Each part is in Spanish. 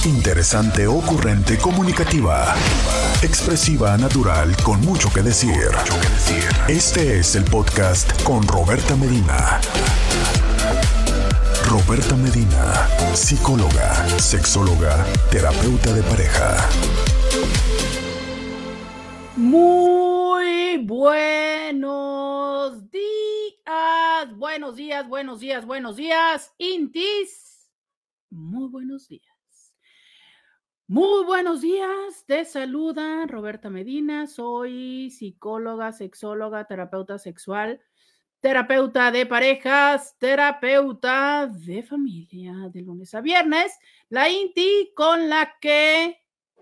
Interesante, ocurrente, comunicativa, expresiva, natural, con mucho que decir. Este es el podcast con Roberta Medina. Roberta Medina, psicóloga, sexóloga, terapeuta de pareja. Muy buenos días, buenos días, Intis. Muy buenos días. Muy buenos días, te saluda Roberta Medina, soy psicóloga, sexóloga, terapeuta sexual, terapeuta de parejas, terapeuta de familia, de lunes a viernes, la Inti con la que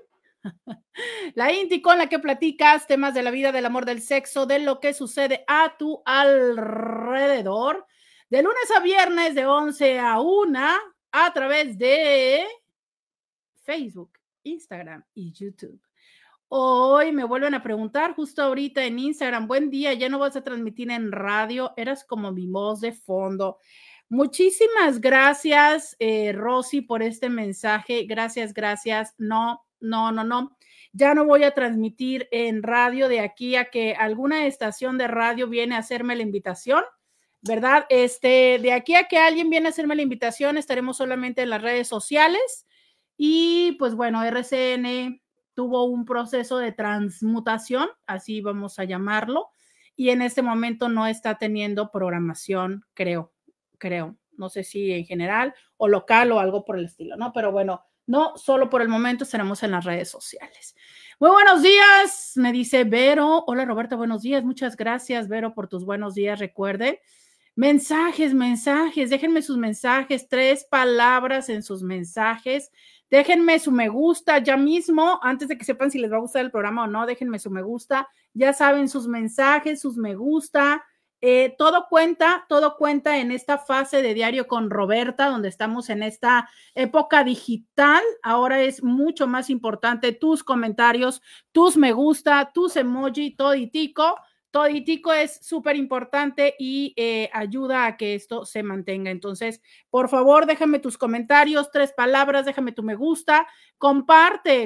platicas temas de la vida, del amor, del sexo, de lo que sucede a tu alrededor, de lunes a viernes de 11 a 1 a través de Facebook, Instagram y YouTube. Hoy me vuelven a preguntar justo ahorita en Instagram, buen día, ya no vas a transmitir en radio, eras como mi voz de fondo. Muchísimas gracias, Rosy, por este mensaje. Gracias. No. Ya no voy a transmitir en radio de aquí a que alguna estación de radio viene a hacerme la invitación, ¿verdad? De aquí a que alguien viene a hacerme la invitación, estaremos solamente en las redes sociales. Y pues bueno, RCN tuvo un proceso de transmutación, así vamos a llamarlo, y en este momento no está teniendo programación, creo, no sé si en general o local o algo por el estilo, ¿no? Pero bueno, no, solo por el momento estaremos en las redes sociales. Muy buenos días, me dice Vero. Hola Roberta, buenos días, muchas gracias Vero por tus buenos días, recuerden. Mensajes, déjenme sus mensajes, 3 palabras en sus mensajes, déjenme su me gusta ya mismo, antes de que sepan si les va a gustar el programa o no, déjenme su me gusta, ya saben sus mensajes, sus me gusta, todo cuenta en esta fase de Diario con Roberta, donde estamos en esta época digital. Ahora es mucho más importante tus comentarios, tus me gusta, tus emoji, toditico es súper importante y ayuda a que esto se mantenga. Entonces, por favor, déjame tus comentarios, 3 palabras, déjame tu me gusta, comparte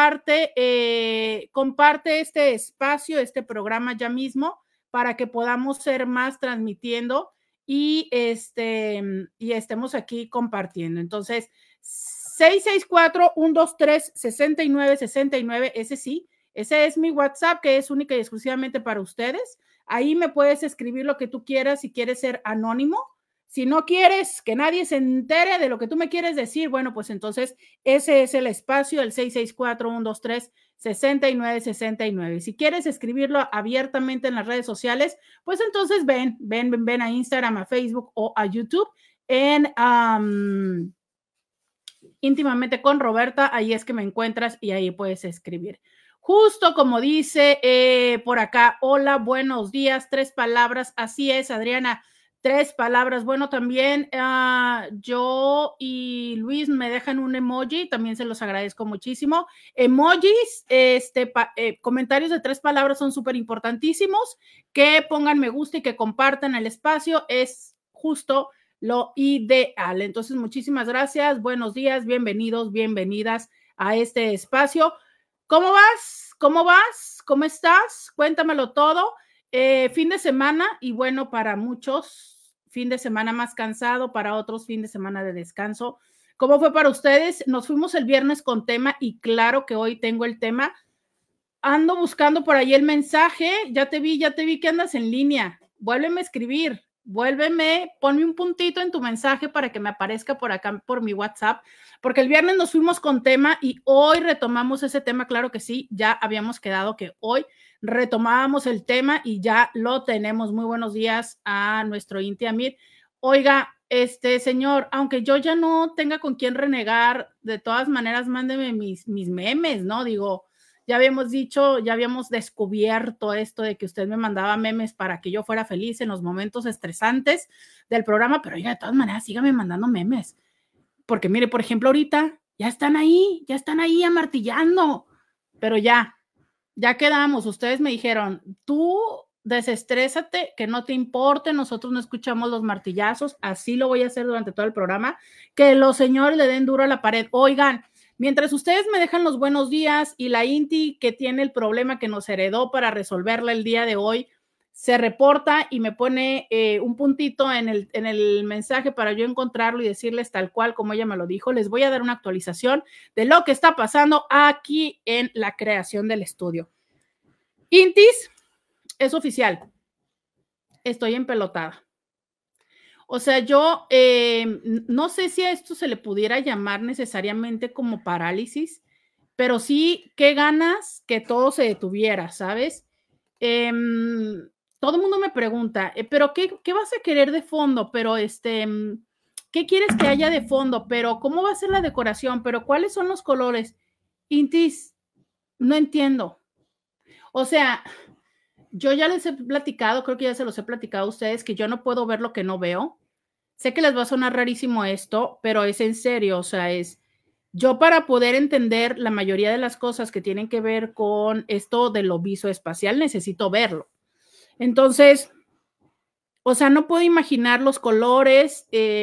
este espacio, este programa ya mismo, para que podamos ser más transmitiendo y estemos aquí compartiendo. Entonces, 664-123-6969, ese sí. Ese es mi WhatsApp, que es única y exclusivamente para ustedes. Ahí me puedes escribir lo que tú quieras si quieres ser anónimo. Si no quieres que nadie se entere de lo que tú me quieres decir, bueno, pues entonces ese es el espacio, el 664-123-6969. Si quieres escribirlo abiertamente en las redes sociales, pues entonces ven a Instagram, a Facebook o a YouTube en Íntimamente con Roberta. Ahí es que me encuentras y ahí puedes escribir. Justo como dice por acá, hola, buenos días, 3 palabras, así es, Adriana, 3 palabras. Bueno, también yo y Luis me dejan un emoji, también se los agradezco muchísimo. Emojis, comentarios de 3 palabras son súper importantísimos, que pongan me gusta y que compartan el espacio, es justo lo ideal. Entonces, muchísimas gracias, buenos días, bienvenidos, bienvenidas a este espacio. ¿Cómo vas? ¿Cómo estás? Cuéntamelo todo. Fin de semana, y bueno, para muchos, fin de semana más cansado, para otros, fin de semana de descanso. ¿Cómo fue para ustedes? Nos fuimos el viernes con tema y claro que hoy tengo el tema. Ando buscando por ahí el mensaje. Ya te vi que andas en línea. Vuélveme a escribir. Ponme un puntito en tu mensaje para que me aparezca por acá, por mi WhatsApp, porque el viernes nos fuimos con tema y hoy retomamos ese tema, claro que sí, ya habíamos quedado que hoy retomábamos el tema y ya lo tenemos. Muy buenos días a nuestro Inti Amir. Oiga, señor, aunque yo ya no tenga con quién renegar, de todas maneras, mándeme mis memes, ¿no? Digo, ya habíamos dicho, ya habíamos descubierto esto de que usted me mandaba memes para que yo fuera feliz en los momentos estresantes del programa, pero oiga, de todas maneras, sígame mandando memes. Porque mire, por ejemplo, ahorita ya están ahí amartillando, pero ya quedamos. Ustedes me dijeron, tú desestrésate, que no te importe, nosotros no escuchamos los martillazos, así lo voy a hacer durante todo el programa, que los señores le den duro a la pared. Oigan, Mientras ustedes me dejan los buenos días y la Inti que tiene el problema que nos heredó para resolverla el día de hoy, se reporta y me pone un puntito en el mensaje para yo encontrarlo y decirles tal cual como ella me lo dijo. Les voy a dar una actualización de lo que está pasando aquí en la creación del estudio. Intis, es oficial. Estoy empelotada. O sea, yo no sé si a esto se le pudiera llamar necesariamente como parálisis, pero sí, qué ganas que todo se detuviera, ¿sabes? Todo el mundo me pregunta, pero ¿qué vas a querer de fondo? Pero ¿qué quieres que haya de fondo? Pero ¿cómo va a ser la decoración? Pero ¿cuáles son los colores? Intis, no entiendo. O sea, yo ya les he platicado, creo que ya se los he platicado a ustedes, que yo no puedo ver lo que no veo. Sé que les va a sonar rarísimo esto, pero es en serio, o sea, es yo para poder entender la mayoría de las cosas que tienen que ver con esto de lo visoespacial necesito verlo. Entonces, o sea, no puedo imaginar los colores.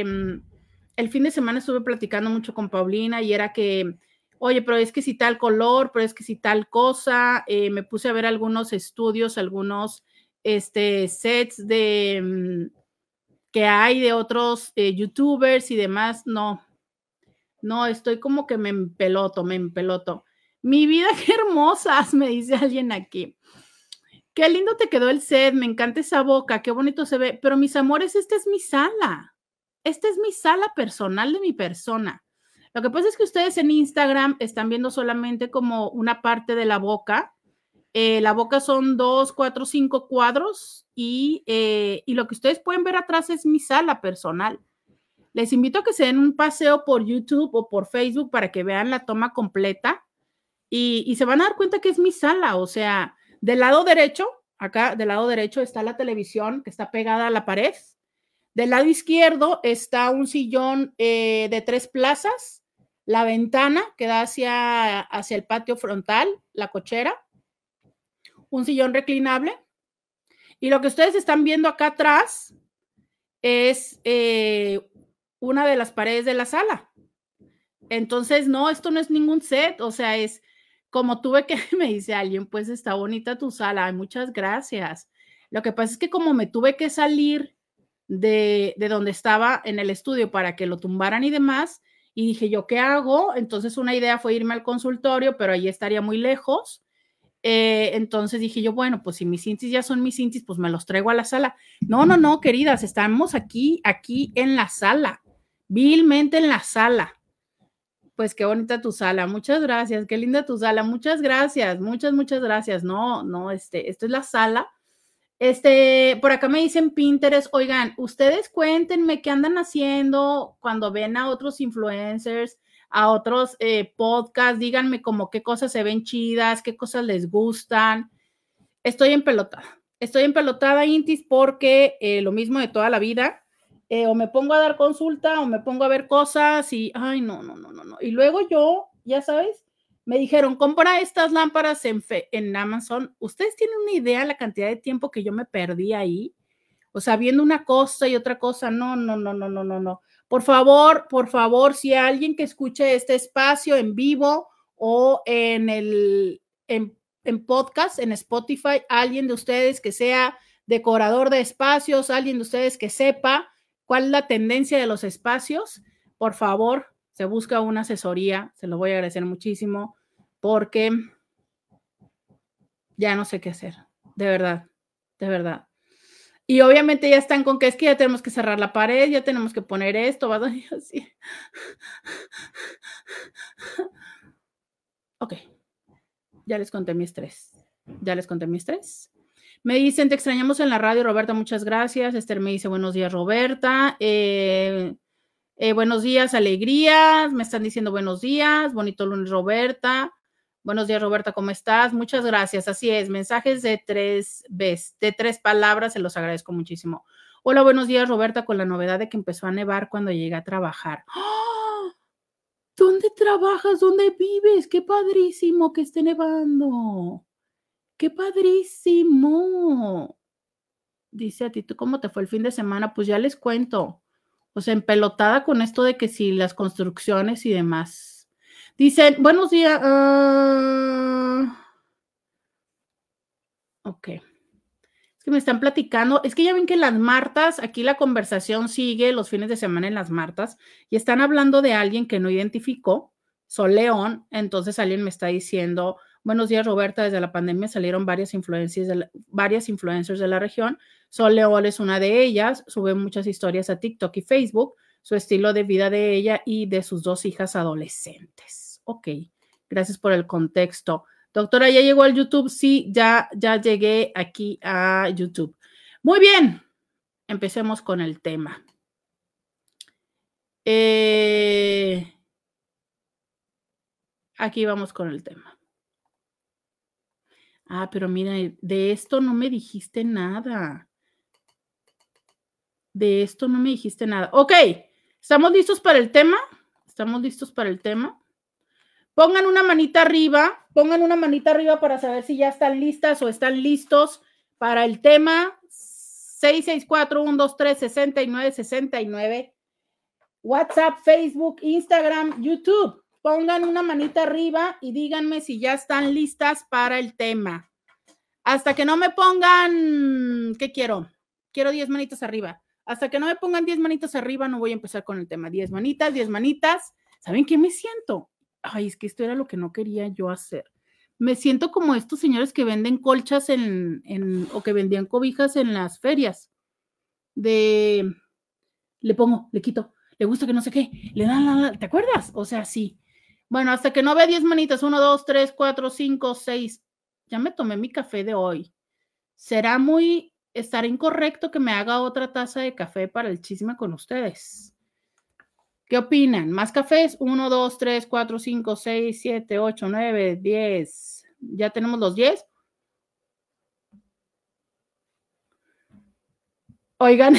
El fin de semana estuve platicando mucho con Paulina y era que, oye, pero es que si tal color, pero es que si tal cosa. Me puse a ver algunos estudios, algunos sets de que hay de otros youtubers y demás. No, estoy como que me empeloto. Mi vida, qué hermosas, me dice alguien aquí. Qué lindo te quedó el set, me encanta esa boca, qué bonito se ve. Pero mis amores, esta es mi sala. Esta es mi sala personal de mi persona. Lo que pasa es que ustedes en Instagram están viendo solamente como una parte de la boca. La boca son 2, 4, 5 cuadros y lo que ustedes pueden ver atrás es mi sala personal. Les invito a que se den un paseo por YouTube o por Facebook para que vean la toma completa y se van a dar cuenta que es mi sala. O sea, del lado derecho, acá del lado derecho está la televisión que está pegada a la pared. Del lado izquierdo está un sillón de 3 plazas, la ventana que da hacia el patio frontal, la cochera, un sillón reclinable. Y lo que ustedes están viendo acá atrás es una de las paredes de la sala. Entonces, no, esto no es ningún set, o sea, es como tuve que, me dice alguien, pues está bonita tu sala, muchas gracias. Lo que pasa es que como me tuve que salir de donde estaba en el estudio para que lo tumbaran y demás, y dije yo, ¿qué hago? Entonces una idea fue irme al consultorio, pero ahí estaría muy lejos. Entonces dije yo, bueno, pues si mis intis ya son mis intis, pues me los traigo a la sala. No, queridas, estamos aquí en la sala, vilmente en la sala. Pues qué bonita tu sala, muchas gracias, qué linda tu sala, muchas gracias, muchas gracias. No, esto es la sala. Por acá me dicen Pinterest, oigan, ustedes cuéntenme qué andan haciendo cuando ven a otros influencers, a otros podcasts, díganme como qué cosas se ven chidas, qué cosas les gustan. Estoy empelotada, Intis, porque lo mismo de toda la vida, o me pongo a dar consulta o me pongo a ver cosas y, ay, no. Y luego yo, ya sabes, me dijeron, compra estas lámparas en Amazon. ¿Ustedes tienen una idea de la cantidad de tiempo que yo me perdí ahí? O sea, viendo una cosa y otra cosa, no. Por favor, si hay alguien que escuche este espacio en vivo o en podcast, en Spotify, alguien de ustedes que sea decorador de espacios, alguien de ustedes que sepa cuál es la tendencia de los espacios, por favor, se busca una asesoría, se lo voy a agradecer muchísimo, porque ya no sé qué hacer, de verdad. Y obviamente ya están con que es que ya tenemos que cerrar la pared, ya tenemos que poner esto, va a ser así. Ok, ya les conté mi estrés. Me dicen, te extrañamos en la radio, Roberta, muchas gracias. Esther me dice, buenos días, Roberta. Buenos días, alegrías. Me están diciendo buenos días, bonito lunes, Roberta. Buenos días, Roberta, ¿cómo estás? Muchas gracias. Así es, mensajes de 3 palabras, se los agradezco muchísimo. Hola, buenos días, Roberta, con la novedad de que empezó a nevar cuando llegué a trabajar. ¡Oh! ¿Dónde trabajas? ¿Dónde vives? ¡Qué padrísimo que esté nevando! ¡Qué padrísimo! Dice a ti, ¿tú cómo te fue el fin de semana? Pues ya les cuento. O sea, empelotada con esto de que si las construcciones y demás. Dicen, buenos días. Ok. Es que me están platicando. Es que ya ven que las Martas, aquí la conversación sigue los fines de semana en las Martas, y están hablando de alguien que no identificó, Sol León. Entonces alguien me está diciendo, buenos días, Roberta, desde la pandemia salieron varias influencers de la región. Sol León es una de ellas, sube muchas historias a TikTok y Facebook, su estilo de vida de ella y de sus 2 hijas adolescentes. Ok, gracias por el contexto. Doctora, ¿ya llegó al YouTube? Sí, ya llegué aquí a YouTube. Muy bien, empecemos con el tema. Aquí vamos con el tema. Ah, pero mira, de esto no me dijiste nada. De esto no me dijiste nada. Ok, ¿estamos listos para el tema? ¿Estamos listos para el tema? Pongan una manita arriba para saber si ya están listas o están listos para el tema. 664-123-6969. WhatsApp, Facebook, Instagram, YouTube. Pongan una manita arriba y díganme si ya están listas para el tema. Hasta que no me pongan, ¿qué quiero? Quiero 10 manitas arriba. Hasta que no me pongan 10 manitas arriba, no voy a empezar con el tema. 10 manitas, 10 manitas. ¿Saben qué me siento? Ay, es que esto era lo que no quería yo hacer. Me siento como estos señores que venden colchas o que vendían cobijas en las ferias. Le pongo, le quito, le gusta que no sé qué, le dan, ¿te acuerdas? O sea, sí. Bueno, hasta que no vea 10 manitas, 1, 2, 3, 4, 5, 6. Ya me tomé mi café de hoy. ¿Estará incorrecto que me haga otra taza de café para el chisme con ustedes? ¿Qué opinan? ¿Más cafés? 1, 2, 3, 4, 5, 6, 7, 8, 9, 10. ¿Ya tenemos los 10? Oigan,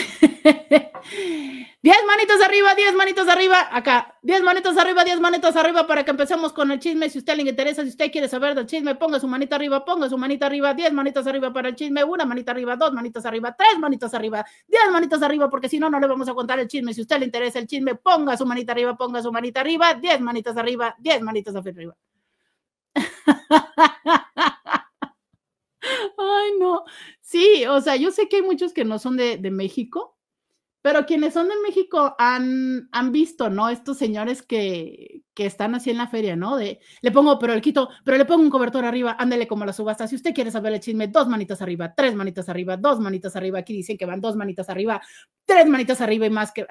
10 manitos arriba, 10 manitos arriba, acá, 10 manitos arriba para que empecemos con el chisme. Si a usted le interesa, si usted quiere saber del chisme, ponga su manita arriba, 10 manitos arriba para el chisme, 1 manita arriba, 2 manitos arriba, 3 manitos arriba, 10 manitos arriba, porque si no, no le vamos a contar el chisme. Si a usted le interesa el chisme, ponga su manita arriba, 10 manitos arriba, 10 manitos arriba. Ay, no. Sí, o sea, yo sé que hay muchos que no son de México, pero quienes son de México han visto, ¿no? Estos señores que están así en la feria, ¿no? Le pongo, pero le pongo un cobertor arriba, ándele como la subasta. Si usted quiere saber el chisme, 2 manitas arriba, 3 manitas arriba, 2 manitas arriba. Aquí dicen que van 2 manitas arriba, 3 manitas arriba y más que...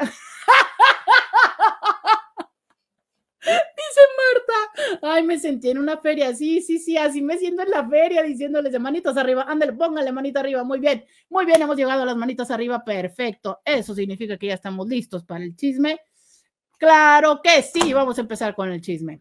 Dice Marta, ay, me sentí en una feria, sí, así me siento en la feria diciéndoles de manitos arriba, ándale, póngale manita arriba, muy bien, hemos llegado a las manitas arriba, perfecto, eso significa que ya estamos listos para el chisme. Claro que sí, vamos a empezar con el chisme.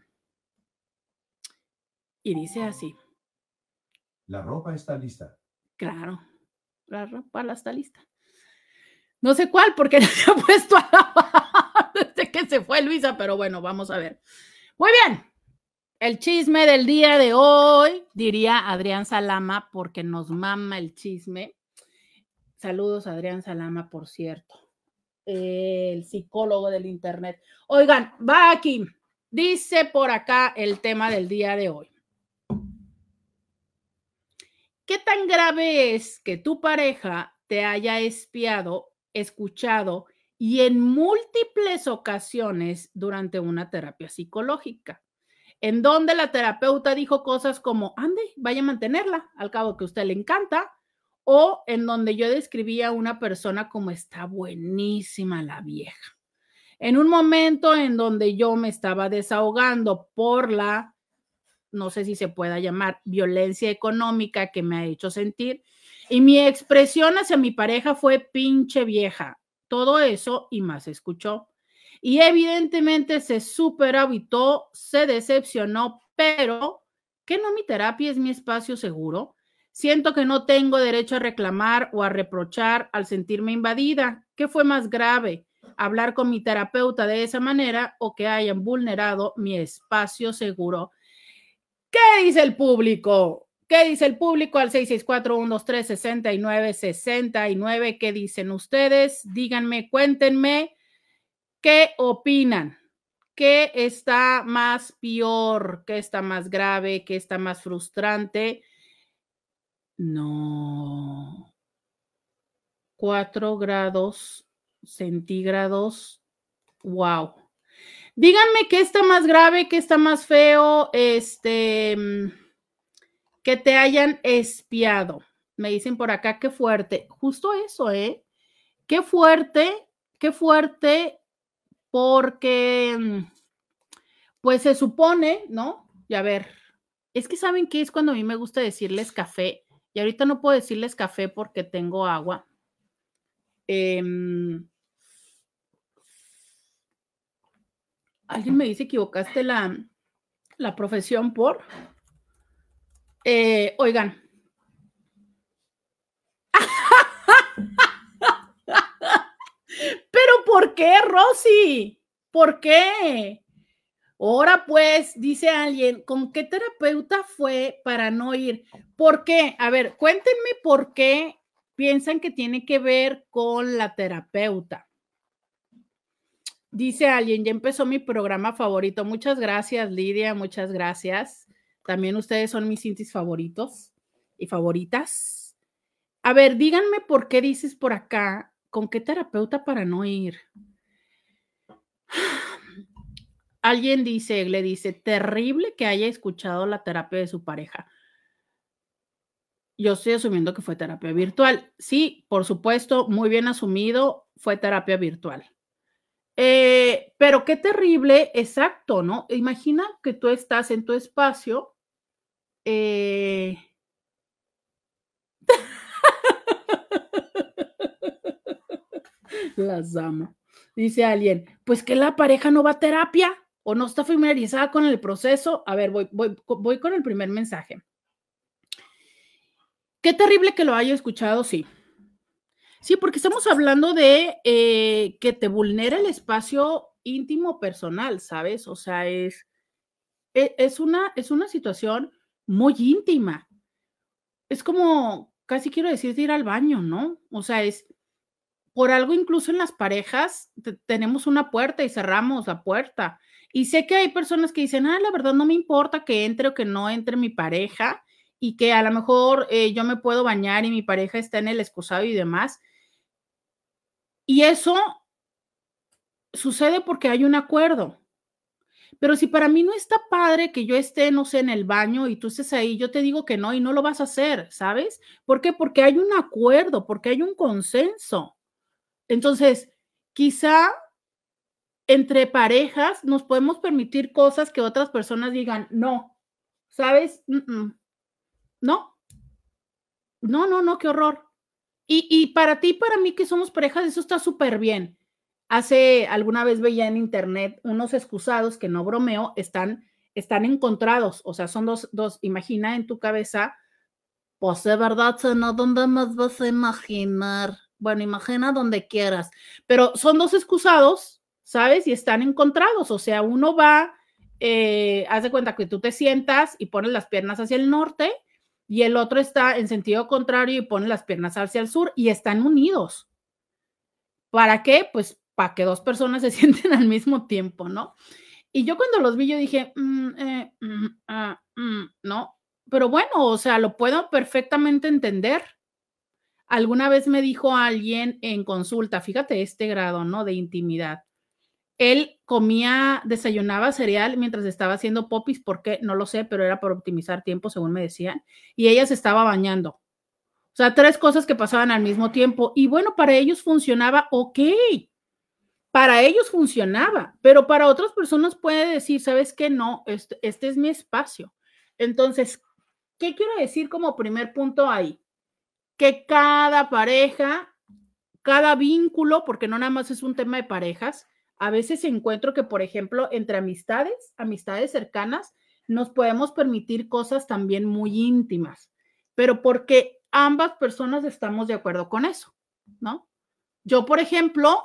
Y dice así. La ropa está lista. Claro, la ropa está lista. No sé cuál, porque no se ha puesto a lavar desde que se fue Luisa, pero bueno, vamos a ver. Muy bien, el chisme del día de hoy, diría Adrián Salama, porque nos mama el chisme. Saludos a Adrián Salama, por cierto, el psicólogo del internet. Oigan, va aquí, dice por acá el tema del día de hoy. ¿Qué tan grave es que tu pareja te haya espiado, escuchado y en múltiples ocasiones durante una terapia psicológica, en donde la terapeuta dijo cosas como, ande, vaya a mantenerla, al cabo que a usted le encanta, o en donde yo describía a una persona como está buenísima la vieja? En un momento en donde yo me estaba desahogando por la, no sé si se pueda llamar, violencia económica que me ha hecho sentir, y mi expresión hacia mi pareja fue pinche vieja. Todo eso y más escuchó. Y evidentemente se superhabitó, se decepcionó, pero ¿que no mi terapia es mi espacio seguro? Siento que no tengo derecho a reclamar o a reprochar al sentirme invadida. ¿Qué fue más grave? ¿Hablar con mi terapeuta de esa manera o que hayan vulnerado mi espacio seguro? ¿Qué dice el público? ¿Qué dice el público al 664-123-6969? ¿Qué dicen ustedes? Díganme, cuéntenme, ¿qué opinan? ¿qué está más peor? ¿Qué está más grave? ¿Qué está más frustrante? No. 4 grados centígrados. Wow. Díganme qué está más grave, qué está más feo, que te hayan espiado. Me dicen por acá, qué fuerte. Justo eso, ¿eh? Qué fuerte, porque pues se supone, ¿no? Y a ver, es que ¿saben qué es cuando a mí me gusta decirles café? Y ahorita no puedo decirles café porque tengo agua. Alguien me dice, equivocaste la profesión por... oigan. ¿Pero por qué, Rosy? ¿Por qué? Ahora pues, dice alguien, ¿con qué terapeuta fue para no ir? ¿Por qué? A ver, cuéntenme por qué piensan que tiene que ver con la terapeuta. Dice alguien, ya empezó mi programa favorito. Muchas gracias, Lidia, muchas gracias. También ustedes son mis intis favoritos y favoritas. A ver, díganme por qué dices por acá, ¿con qué terapeuta para no ir? Alguien dice, le dice, terrible que haya escuchado la terapia de su pareja. Yo estoy asumiendo que fue terapia virtual. Sí, por supuesto, muy bien asumido, fue terapia virtual. Pero qué terrible, exacto, ¿no? Imagina que tú estás en tu espacio. Las amo. Dice alguien, pues que la pareja no va a terapia o no está familiarizada con el proceso. A ver, voy con el primer mensaje. Qué terrible que lo haya escuchado, sí. Sí, porque estamos hablando de que te vulnera el espacio íntimo personal, ¿sabes? O sea, es una situación muy íntima. Es como, casi quiero decir, de ir al baño, ¿no? O sea, es por algo incluso en las parejas tenemos una puerta y cerramos la puerta. Y sé que hay personas que dicen, la verdad no me importa que entre o que no entre mi pareja y que a lo mejor yo me puedo bañar y mi pareja está en el excusado y demás. Y eso sucede porque hay un acuerdo. Pero si para mí no está padre que yo esté, no sé, en el baño y tú estés ahí, yo te digo que no y no lo vas a hacer, ¿sabes? ¿Por qué? Porque hay un acuerdo, porque hay un consenso. Entonces, quizá entre parejas nos podemos permitir cosas que otras personas digan, no, ¿sabes? No, no, qué horror. Y para ti, para mí que somos parejas, eso está súper bien. Hace alguna vez veía en internet unos excusados que no bromeo, están encontrados, o sea, son dos, imagina en tu cabeza, pues de verdad, ¿no? ¿Dónde más vas a imaginar? Bueno, imagina donde quieras, pero son dos excusados, ¿sabes? Y están encontrados, o sea, uno va, haz de cuenta que tú te sientas y pones las piernas hacia el norte y el otro está en sentido contrario y pone las piernas hacia el sur y están unidos. ¿Para qué? Pues para que dos personas se sienten al mismo tiempo, ¿no? Y yo cuando los vi, yo dije, no, pero bueno, o sea, lo puedo perfectamente entender. Alguna vez me dijo alguien en consulta, fíjate este grado, ¿no? De intimidad. Él desayunaba cereal mientras estaba haciendo popis, ¿por qué? No lo sé, pero era por optimizar tiempo, según me decían, y ella se estaba bañando. O sea, 3 cosas que pasaban al mismo tiempo. Y bueno, para ellos funcionaba, ok. Para ellos funcionaba, pero para otras personas puede decir, ¿sabes qué? No, este es mi espacio. Entonces, ¿qué quiero decir como primer punto ahí? Que cada pareja, cada vínculo, porque no nada más es un tema de parejas, a veces encuentro que, por ejemplo, entre amistades cercanas, nos podemos permitir cosas también muy íntimas, pero porque ambas personas estamos de acuerdo con eso, ¿no? Yo, por ejemplo,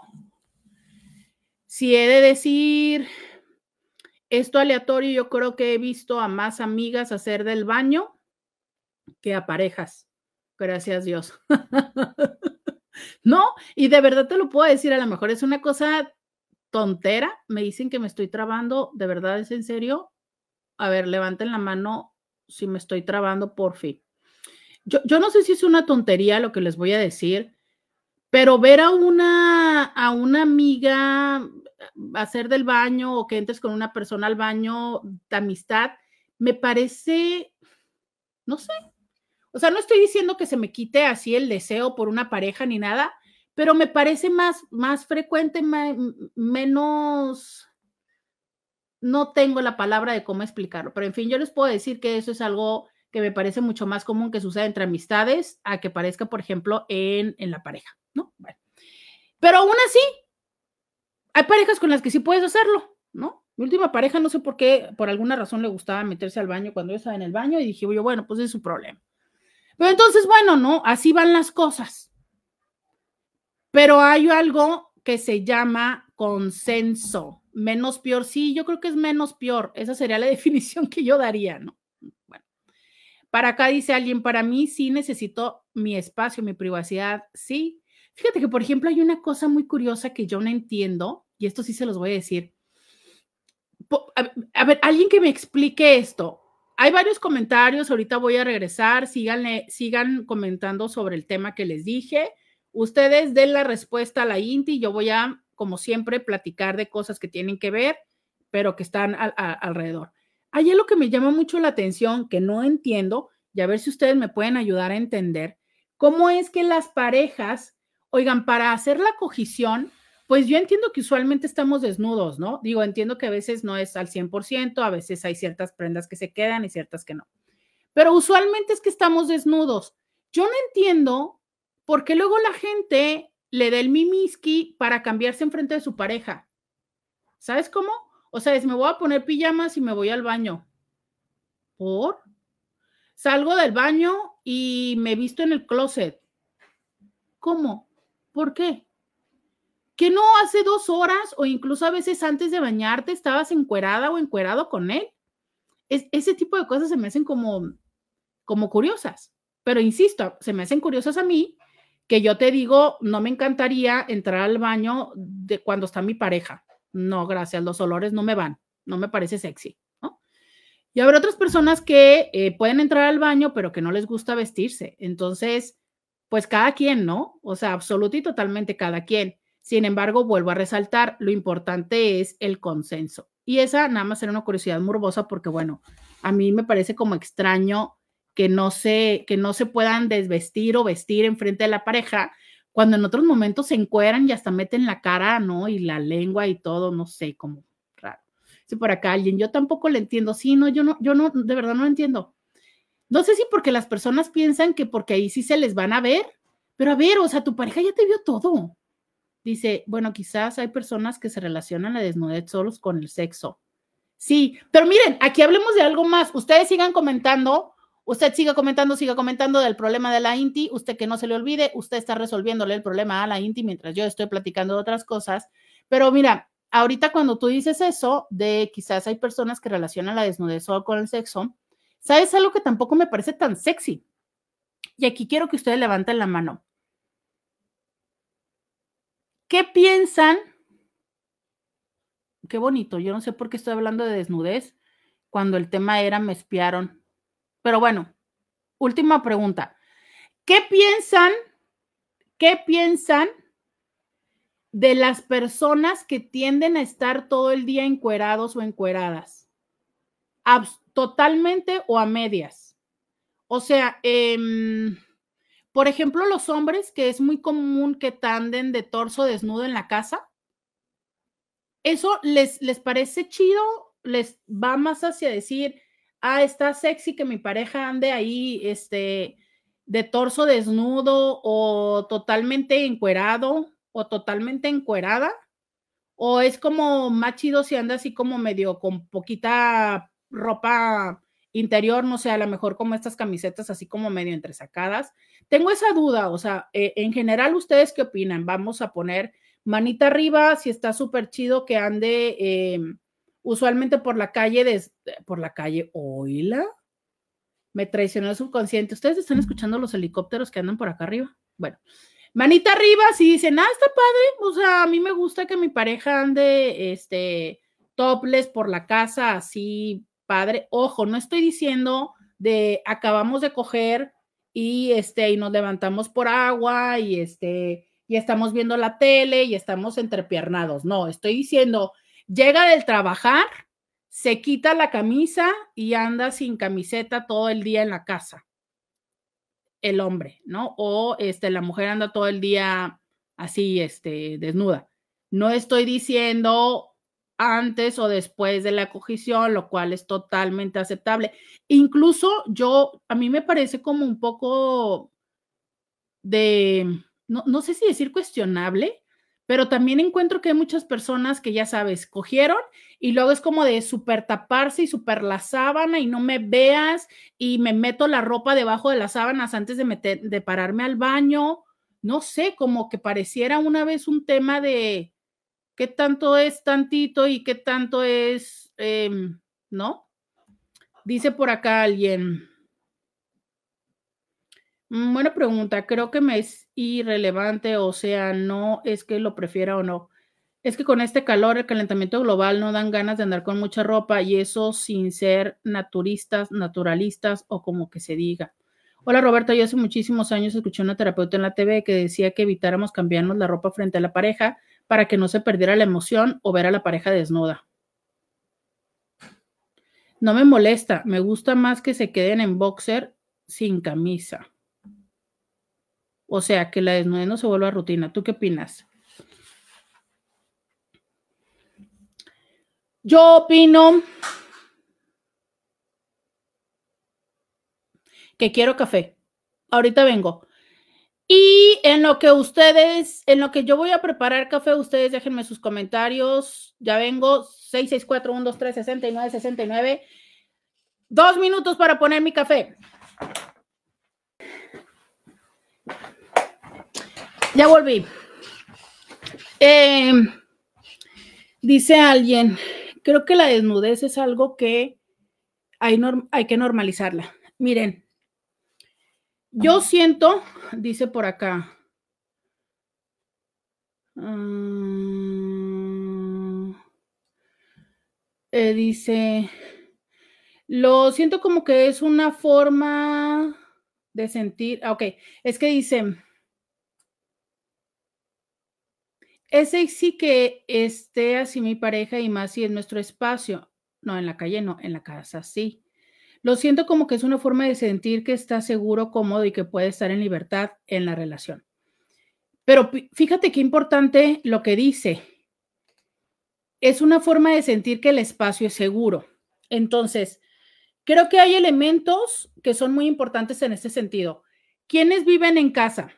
si he de decir esto aleatorio, yo creo que he visto a más amigas hacer del baño que a parejas. Gracias Dios. No, y de verdad te lo puedo decir, a lo mejor es una cosa tontera. Me dicen que me estoy trabando. ¿De verdad es en serio? A ver, levanten la mano si me estoy trabando, por fin. Yo no sé si es una tontería lo que les voy a decir, pero ver a una amiga hacer del baño o que entres con una persona al baño de amistad, me parece, no sé, o sea, no estoy diciendo que se me quite así el deseo por una pareja ni nada, pero me parece más frecuente, menos, no tengo la palabra de cómo explicarlo, pero en fin, yo les puedo decir que eso es algo que me parece mucho más común que suceda entre amistades a que parezca, por ejemplo, en la pareja, ¿no? Bueno. Pero aún así, hay parejas con las que sí puedes hacerlo, ¿no? Mi última pareja, no sé por qué, por alguna razón le gustaba meterse al baño cuando yo estaba en el baño y dije, yo, bueno, pues es su problema. Pero entonces, bueno, ¿no? Así van las cosas. Pero hay algo que se llama consenso. Menos peor, sí, yo creo que es menos peor. Esa sería la definición que yo daría, ¿no? Bueno, para acá dice alguien, para mí sí necesito mi espacio, mi privacidad, sí. Fíjate que, por ejemplo, hay una cosa muy curiosa que yo no entiendo, y esto sí se los voy a decir. A ver, alguien que me explique esto. Hay varios comentarios, ahorita voy a regresar, sigan comentando sobre el tema que les dije. Ustedes den la respuesta a la INTI, yo voy a, como siempre, platicar de cosas que tienen que ver, pero que están alrededor. Hay algo que me llama mucho la atención, que no entiendo, y a ver si ustedes me pueden ayudar a entender, cómo es que las parejas, oigan, para hacer la cogición, pues yo entiendo que usualmente estamos desnudos, ¿no? Digo, entiendo que a veces no es al 100%, a veces hay ciertas prendas que se quedan y ciertas que no. Pero usualmente es que estamos desnudos. Yo no entiendo por qué luego la gente le da el mimiski para cambiarse enfrente de su pareja. ¿Sabes cómo? O sea, es me voy a poner pijamas y me voy al baño. ¿Por? Salgo del baño y me visto en el closet. ¿Cómo? ¿Por qué? ¿Que no hace 2 horas o incluso a veces antes de bañarte estabas encuerada o encuerado con él? Ese tipo de cosas se me hacen como curiosas, pero insisto, se me hacen curiosas a mí, que yo te digo, no me encantaría entrar al baño de cuando está mi pareja. No, gracias, los olores no me van, no me parece sexy, ¿no? Y habrá otras personas que pueden entrar al baño, pero que no les gusta vestirse. Entonces, pues cada quien, ¿no? O sea, absoluto y totalmente cada quien. Sin embargo, vuelvo a resaltar, lo importante es el consenso. Y esa nada más era una curiosidad morbosa porque, bueno, a mí me parece como extraño que no se puedan desvestir o vestir enfrente de la pareja cuando en otros momentos se encueran y hasta meten la cara, ¿no? Y la lengua y todo, no sé, como raro. Si por acá alguien, yo tampoco le entiendo. Sí, no, yo no, de verdad no entiendo. No sé si porque las personas piensan que porque ahí sí se les van a ver, pero a ver, o sea, tu pareja ya te vio todo. Dice, bueno, quizás hay personas que se relacionan la desnudez solos con el sexo. Sí, pero miren, aquí hablemos de algo más. Ustedes sigan comentando, usted siga comentando del problema de la INTI, usted que no se le olvide, usted está resolviéndole el problema a la INTI mientras yo estoy platicando de otras cosas. Pero mira, ahorita cuando tú dices eso, de quizás hay personas que relacionan la desnudez solo con el sexo, ¿sabes algo que tampoco me parece tan sexy? Y aquí quiero que ustedes levanten la mano. ¿Qué piensan? Qué bonito, yo no sé por qué estoy hablando de desnudez cuando el tema era me espiaron. Pero bueno, última pregunta. ¿Qué piensan de las personas que tienden a estar todo el día encuerados o encueradas? ¿Totalmente o a medias? O sea, por ejemplo, los hombres, que es muy común que anden de torso desnudo en la casa, ¿eso les parece chido? ¿Les va más hacia decir, está sexy que mi pareja ande ahí, de torso desnudo o totalmente encuerado o totalmente encuerada? ¿O es como más chido si anda así como medio con poquita ropa interior, no sé, a lo mejor como estas camisetas así como medio entresacadas? Tengo esa duda, o sea, en general, ¿ustedes qué opinan? Vamos a poner manita arriba si está súper chido que ande usualmente por la calle, oíla, me traicionó el subconsciente. ¿Ustedes están escuchando los helicópteros que andan por acá arriba? Bueno, Manita arriba si dicen, está padre, o sea, a mí me gusta que mi pareja ande topless por la casa, así padre. Ojo, no estoy diciendo de acabamos de coger y nos levantamos por agua y estamos viendo la tele y estamos entrepiernados. No, estoy diciendo, llega del trabajar, se quita la camisa y anda sin camiseta todo el día en la casa. El hombre, ¿no? O la mujer anda todo el día así, desnuda. No estoy diciendo antes o después de la cogición, lo cual es totalmente aceptable. Incluso a mí me parece como un poco no sé si decir cuestionable, pero también encuentro que hay muchas personas que ya sabes, cogieron y luego es como de súper taparse y súper la sábana y no me veas y me meto la ropa debajo de las sábanas antes de pararme al baño. No sé, como que pareciera una vez un tema de qué tanto es tantito y qué tanto es, ¿no? Dice por acá alguien. Buena pregunta, creo que me es irrelevante, o sea, no es que lo prefiera o no. Es que con este calor, el calentamiento global no dan ganas de andar con mucha ropa y eso sin ser naturalistas o como que se diga. Hola Roberta, yo hace muchísimos años escuché a una terapeuta en la TV que decía que evitáramos cambiarnos la ropa frente a la pareja para que no se perdiera la emoción o ver a la pareja desnuda. No me molesta, me gusta más que se queden en boxer sin camisa. O sea, que la desnudez no se vuelva rutina. ¿Tú qué opinas? Yo opino que quiero café. Ahorita vengo. Y en lo que yo voy a preparar café, ustedes déjenme sus comentarios. Ya vengo, 664-123-6969. 2 minutos para poner mi café. Ya volví. Dice alguien, creo que la desnudez es algo que hay que normalizarla. Miren, yo siento, dice por acá, dice, lo siento como que es una forma de sentir, ok, es que dice, ese sí que esté así mi pareja y más si es nuestro espacio, no, en la calle no, en la casa sí. Lo siento como que es una forma de sentir que está seguro, cómodo y que puede estar en libertad en la relación. Pero fíjate qué importante lo que dice. Es una forma de sentir que el espacio es seguro. Entonces, creo que hay elementos que son muy importantes en este sentido. ¿Quiénes viven en casa?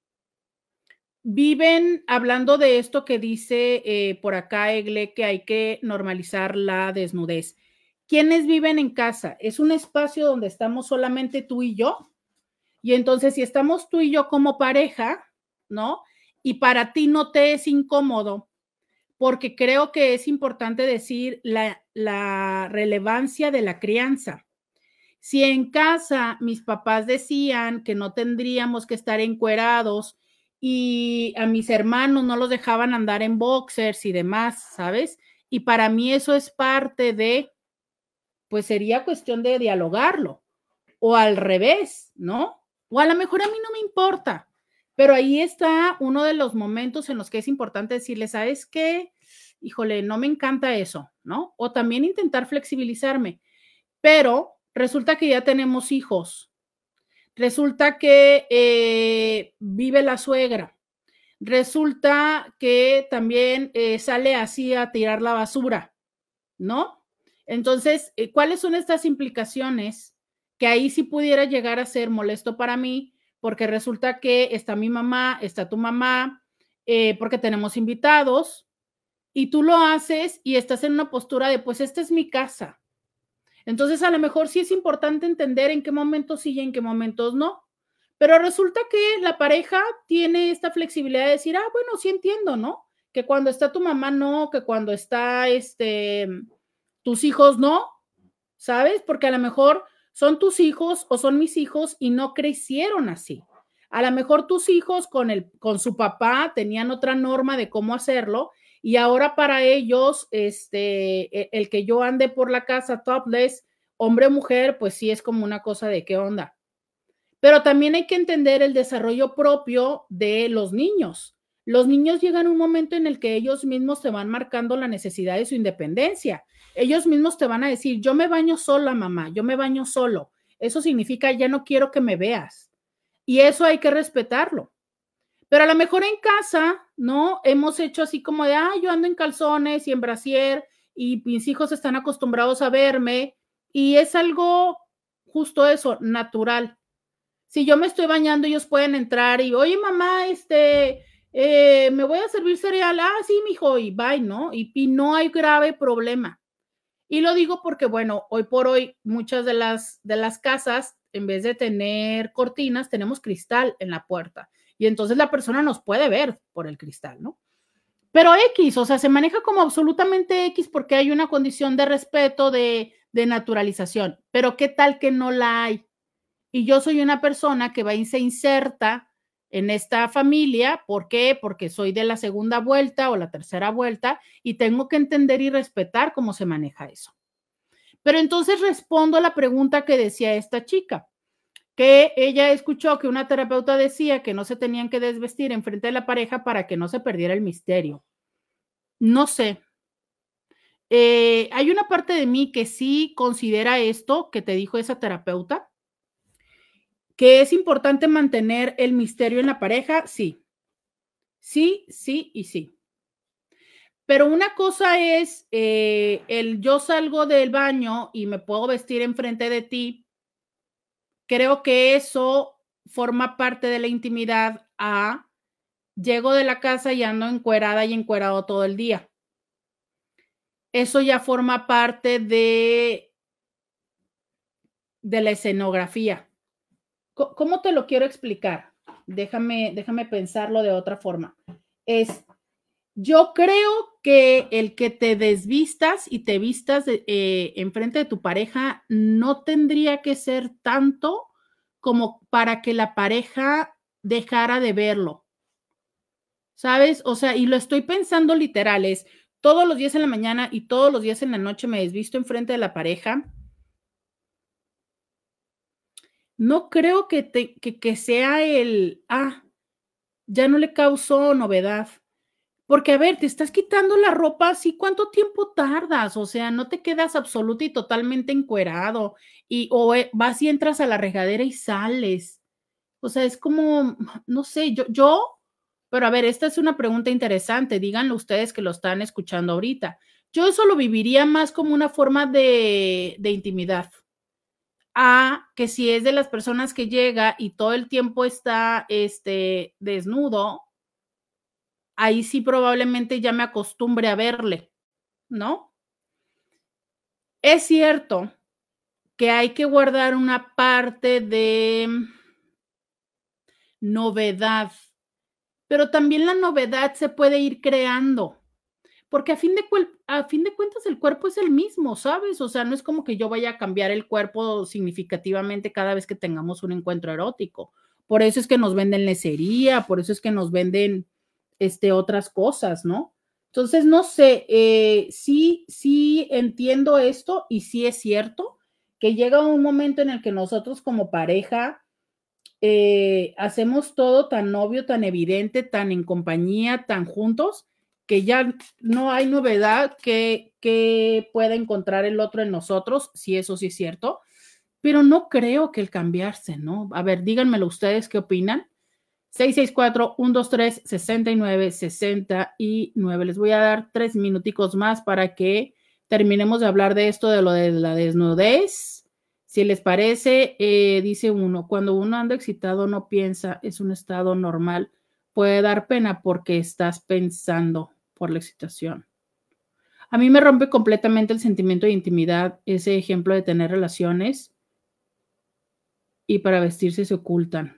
Viven hablando de esto que dice por acá Egle, que hay que normalizar la desnudez. ¿Quiénes viven en casa? Es un espacio donde estamos solamente tú y yo. Y entonces, si estamos tú y yo como pareja, ¿no? Y para ti no te es incómodo, porque creo que es importante decir la relevancia de la crianza. Si en casa mis papás decían que no tendríamos que estar encuerados y a mis hermanos no los dejaban andar en boxers y demás, ¿sabes? Y para mí eso es parte de, pues sería cuestión de dialogarlo, o al revés, ¿no? O a lo mejor a mí no me importa, pero ahí está uno de los momentos en los que es importante decirle, ¿sabes qué? Híjole, no me encanta eso, ¿no? O también intentar flexibilizarme, pero resulta que ya tenemos hijos, resulta que vive la suegra, resulta que también sale así a tirar la basura, ¿no? Entonces, ¿cuáles son estas implicaciones? Que ahí sí pudiera llegar a ser molesto para mí, porque resulta que está mi mamá, está tu mamá, porque tenemos invitados, y tú lo haces y estás en una postura de, pues esta es mi casa. Entonces, a lo mejor sí es importante entender en qué momentos sí y en qué momentos no. Pero resulta que la pareja tiene esta flexibilidad de decir, bueno, sí entiendo, ¿no? Que cuando está tu mamá no, que cuando está tus hijos no, ¿sabes? Porque a lo mejor son tus hijos o son mis hijos y no crecieron así. A lo mejor tus hijos con su papá tenían otra norma de cómo hacerlo y ahora para ellos, el que yo ande por la casa topless, hombre o mujer, pues sí es como una cosa de qué onda. Pero también hay que entender el desarrollo propio de los niños. Los niños llegan a un momento en el que ellos mismos te van marcando la necesidad de su independencia. Ellos mismos te van a decir, yo me baño sola, mamá, yo me baño solo. Eso significa, ya no quiero que me veas. Y eso hay que respetarlo. Pero a lo mejor en casa, ¿no? Hemos hecho así como de, yo ando en calzones y en brasier y mis hijos están acostumbrados a verme y es algo justo eso, natural. Si yo me estoy bañando, ellos pueden entrar y, oye, mamá, me voy a servir cereal. Sí, mijo, y bye, ¿no? Y no hay grave problema. Y lo digo porque, bueno, hoy por hoy, muchas de las casas, en vez de tener cortinas, tenemos cristal en la puerta. Y entonces la persona nos puede ver por el cristal, ¿no? Pero X, o sea, se maneja como absolutamente X porque hay una condición de respeto, de naturalización. Pero ¿qué tal que no la hay? Y yo soy una persona que va y se inserta en esta familia. ¿Por qué? Porque soy de la segunda vuelta o la tercera vuelta y tengo que entender y respetar cómo se maneja eso. Pero entonces respondo a la pregunta que decía esta chica, que ella escuchó que una terapeuta decía que no se tenían que desvestir en frente de la pareja para que no se perdiera el misterio. No sé. Hay una parte de mí que sí considera esto que te dijo esa terapeuta, que es importante mantener el misterio en la pareja, sí. Sí, sí y sí. Pero una cosa es el yo salgo del baño y me puedo vestir enfrente de ti. Creo que eso forma parte de la intimidad. Llego de la casa y ando encuerada y encuerado todo el día. Eso ya forma parte de la escenografía. ¿Cómo te lo quiero explicar? Déjame pensarlo de otra forma. Yo creo que el que te desvistas y te vistas enfrente de tu pareja no tendría que ser tanto como para que la pareja dejara de verlo, ¿sabes? O sea, y lo estoy pensando literal, es todos los días en la mañana y todos los días en la noche me desvisto enfrente de la pareja. No creo que sea ya no le causó novedad. Porque, a ver, te estás quitando la ropa así, ¿cuánto tiempo tardas? O sea, no te quedas absoluta y totalmente encuerado o vas y entras a la regadera y sales. O sea, es como, no sé, pero a ver, esta es una pregunta interesante, díganlo ustedes que lo están escuchando ahorita. Yo eso lo viviría más como una forma de intimidad. Que si es de las personas que llega y todo el tiempo está desnudo, ahí sí probablemente ya me acostumbre a verle, ¿no? Es cierto que hay que guardar una parte de novedad, pero también la novedad se puede ir creando, porque a fin de cuentas el cuerpo es el mismo, ¿sabes? O sea, no es como que yo vaya a cambiar el cuerpo significativamente cada vez que tengamos un encuentro erótico. Por eso es que nos venden lencería, por eso es que nos venden otras cosas, ¿no? Entonces, no sé, sí entiendo esto y sí es cierto que llega un momento en el que nosotros como pareja hacemos todo tan obvio, tan evidente, tan en compañía, tan juntos, que ya no hay novedad que pueda encontrar el otro en nosotros, si eso sí es cierto, pero no creo que el cambiarse, ¿no? A ver, díganmelo ustedes, ¿qué opinan? 664-123-6969. Les voy a dar 3 minuticos más para que terminemos de hablar de esto, de lo de la desnudez. Si les parece, dice uno, cuando uno anda excitado no piensa, es un estado normal. Puede dar pena porque estás pensando por la excitación. A mí me rompe completamente el sentimiento de intimidad, ese ejemplo de tener relaciones y para vestirse se ocultan.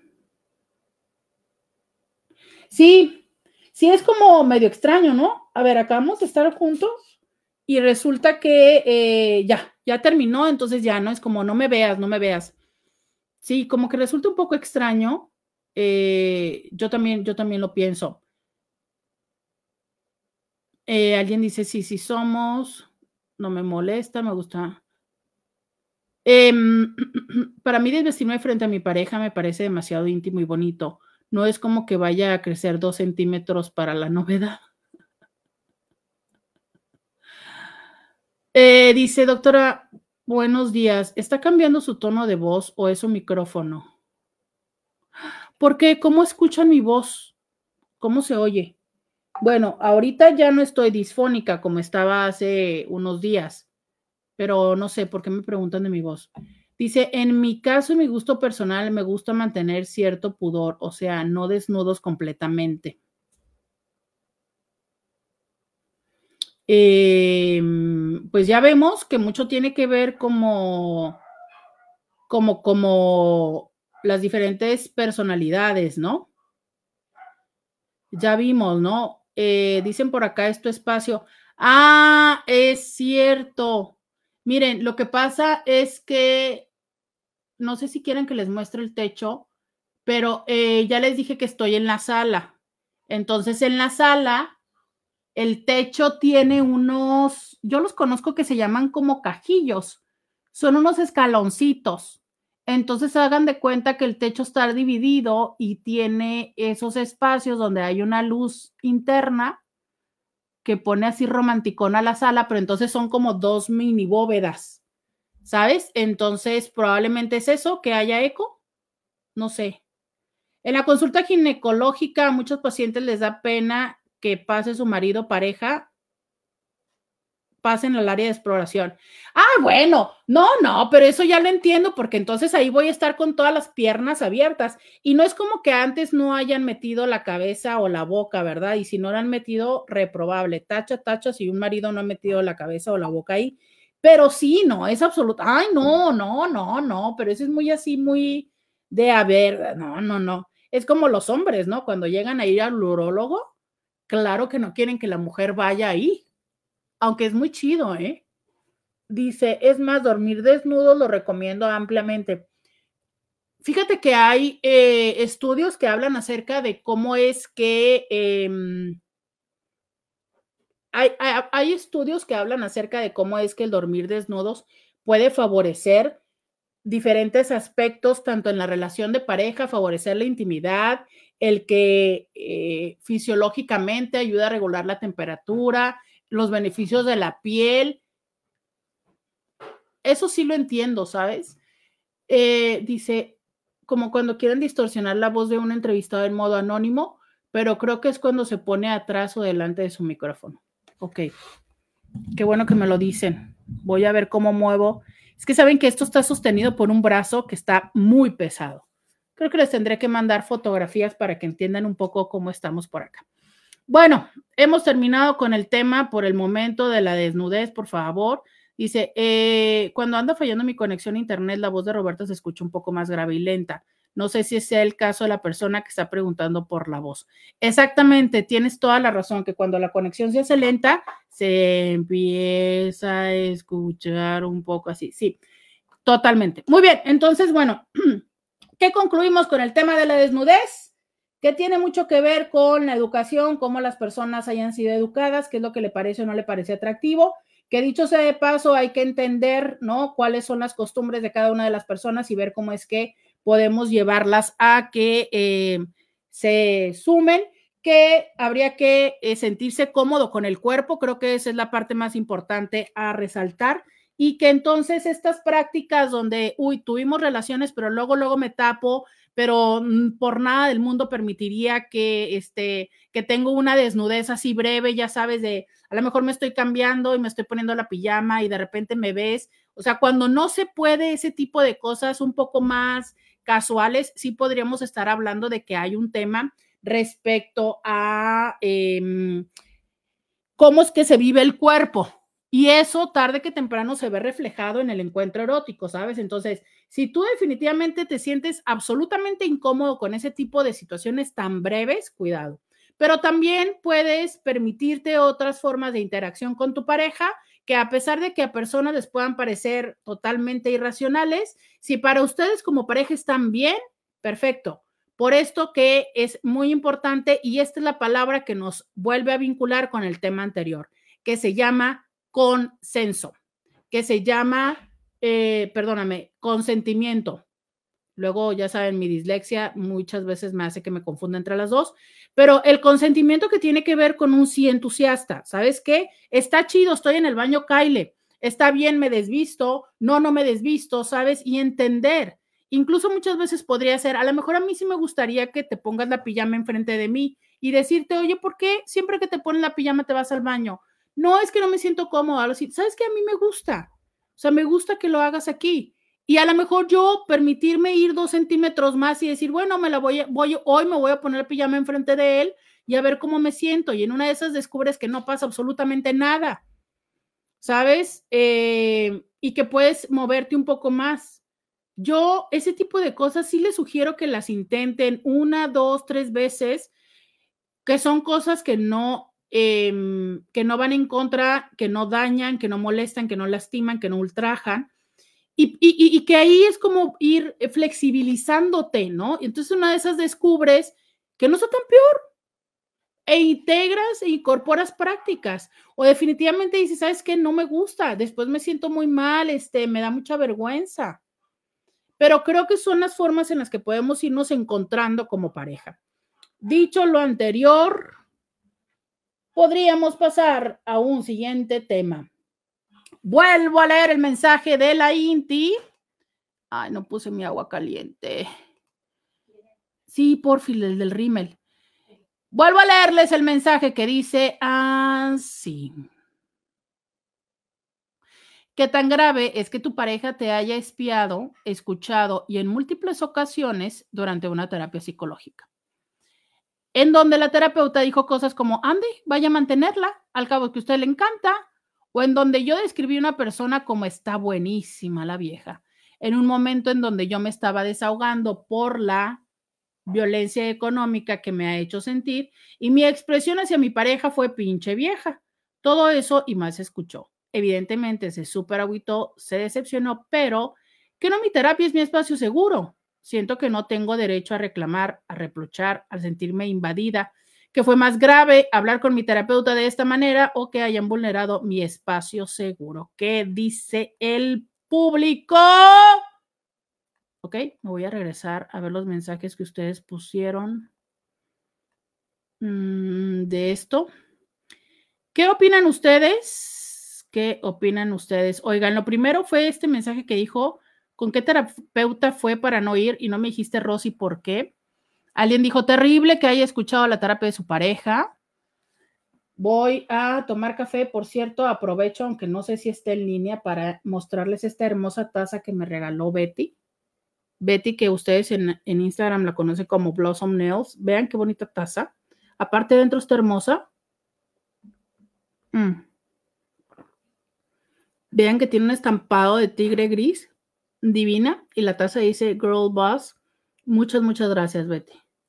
Sí, sí es como medio extraño, ¿no? A ver, acabamos de estar juntos y resulta que ya terminó, entonces ya no es como no me veas. Sí, como que resulta un poco extraño Yo también lo pienso. Alguien dice, sí somos, no me molesta, me gusta. Para mí desvestirme frente a mi pareja me parece demasiado íntimo y bonito. No es como que vaya a crecer 2 centímetros para la novedad. Dice, doctora, buenos días. ¿Está cambiando su tono de voz o es su micrófono? ¿Por qué? ¿Cómo escuchan mi voz? ¿Cómo se oye? Bueno, ahorita ya no estoy disfónica como estaba hace unos días, pero no sé por qué me preguntan de mi voz. Dice, en mi caso y mi gusto personal me gusta mantener cierto pudor, o sea, no desnudos completamente. Pues ya vemos que mucho tiene que ver como las diferentes personalidades, ¿no? Ya vimos, ¿no? Dicen por acá, es tu espacio. Ah, es cierto. Miren, lo que pasa es que no sé si quieren que les muestre el techo, pero ya les dije que estoy en la sala. Entonces, en la sala, el techo tiene unos, yo los conozco que se llaman como cajillos. Son unos escaloncitos. Entonces hagan de cuenta que el techo está dividido y tiene esos espacios donde hay una luz interna que pone así romanticona la sala, pero entonces son como 2 mini bóvedas, ¿sabes? Entonces probablemente es eso, que haya eco, no sé. En la consulta ginecológica a muchos pacientes les da pena que pase su marido o pareja, pasen al área de exploración. Ah, bueno, no, pero eso ya lo entiendo porque entonces ahí voy a estar con todas las piernas abiertas y no es como que antes no hayan metido la cabeza o la boca, ¿verdad? Y si no la han metido, reprobable, tacha, si un marido no ha metido la cabeza o la boca ahí, pero sí, no, es absoluto. Ay, no, pero eso es muy así, muy de a ver, no. Es como los hombres, ¿no? Cuando llegan a ir al urólogo, claro que no quieren que la mujer vaya ahí, aunque es muy chido, ¿eh? Dice, es más, dormir desnudo lo recomiendo ampliamente. Fíjate que hay estudios que hablan acerca de cómo es que hay estudios que hablan acerca de cómo es que el dormir desnudos puede favorecer diferentes aspectos, tanto en la relación de pareja, favorecer la intimidad, el que fisiológicamente ayuda a regular la temperatura, los beneficios de la piel. Eso sí lo entiendo, ¿sabes? Dice, como cuando quieren distorsionar la voz de un entrevistado en modo anónimo, pero creo que es cuando se pone atrás o delante de su micrófono. Ok, qué bueno que me lo dicen. Voy a ver cómo muevo. Es que saben que esto está sostenido por un brazo que está muy pesado. Creo que les tendré que mandar fotografías para que entiendan un poco cómo estamos por acá. Bueno, hemos terminado con el tema por el momento de la desnudez, por favor. Dice, cuando anda fallando mi conexión a internet, la voz de Roberto se escucha un poco más grave y lenta. No sé si sea el caso de la persona que está preguntando por la voz. Exactamente, tienes toda la razón, que cuando la conexión se hace lenta, se empieza a escuchar un poco así. Sí, totalmente. Muy bien, entonces, bueno, ¿qué concluimos con el tema de la desnudez? Que tiene mucho que ver con la educación, cómo las personas hayan sido educadas, qué es lo que le parece o no le parece atractivo, que dicho sea de paso, hay que entender, ¿no? Cuáles son las costumbres de cada una de las personas y ver cómo es que podemos llevarlas a que se sumen, que habría que sentirse cómodo con el cuerpo, creo que esa es la parte más importante a resaltar, y que entonces estas prácticas donde, tuvimos relaciones, pero luego me tapo, pero por nada del mundo permitiría que tengo una desnudez así breve, ya sabes, de a lo mejor me estoy cambiando y me estoy poniendo la pijama y de repente me ves, o sea, cuando no se puede ese tipo de cosas un poco más casuales, sí podríamos estar hablando de que hay un tema respecto a cómo es que se vive el cuerpo. Y eso tarde que temprano se ve reflejado en el encuentro erótico, ¿sabes? Entonces, si tú definitivamente te sientes absolutamente incómodo con ese tipo de situaciones tan breves, cuidado. Pero también puedes permitirte otras formas de interacción con tu pareja que a pesar de que a personas les puedan parecer totalmente irracionales, si para ustedes como pareja están bien, perfecto. Por esto que es muy importante, y esta es la palabra que nos vuelve a vincular con el tema anterior, que se llama consenso, que se llama, consentimiento. Luego, ya saben, mi dislexia muchas veces me hace que me confunda entre las dos, pero el consentimiento que tiene que ver con un sí entusiasta. ¿Sabes qué? Está chido, estoy en el baño, Kyle. Está bien, me desvisto, no me desvisto, ¿sabes? Y entender. Incluso muchas veces podría ser, a lo mejor a mí sí me gustaría que te pongas la pijama enfrente de mí y decirte, oye, ¿por qué siempre que te pones la pijama te vas al baño? No, es que no me siento cómoda. ¿Sabes qué? A mí me gusta. O sea, me gusta que lo hagas aquí. Y a lo mejor yo permitirme ir 2 centímetros más y decir, bueno, hoy me voy a poner el pijama enfrente de él y a ver cómo me siento. Y en una de esas descubres que no pasa absolutamente nada, ¿sabes? Y que puedes moverte un poco más. Yo ese tipo de cosas sí les sugiero que las intenten 1, 2, 3 veces, que son cosas que no van en contra, que no dañan, que no molestan, que no lastiman, que no ultrajan. Y que ahí es como ir flexibilizándote, ¿no? Y entonces una de esas descubres que no está tan peor e integras e incorporas prácticas. O definitivamente dices, ¿sabes qué? No me gusta, después me siento muy mal, me da mucha vergüenza. Pero creo que son las formas en las que podemos irnos encontrando como pareja. Dicho lo anterior, podríamos pasar a un siguiente tema. Vuelvo a leer el mensaje de la Inti. Ay, no puse mi agua caliente. Sí, porfis, el del rímel. Vuelvo a leerles el mensaje que dice así. ¿Qué tan grave es que tu pareja te haya espiado, escuchado y en múltiples ocasiones durante una terapia psicológica? En donde la terapeuta dijo cosas como, ande, vaya a mantenerla, al cabo que a usted le encanta. O en donde yo describí a una persona como está buenísima la vieja. En un momento en donde yo me estaba desahogando por la violencia económica que me ha hecho sentir y mi expresión hacia mi pareja fue pinche vieja. Todo eso y más escuchó. Evidentemente se súper agüitó, se decepcionó, pero que no, mi terapia es mi espacio seguro. Siento que no tengo derecho a reclamar, a reprochar, a sentirme invadida, que fue más grave hablar con mi terapeuta de esta manera o que hayan vulnerado mi espacio seguro. ¿Qué dice el público? Ok, me voy a regresar a ver los mensajes que ustedes pusieron de esto. ¿Qué opinan ustedes? ¿Qué opinan ustedes? Oigan, lo primero fue este mensaje que dijo, ¿con qué terapeuta fue para no ir? Y no me dijiste, Rosy, ¿por qué? Alguien dijo, terrible que haya escuchado la terapia de su pareja. Voy a tomar café, por cierto, aprovecho, aunque no sé si esté en línea, para mostrarles esta hermosa taza que me regaló Betty. Betty, que ustedes en Instagram la conocen como Blossom Nails. Vean qué bonita taza. Aparte dentro está hermosa. Vean que tiene un estampado de tigre gris. Divina. Y la taza dice Girl Boss. Muchas, muchas gracias, Betty.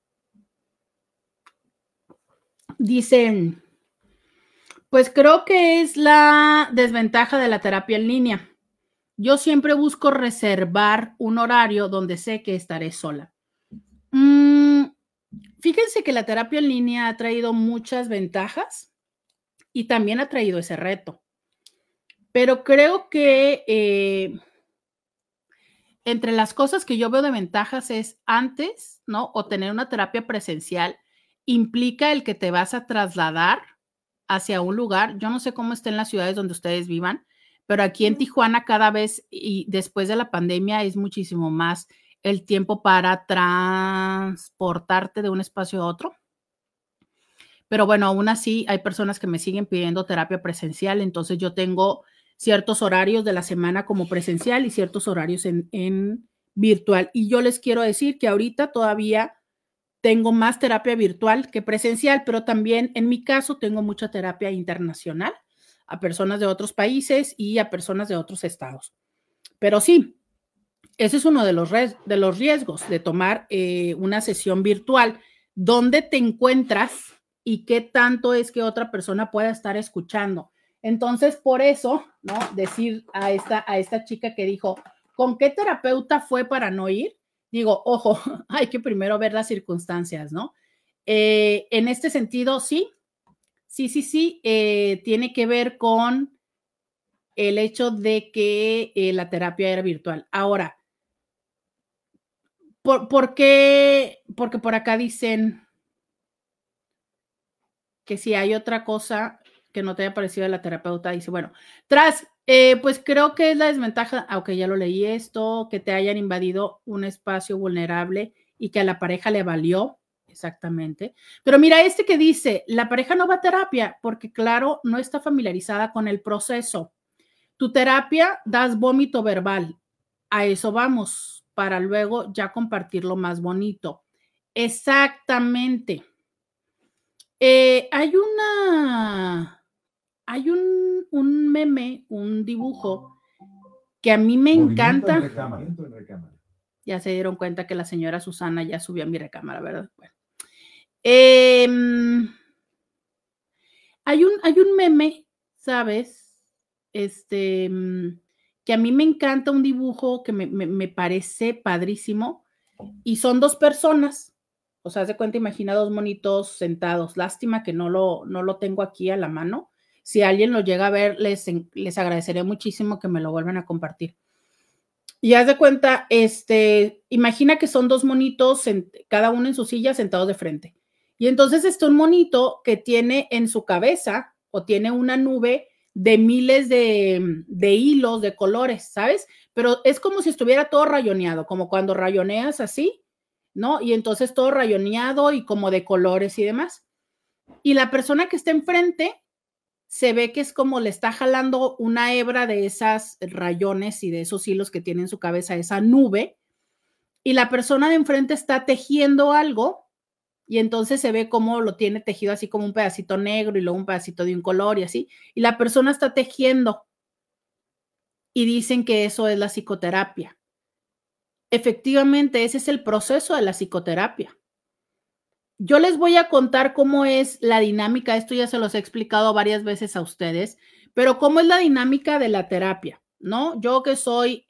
Dicen, pues creo que es la desventaja de la terapia en línea. Yo siempre busco reservar un horario donde sé que estaré sola. Fíjense que la terapia en línea ha traído muchas ventajas y también ha traído ese reto. Pero creo que entre las cosas que yo veo de ventajas es antes, ¿no? O tener una terapia presencial implica el que te vas a trasladar hacia un lugar. Yo no sé cómo está en las ciudades donde ustedes vivan, pero aquí en Tijuana cada vez y después de la pandemia es muchísimo más el tiempo para transportarte de un espacio a otro. Pero bueno, aún así hay personas que me siguen pidiendo terapia presencial, entonces yo tengo ciertos horarios de la semana como presencial y ciertos horarios en virtual. Y yo les quiero decir que ahorita todavía tengo más terapia virtual que presencial, pero también en mi caso tengo mucha terapia internacional a personas de otros países y a personas de otros estados. Pero sí, ese es uno de los riesgos de tomar una sesión virtual. ¿Dónde te encuentras y qué tanto es que otra persona pueda estar escuchando? Entonces, por eso, ¿no? Decir a esta chica que dijo, ¿con qué terapeuta fue para no ir? Digo, ojo, hay que primero ver las circunstancias, ¿no? En este sentido, sí, tiene que ver con el hecho de que la terapia era virtual. Ahora, ¿por qué? Porque por acá dicen que si hay otra cosa que no te haya parecido de la terapeuta, dice, bueno, pues creo que es la desventaja, aunque ya lo leí esto, que te hayan invadido un espacio vulnerable y que a la pareja le valió, exactamente. Pero mira, que dice, la pareja no va a terapia porque, claro, no está familiarizada con el proceso. Tu terapia das vómito verbal, a eso vamos, para luego ya compartir lo más bonito. Exactamente. Hay un meme, un dibujo que a mí me encanta. Ya se dieron cuenta que la señora Susana ya subió a mi recámara, ¿verdad? Bueno. Hay un meme, ¿sabes? Que a mí me encanta, un dibujo que me parece padrísimo, y son dos personas. O sea, haz de cuenta, imagina dos monitos sentados. Lástima que no lo tengo aquí a la mano. Si alguien lo llega a ver, les agradecería muchísimo que me lo vuelvan a compartir. Y haz de cuenta, imagina que son dos monitos, cada uno en su silla, sentados de frente. Y entonces está un monito que tiene en su cabeza, o tiene una nube de miles de hilos, de colores, ¿sabes? Pero es como si estuviera todo rayoneado, como cuando rayoneas así, ¿no? Y entonces todo rayoneado y como de colores y demás. Y la persona que está enfrente se ve que es como le está jalando una hebra de esas rayones y de esos hilos que tiene en su cabeza esa nube, y la persona de enfrente está tejiendo algo, y entonces se ve cómo lo tiene tejido así como un pedacito negro y luego un pedacito de un color y así, y la persona está tejiendo, y dicen que eso es la psicoterapia. Efectivamente, ese es el proceso de la psicoterapia. Yo les voy a contar cómo es la dinámica, esto ya se los he explicado varias veces a ustedes, pero cómo es la dinámica de la terapia, ¿no? Yo que soy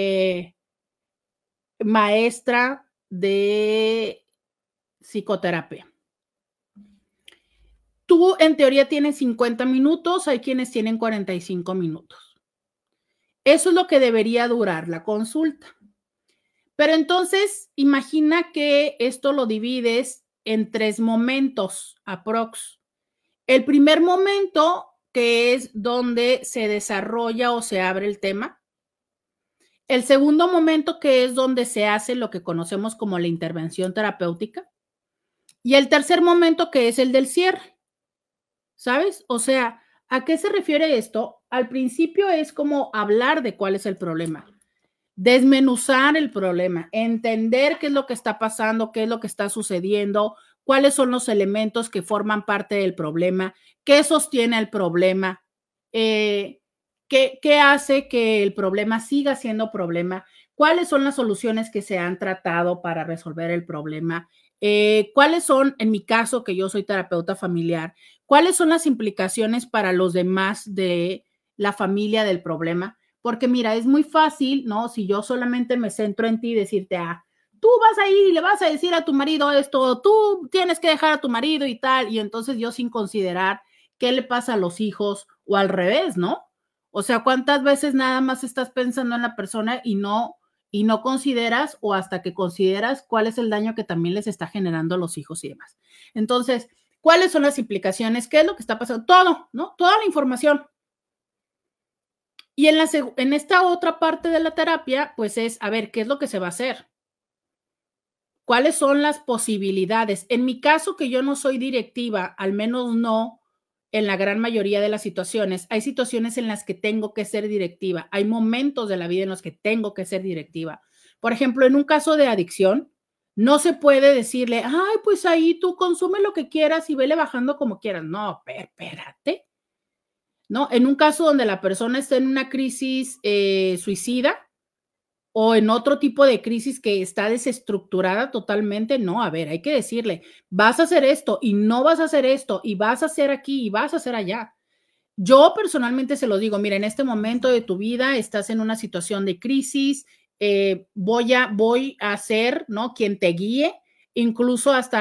maestra de psicoterapia. Tú en teoría tienes 50 minutos, hay quienes tienen 45 minutos. Eso es lo que debería durar la consulta. Pero entonces, imagina que esto lo divides en 3 momentos aprox. El primer momento, que es donde se desarrolla o se abre el tema. El segundo momento, que es donde se hace lo que conocemos como la intervención terapéutica. Y el tercer momento, que es el del cierre. ¿Sabes? O sea, ¿a qué se refiere esto? Al principio es como hablar de cuál es el problema. Desmenuzar el problema, entender qué es lo que está pasando, qué es lo que está sucediendo, cuáles son los elementos que forman parte del problema, qué sostiene el problema, qué hace que el problema siga siendo problema, cuáles son las soluciones que se han tratado para resolver el problema, cuáles son, en mi caso, que yo soy terapeuta familiar, cuáles son las implicaciones para los demás de la familia del problema. Porque mira, es muy fácil, ¿no? Si yo solamente me centro en ti y decirte, tú vas a ir y le vas a decir a tu marido esto, tú tienes que dejar a tu marido y tal, y entonces yo sin considerar qué le pasa a los hijos o al revés, ¿no? O sea, ¿cuántas veces nada más estás pensando en la persona y no consideras, o hasta que consideras cuál es el daño que también les está generando a los hijos y demás? Entonces, ¿cuáles son las implicaciones? ¿Qué es lo que está pasando? Todo, ¿no? Toda la información. Y en esta otra parte de la terapia, pues es, a ver, ¿qué es lo que se va a hacer? ¿Cuáles son las posibilidades? En mi caso, que yo no soy directiva, al menos no en la gran mayoría de las situaciones, hay situaciones en las que tengo que ser directiva, hay momentos de la vida en los que tengo que ser directiva. Por ejemplo, en un caso de adicción, no se puede decirle, pues ahí tú consume lo que quieras y vele bajando como quieras. No, espérate. ¿No? En un caso donde la persona está en una crisis suicida o en otro tipo de crisis que está desestructurada totalmente, no, a ver, hay que decirle, vas a hacer esto y no vas a hacer esto y vas a hacer aquí y vas a hacer allá. Yo personalmente se lo digo, mira, en este momento de tu vida estás en una situación de crisis, voy a ser, ¿no? Quien te guíe, incluso hasta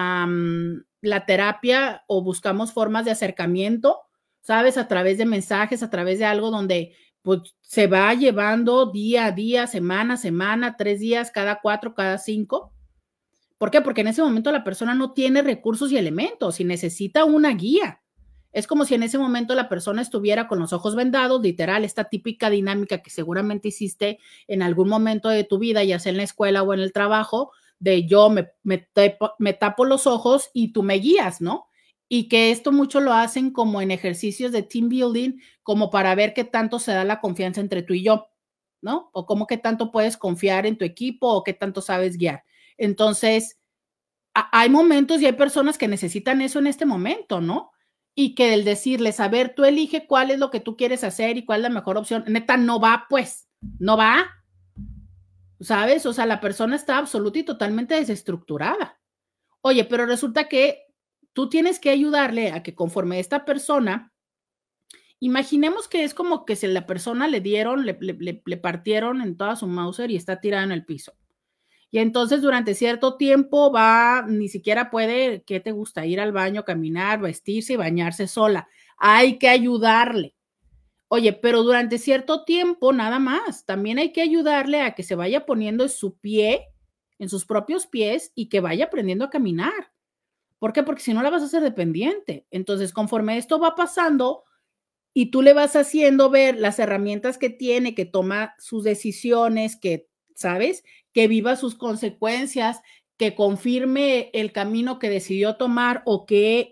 la terapia, o buscamos formas de acercamiento, ¿sabes? A través de mensajes, a través de algo donde pues se va llevando día a día, semana a semana, 3 días, cada 4, cada 5. ¿Por qué? Porque en ese momento la persona no tiene recursos y elementos y necesita una guía. Es como si en ese momento la persona estuviera con los ojos vendados, literal, esta típica dinámica que seguramente hiciste en algún momento de tu vida, ya sea en la escuela o en el trabajo, de yo me tapo los ojos y tú me guías, ¿no? Y que esto mucho lo hacen como en ejercicios de team building, como para ver qué tanto se da la confianza entre tú y yo, ¿no? O cómo qué tanto puedes confiar en tu equipo o qué tanto sabes guiar. Entonces, hay momentos y hay personas que necesitan eso en este momento, ¿no? Y que el decirles, a ver, tú elige cuál es lo que tú quieres hacer y cuál es la mejor opción, neta, no va, pues, no va, ¿sabes? O sea, la persona está absoluta y totalmente desestructurada. Oye, pero resulta que tú tienes que ayudarle a que conforme esta persona, imaginemos que es como que si la persona le partieron en toda su Mauser y está tirada en el piso. Y entonces durante cierto tiempo ni siquiera puede, ¿qué te gusta? Ir al baño, caminar, vestirse y bañarse sola. Hay que ayudarle. Oye, pero durante cierto tiempo nada más. También hay que ayudarle a que se vaya poniendo en su pie, en sus propios pies, y que vaya aprendiendo a caminar. ¿Por qué? Porque si no la vas a hacer dependiente. Entonces, conforme esto va pasando y tú le vas haciendo ver las herramientas que tiene, que toma sus decisiones, que, ¿sabes? Que viva sus consecuencias, que confirme el camino que decidió tomar o que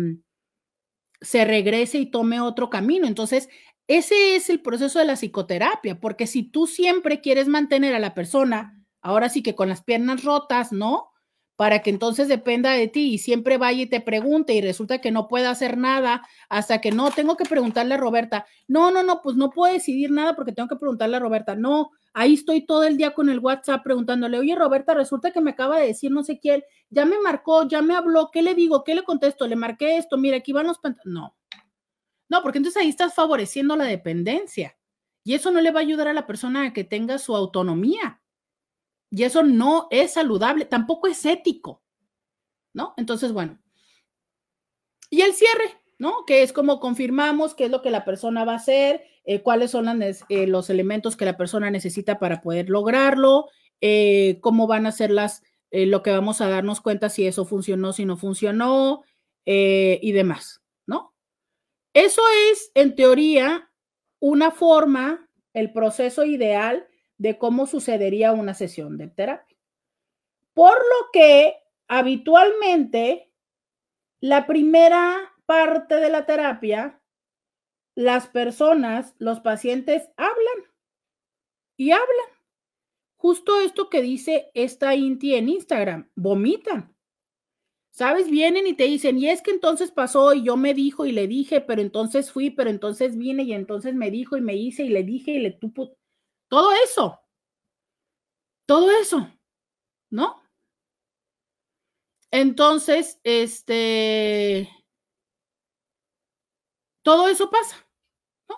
se regrese y tome otro camino. Entonces, ese es el proceso de la psicoterapia, porque si tú siempre quieres mantener a la persona, ahora sí que con las piernas rotas, ¿no? Para que entonces dependa de ti y siempre vaya y te pregunte y resulta que no puede hacer nada hasta que no, tengo que preguntarle a Roberta. No, pues no puedo decidir nada porque tengo que preguntarle a Roberta. No, ahí estoy todo el día con el WhatsApp preguntándole, oye Roberta, resulta que me acaba de decir no sé quién, ya me marcó, ya me habló, ¿qué le digo? ¿Qué le contesto? Le marqué esto, mira, aquí van los no, porque entonces ahí estás favoreciendo la dependencia y eso no le va a ayudar a la persona a que tenga su autonomía. Y eso no es saludable, tampoco es ético, ¿no? Entonces, bueno. Y el cierre, ¿no? Que es como confirmamos qué es lo que la persona va a hacer, cuáles son los elementos que la persona necesita para poder lograrlo, cómo van a ser lo que vamos a darnos cuenta si eso funcionó, si no funcionó, y demás, ¿no? Eso es, en teoría, una forma, el proceso ideal de cómo sucedería una sesión de terapia. Por lo que habitualmente la primera parte de la terapia, las personas, los pacientes hablan y hablan. Justo esto que dice esta Inti en Instagram, vomitan. ¿Sabes? Vienen y te dicen, y es que entonces pasó y yo me dijo y le dije, pero entonces fui, pero entonces vine y entonces me dijo y me hice y le dije y le tupo. Todo eso, ¿no? Entonces, todo eso pasa, ¿no?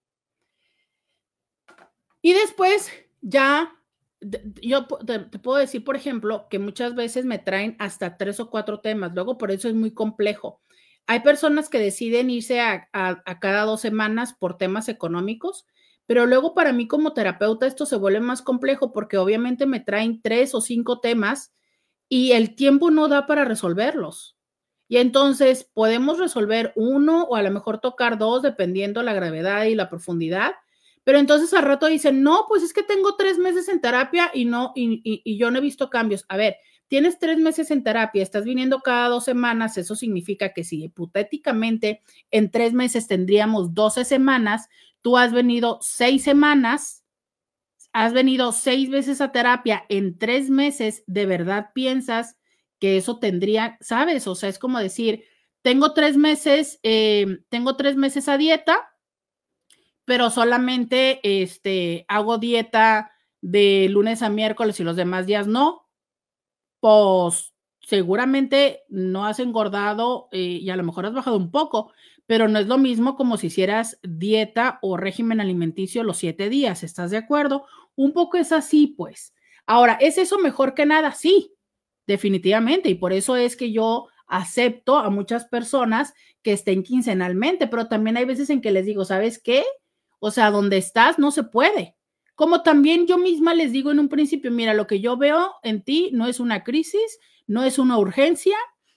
Y después ya, yo te puedo decir, por ejemplo, que muchas veces me traen hasta 3 o 4 temas, luego por eso es muy complejo. Hay personas que deciden irse a cada 2 semanas por temas económicos, pero luego para mí como terapeuta esto se vuelve más complejo porque obviamente me traen 3 o 5 temas y el tiempo no da para resolverlos. Y entonces podemos resolver uno o a lo mejor tocar 2 dependiendo la gravedad y la profundidad, pero entonces al rato dicen, no, pues es que tengo 3 meses en terapia y yo no he visto cambios. A ver, tienes 3 meses en terapia, estás viniendo cada 2 semanas, eso significa que si hipotéticamente en 3 meses tendríamos 12 semanas, tú has venido 6 semanas, has venido 6 veces a terapia en 3 meses, ¿de verdad piensas que eso tendría, sabes? O sea, es como decir, tengo 3 meses a dieta, pero solamente hago dieta de lunes a miércoles y los demás días no, pues seguramente no has engordado y a lo mejor has bajado un poco, pero no es lo mismo como si hicieras dieta o régimen alimenticio los 7 días, ¿estás de acuerdo? Un poco es así, pues. Ahora, ¿es eso mejor que nada? Sí, definitivamente. Y por eso es que yo acepto a muchas personas que estén quincenalmente, pero también hay veces en que les digo, ¿sabes qué? O sea, donde estás no se puede. Como también yo misma les digo en un principio, mira, lo que yo veo en ti no es una crisis, no es una urgencia,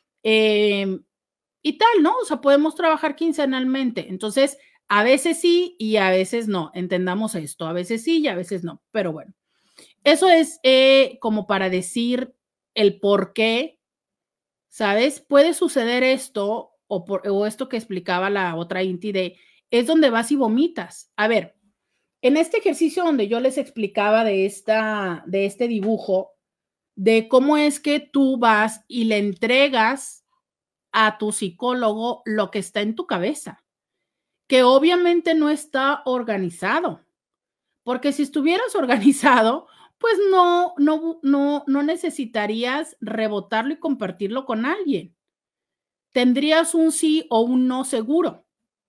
y tal, ¿no? O sea, podemos trabajar quincenalmente. Entonces, a veces sí y a veces no. Entendamos esto. A veces sí y a veces no. Pero bueno, eso es como para decir el por qué, ¿sabes? Puede suceder esto o esto que explicaba la otra Inti de es donde vas y vomitas. A ver, en este ejercicio donde yo les explicaba de este dibujo, de cómo es que tú vas y le entregas a tu psicólogo lo que está en tu cabeza, que obviamente no está organizado, porque si estuvieras organizado, pues no necesitarías rebotarlo y compartirlo con alguien. Tendrías un sí o un no seguro.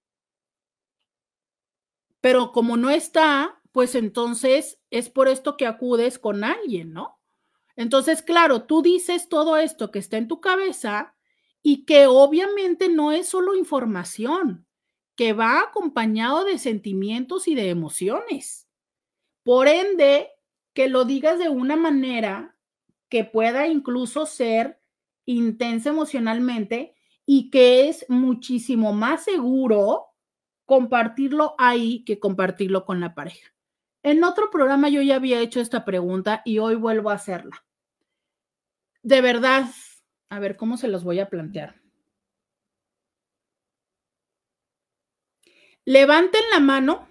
Pero como no está, pues entonces es por esto que acudes con alguien, ¿no? Entonces, claro, tú dices todo esto que está en tu cabeza y que obviamente no es solo información, que va acompañado de sentimientos y de emociones. Por ende, que lo digas de una manera que pueda incluso ser intensa emocionalmente y que es muchísimo más seguro compartirlo ahí que compartirlo con la pareja. En otro programa yo ya había hecho esta pregunta y hoy vuelvo a hacerla. De verdad, a ver cómo se los voy a plantear. Levanten la mano,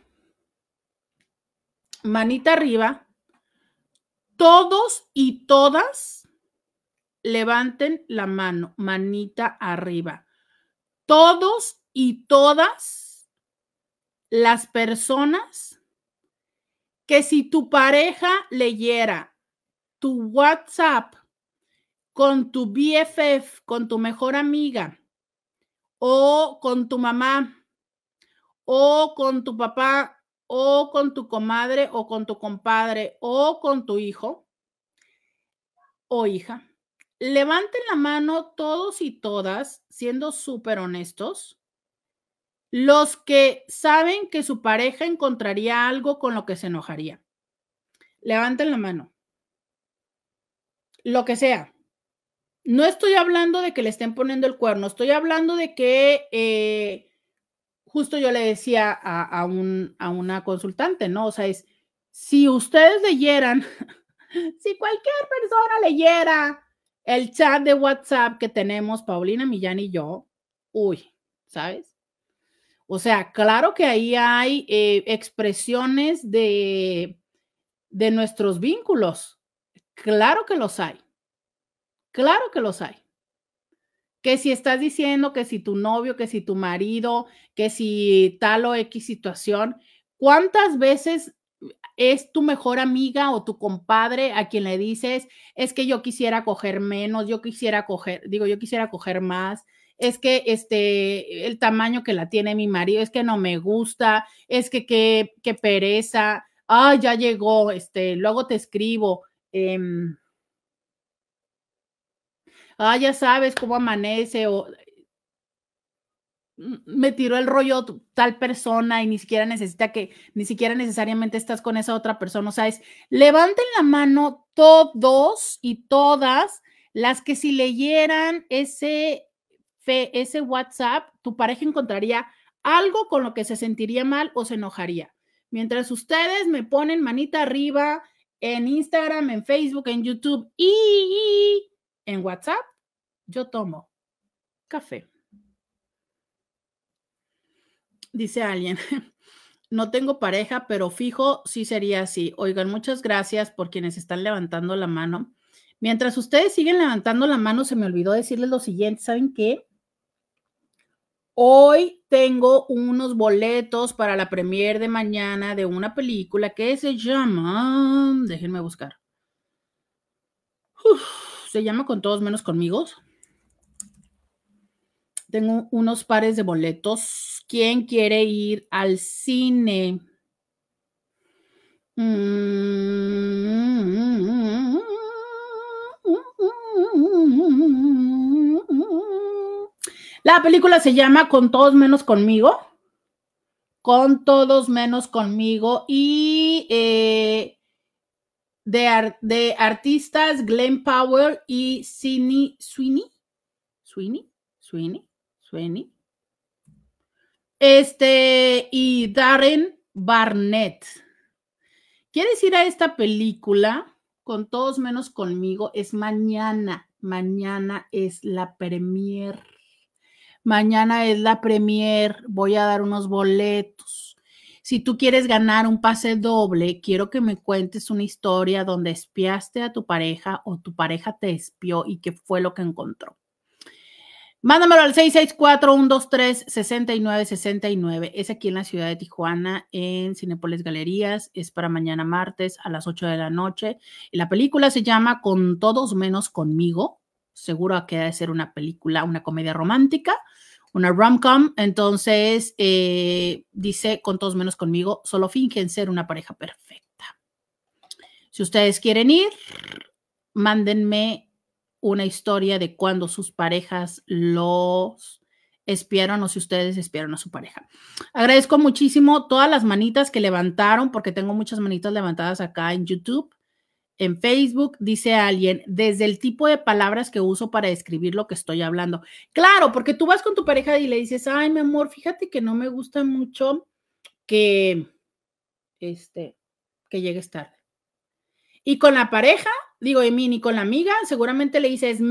manita arriba, todos y todas levanten la mano, manita arriba. Todos y todas las personas que si tu pareja leyera tu WhatsApp con tu BFF, con tu mejor amiga, o con tu mamá, o con tu papá, o con tu comadre, o con tu compadre, o con tu hijo o hija, levanten la mano todos y todas, siendo súper honestos, los que saben que su pareja encontraría algo con lo que se enojaría. Levanten la mano. Lo que sea. No estoy hablando de que le estén poniendo el cuerno, estoy hablando de que justo yo le decía a una consultante, ¿no? O sea, es, si ustedes leyeran, si cualquier persona leyera el chat de WhatsApp que tenemos Paulina Millán y yo, uy, ¿sabes? O sea, claro que ahí hay expresiones de nuestros vínculos. Claro que los hay. Claro que los hay. Que si estás diciendo que si tu novio, que si tu marido, que si tal o X situación, ¿cuántas veces es tu mejor amiga o tu compadre a quien le dices, es que yo quisiera coger menos, yo quisiera coger más, es que el tamaño que la tiene mi marido, es que no me gusta, es que qué pereza, ah, ya llegó, luego te escribo, ah, ya sabes cómo amanece o me tiró el rollo tal persona y ni siquiera necesariamente estás con esa otra persona, o sea, levanten la mano todos y todas las que si leyeran ese WhatsApp, tu pareja encontraría algo con lo que se sentiría mal o se enojaría. Mientras ustedes me ponen manita arriba en Instagram, en Facebook, en YouTube y en WhatsApp, yo tomo café. Dice alguien, no tengo pareja, pero fijo, sí sería así. Oigan, muchas gracias por quienes están levantando la mano. Mientras ustedes siguen levantando la mano, se me olvidó decirles lo siguiente, ¿saben qué? Hoy tengo unos boletos para la premier de mañana de una película que se llama, déjenme buscar, se llama Con Todos Menos Conmigo. Tengo unos pares de boletos. ¿Quién quiere ir al cine? La película se llama Con todos menos conmigo. Con todos menos conmigo. Y de artistas Glenn Powell y Sydney Sweeney. Y Darren Barnett. ¿Quieres ir a esta película? Con todos menos conmigo. Es mañana. Mañana es la premier. Voy a dar unos boletos. Si tú quieres ganar un pase doble, quiero que me cuentes una historia donde espiaste a tu pareja o tu pareja te espió y qué fue lo que encontró. Mándamelo al 664-123-6969. Es aquí en la ciudad de Tijuana, en Cinépolis Galerías. Es para mañana martes a las 8 de la noche. Y la película se llama Con todos menos conmigo. Seguro que ha de ser una película, una comedia romántica, una rom-com. Entonces, dice Con todos menos conmigo, solo fingen ser una pareja perfecta. Si ustedes quieren ir, mándenme una historia de cuando sus parejas los espiaron o si ustedes espiaron a su pareja. Agradezco muchísimo todas las manitas que levantaron, porque tengo muchas manitas levantadas acá en YouTube. En Facebook dice alguien, desde el tipo de palabras que uso para describir lo que estoy hablando. Claro, porque tú vas con tu pareja y le dices, ay, mi amor, fíjate que no me gusta mucho que llegues tarde. Y con la pareja, digo, y con la amiga, seguramente le dices,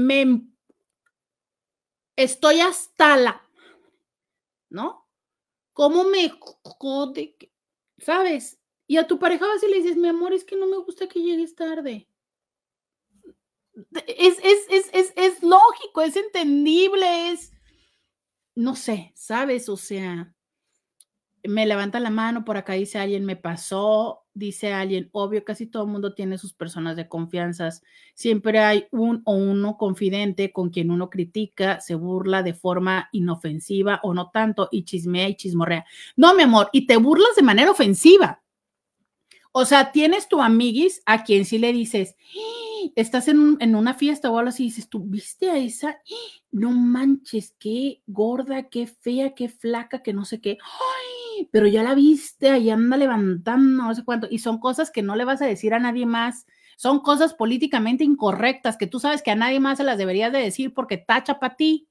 estoy hasta la, ¿no? ¿Cómo me jode? ¿Sabes? Y a tu pareja vas y le dices, mi amor, es que no me gusta que llegues tarde. Es lógico, es entendible, no sé, ¿sabes? O sea, me levanta la mano, por acá dice alguien, me pasó, dice alguien, obvio, casi todo el mundo tiene sus personas de confianza, siempre hay uno confidente con quien uno critica, se burla de forma inofensiva o no tanto y chismea y chismorrea. No, mi amor, y te burlas de manera ofensiva. O sea, tienes tu amiguis a quien sí le dices, estás en una fiesta o algo así, y dices, ¿tú viste a esa? No manches, qué gorda, qué fea, qué flaca, que no sé qué. ¡Ay! Pero ya la viste, ahí anda levantando, no sé cuánto. Y son cosas que no le vas a decir a nadie más. Son cosas políticamente incorrectas que tú sabes que a nadie más se las deberías de decir porque tacha para ti.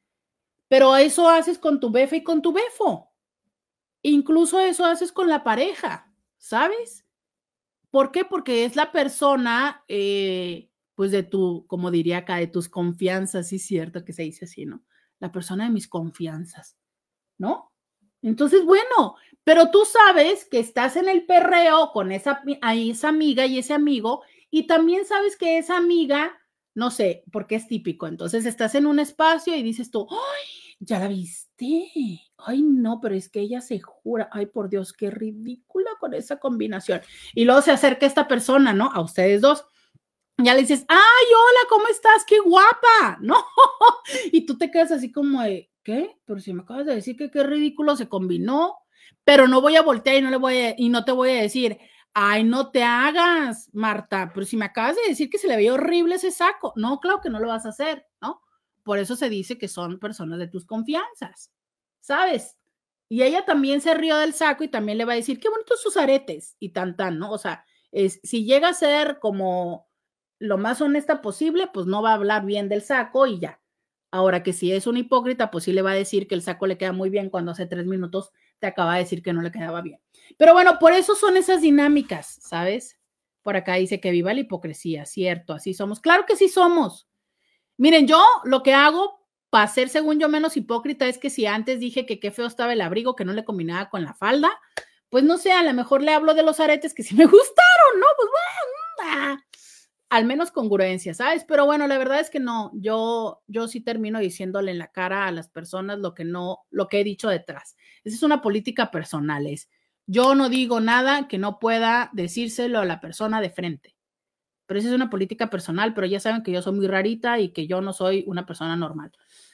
Pero eso haces con tu befa y con tu befo. Incluso eso haces con la pareja, ¿sabes? ¿Por qué? Porque es la persona, pues de tu, como diría acá, de tus confianzas, sí es cierto que se dice así, ¿no? La persona de mis confianzas, ¿no? Entonces, bueno, pero tú sabes que estás en el perreo con esa amiga y ese amigo, y también sabes que esa amiga, no sé, porque es típico, entonces estás en un espacio y dices tú, ¡ay! ¿Ya la viste? Ay, no, pero es que ella se jura, ay, por Dios, qué ridícula con esa combinación. Y luego se acerca esta persona, ¿no? A ustedes dos. Ya le dices, ay, hola, ¿cómo estás? ¡Qué guapa! ¿No? Y tú te quedas así como de, ¿qué? Pero si me acabas de decir que qué ridículo se combinó, pero no voy a voltear y no te voy a decir, ay, no te hagas, Marta, pero si me acabas de decir que se le veía horrible ese saco. No, claro que no lo vas a hacer, ¿no? Por eso se dice que son personas de tus confianzas, ¿sabes? Y ella también se rió del saco y también le va a decir, qué bonitos sus aretes y tan, ¿no? O sea, si llega a ser como lo más honesta posible, pues no va a hablar bien del saco y ya. Ahora que si es un hipócrita, pues sí le va a decir que el saco le queda muy bien cuando hace 3 minutos te acaba de decir que no le quedaba bien. Pero bueno, por eso son esas dinámicas, ¿sabes? Por acá dice que viva la hipocresía, cierto, así somos. Claro que sí somos. Miren, yo lo que hago para ser, según yo, menos hipócrita es que si antes dije que qué feo estaba el abrigo, que no le combinaba con la falda, pues no sé, a lo mejor le hablo de los aretes que sí me gustaron, ¿no? Pues bueno, al menos congruencia, ¿sabes? Pero bueno, la verdad es que no, yo sí termino diciéndole en la cara a las personas lo que he dicho detrás. Esa es una política personal, yo no digo nada que no pueda decírselo a la persona de frente. Pero esa es una política personal, pero ya saben que yo soy muy rarita y que yo no soy una persona normal.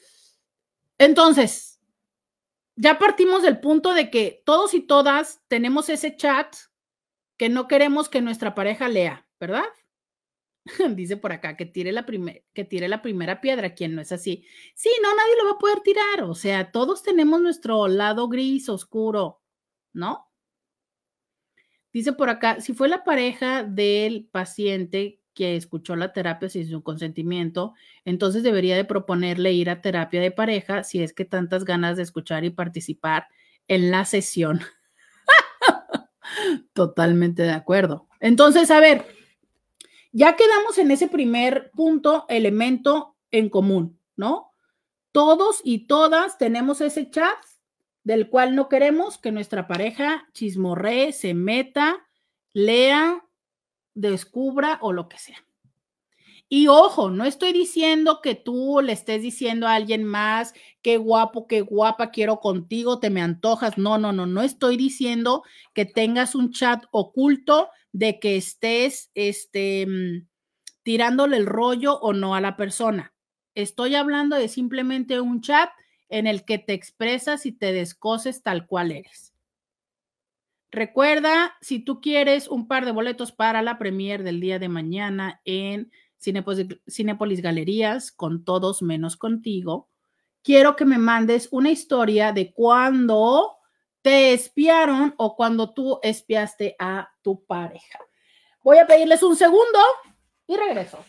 Entonces, ya partimos del punto de que todos y todas tenemos ese chat que no queremos que nuestra pareja lea, ¿verdad? Dice por acá que tire la primera piedra, quien no es así. Sí, no, nadie lo va a poder tirar. O sea, todos tenemos nuestro lado gris, oscuro, ¿no? Dice por acá, si fue la pareja del paciente que escuchó la terapia sin su consentimiento, entonces debería de proponerle ir a terapia de pareja si es que tantas ganas de escuchar y participar en la sesión. Totalmente de acuerdo. Entonces, a ver, ya quedamos en ese primer punto, elemento en común, ¿no? Todos y todas tenemos ese chat del cual no queremos que nuestra pareja chismorree, se meta, lea, descubra o lo que sea. Y ojo, no estoy diciendo que tú le estés diciendo a alguien más, qué guapo, qué guapa, quiero contigo, te me antojas. No, no, no, no estoy diciendo que tengas un chat oculto de que estés tirándole el rollo o no a la persona. Estoy hablando de simplemente un chat en el que te expresas y te descoses tal cual eres. Recuerda, si tú quieres un par de boletos para la premier del día de mañana en Cinépolis Galerías, con todos menos contigo, quiero que me mandes una historia de cuando te espiaron o cuando tú espiaste a tu pareja. Voy a pedirles un segundo y regreso.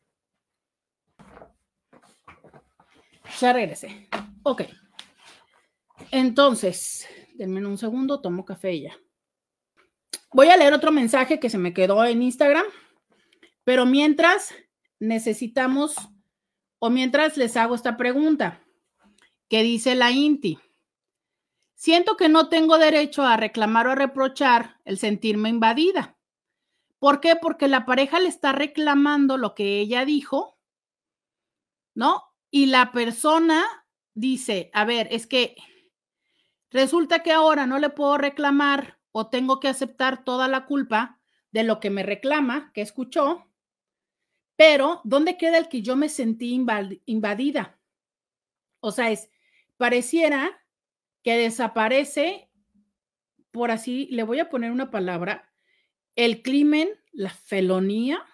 Ya regresé. Ok. Entonces, denme un segundo, tomo café ya. Voy a leer otro mensaje que se me quedó en Instagram, pero mientras necesitamos, o mientras les hago esta pregunta, que dice la Inti. Siento que no tengo derecho a reclamar o a reprochar el sentirme invadida. ¿Por qué? Porque la pareja le está reclamando lo que ella dijo, ¿no? Y la persona dice, a ver, es que resulta que ahora no le puedo reclamar o tengo que aceptar toda la culpa de lo que me reclama, que escuchó, pero ¿dónde queda el que yo me sentí invadida? O sea, pareciera que desaparece, por así, le voy a poner una palabra, el crimen, la felonía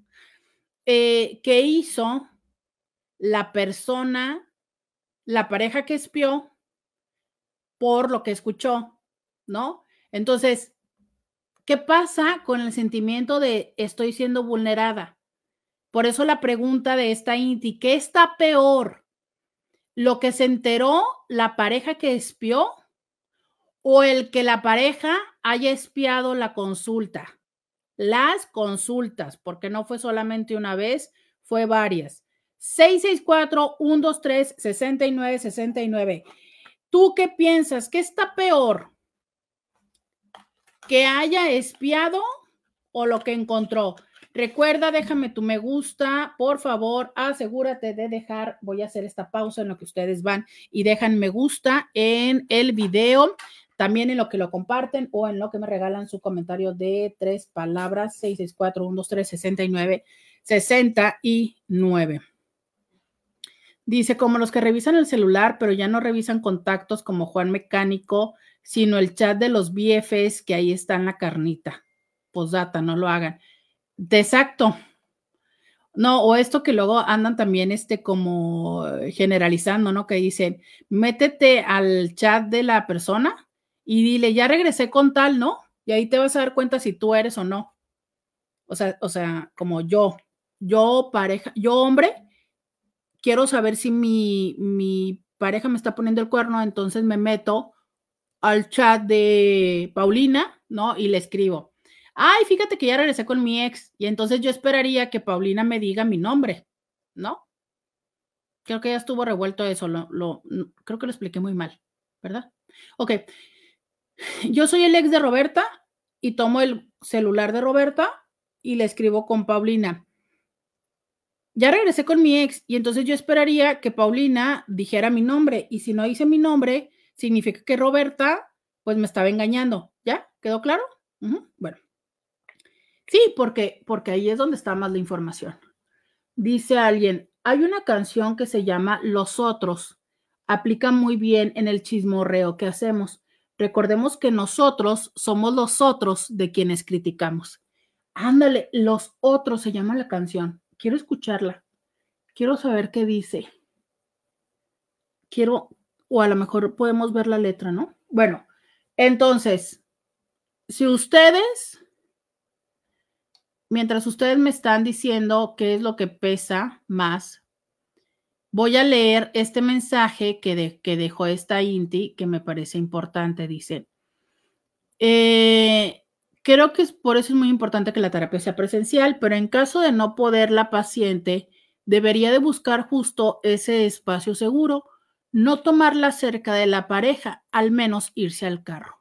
que hizo la persona, la pareja que espió por lo que escuchó, ¿no? Entonces, ¿qué pasa con el sentimiento de estoy siendo vulnerada? Por eso la pregunta de esta Inti, ¿qué está peor? ¿Lo que se enteró la pareja que espió o el que la pareja haya espiado la consulta? Las consultas, porque no fue solamente una vez, fue varias. 664-123-6969. ¿Tú qué piensas? ¿Qué está peor? ¿Que haya espiado o lo que encontró? Recuerda, déjame tu me gusta, por favor, asegúrate de dejar, voy a hacer esta pausa en lo que ustedes van y dejan me gusta en el video, también en lo que lo comparten o en lo que me regalan su comentario de 3 palabras, 664-123-6969. Dice, como los que revisan el celular, pero ya no revisan contactos como Juan Mecánico, sino el chat de los BFs que ahí está en la carnita. Posdata, no lo hagan. Exacto. No, o esto que luego andan también como generalizando, ¿no? Que dicen, métete al chat de la persona y dile, ya regresé con tal, ¿no? Y ahí te vas a dar cuenta si tú eres o no. O sea, como yo pareja, yo hombre, quiero saber si mi pareja me está poniendo el cuerno, entonces me meto al chat de Paulina, ¿no? Y le escribo, ay, fíjate que ya regresé con mi ex, y entonces yo esperaría que Paulina me diga mi nombre, ¿no? Creo que ya estuvo revuelto eso, creo que lo expliqué muy mal, ¿verdad? Ok, yo soy el ex de Roberta y tomo el celular de Roberta y le escribo con Paulina. Ya regresé con mi ex y entonces yo esperaría que Paulina dijera mi nombre y si no dice mi nombre, significa que Roberta pues me estaba engañando. ¿Ya? ¿Quedó claro? Bueno. Sí, porque ahí es donde está más la información. Dice alguien, hay una canción que se llama Los Otros. Aplica muy bien en el chismorreo que hacemos. Recordemos que nosotros somos los otros de quienes criticamos. Ándale, los otros se llama la canción. Quiero escucharla. Quiero saber qué dice. O a lo mejor podemos ver la letra, ¿no? Bueno, entonces, mientras ustedes me están diciendo qué es lo que pesa más, voy a leer este mensaje que dejó esta Inti, que me parece importante. Dice, creo que por eso es muy importante que la terapia sea presencial, pero en caso de no poder, la paciente debería de buscar justo ese espacio seguro, no tomarla cerca de la pareja, al menos irse al carro.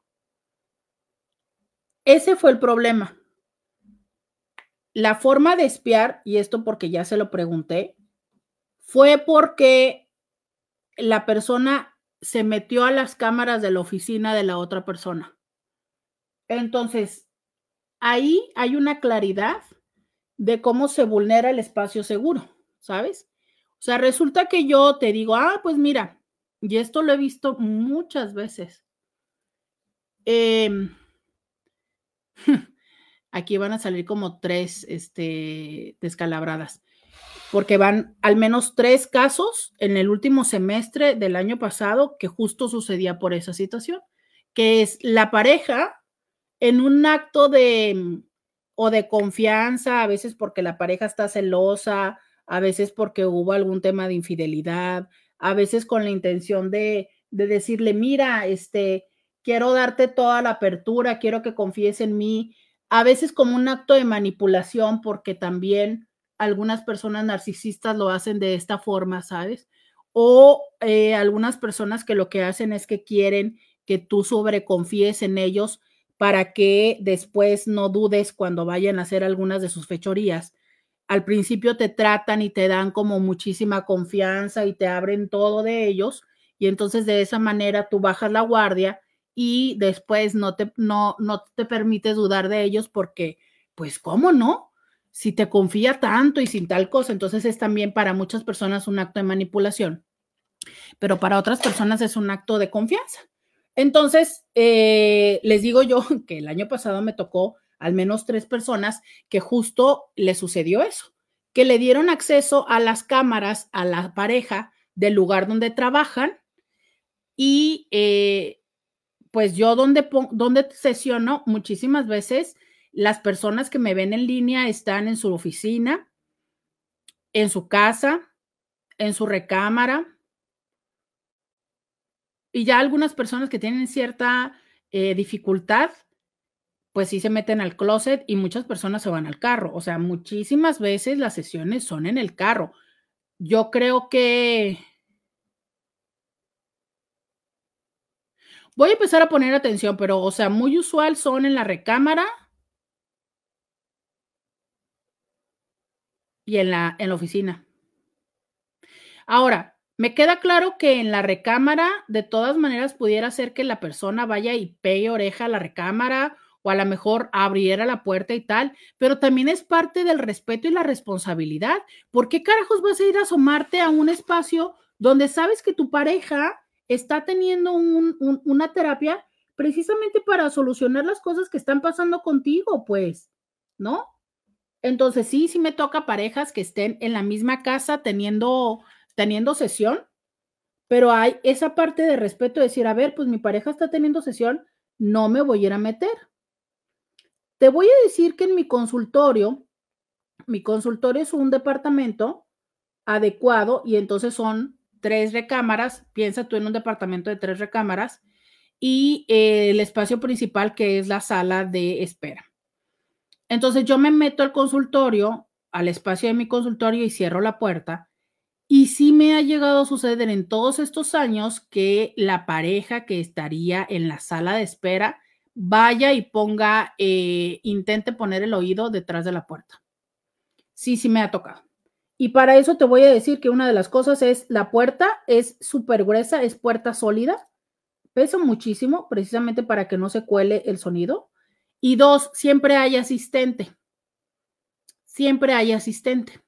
Ese fue el problema. La forma de espiar, y esto porque ya se lo pregunté, fue porque la persona se metió a las cámaras de la oficina de la otra persona. Entonces, ahí hay una claridad de cómo se vulnera el espacio seguro, ¿sabes? O sea, resulta que yo te digo, pues mira, y esto lo he visto muchas veces. Aquí van a salir como 3 descalabradas, porque van al menos 3 casos en el último semestre del año pasado que justo sucedía por esa situación, que es la pareja en un acto de confianza, a veces porque la pareja está celosa, a veces porque hubo algún tema de infidelidad, a veces con la intención de decirle, mira, quiero darte toda la apertura, quiero que confíes en mí, a veces como un acto de manipulación, porque también algunas personas narcisistas lo hacen de esta forma, ¿sabes? O algunas personas que lo que hacen es que quieren que tú sobreconfíes en ellos para que después no dudes cuando vayan a hacer algunas de sus fechorías. Al principio te tratan y te dan como muchísima confianza y te abren todo de ellos, y entonces de esa manera tú bajas la guardia y después no te permites dudar de ellos porque, pues, ¿cómo no? Si te confía tanto y sin tal cosa, entonces es también para muchas personas un acto de manipulación, pero para otras personas es un acto de confianza. Entonces, les digo yo que el año pasado me tocó al menos 3 personas que justo le sucedió eso, que le dieron acceso a las cámaras a la pareja del lugar donde trabajan y pues yo donde sesiono muchísimas veces, las personas que me ven en línea están en su oficina, en su casa, en su recámara, y ya algunas personas que tienen cierta dificultad, pues sí se meten al closet y muchas personas se van al carro. O sea, muchísimas veces las sesiones son en el carro. Yo creo que voy a empezar a poner atención, pero, o sea, muy usual son en la recámara y en la oficina. Ahora, me queda claro que en la recámara, de todas maneras, pudiera ser que la persona vaya y pegue oreja a la recámara, o a lo mejor abriera la puerta y tal, pero también es parte del respeto y la responsabilidad. ¿Por qué carajos vas a ir a asomarte a un espacio donde sabes que tu pareja está teniendo una terapia precisamente para solucionar las cosas que están pasando contigo, pues, ¿no? Entonces, sí me toca parejas que estén en la misma casa teniendo sesión, pero hay esa parte de respeto de decir, a ver, pues mi pareja está teniendo sesión, no me voy a ir a meter. Te voy a decir que en mi consultorio es un departamento adecuado y entonces son 3 recámaras, piensa tú en un departamento de 3 recámaras y el espacio principal que es la sala de espera. Entonces yo me meto al consultorio, al espacio de mi consultorio y cierro la puerta. Y sí me ha llegado a suceder en todos estos años que la pareja que estaría en la sala de espera vaya y intente poner el oído detrás de la puerta. Sí me ha tocado. Y para eso te voy a decir que una de las cosas es la puerta es súper gruesa, es puerta sólida, pesa muchísimo precisamente para que no se cuele el sonido. Y 2, siempre hay asistente. Siempre hay asistente.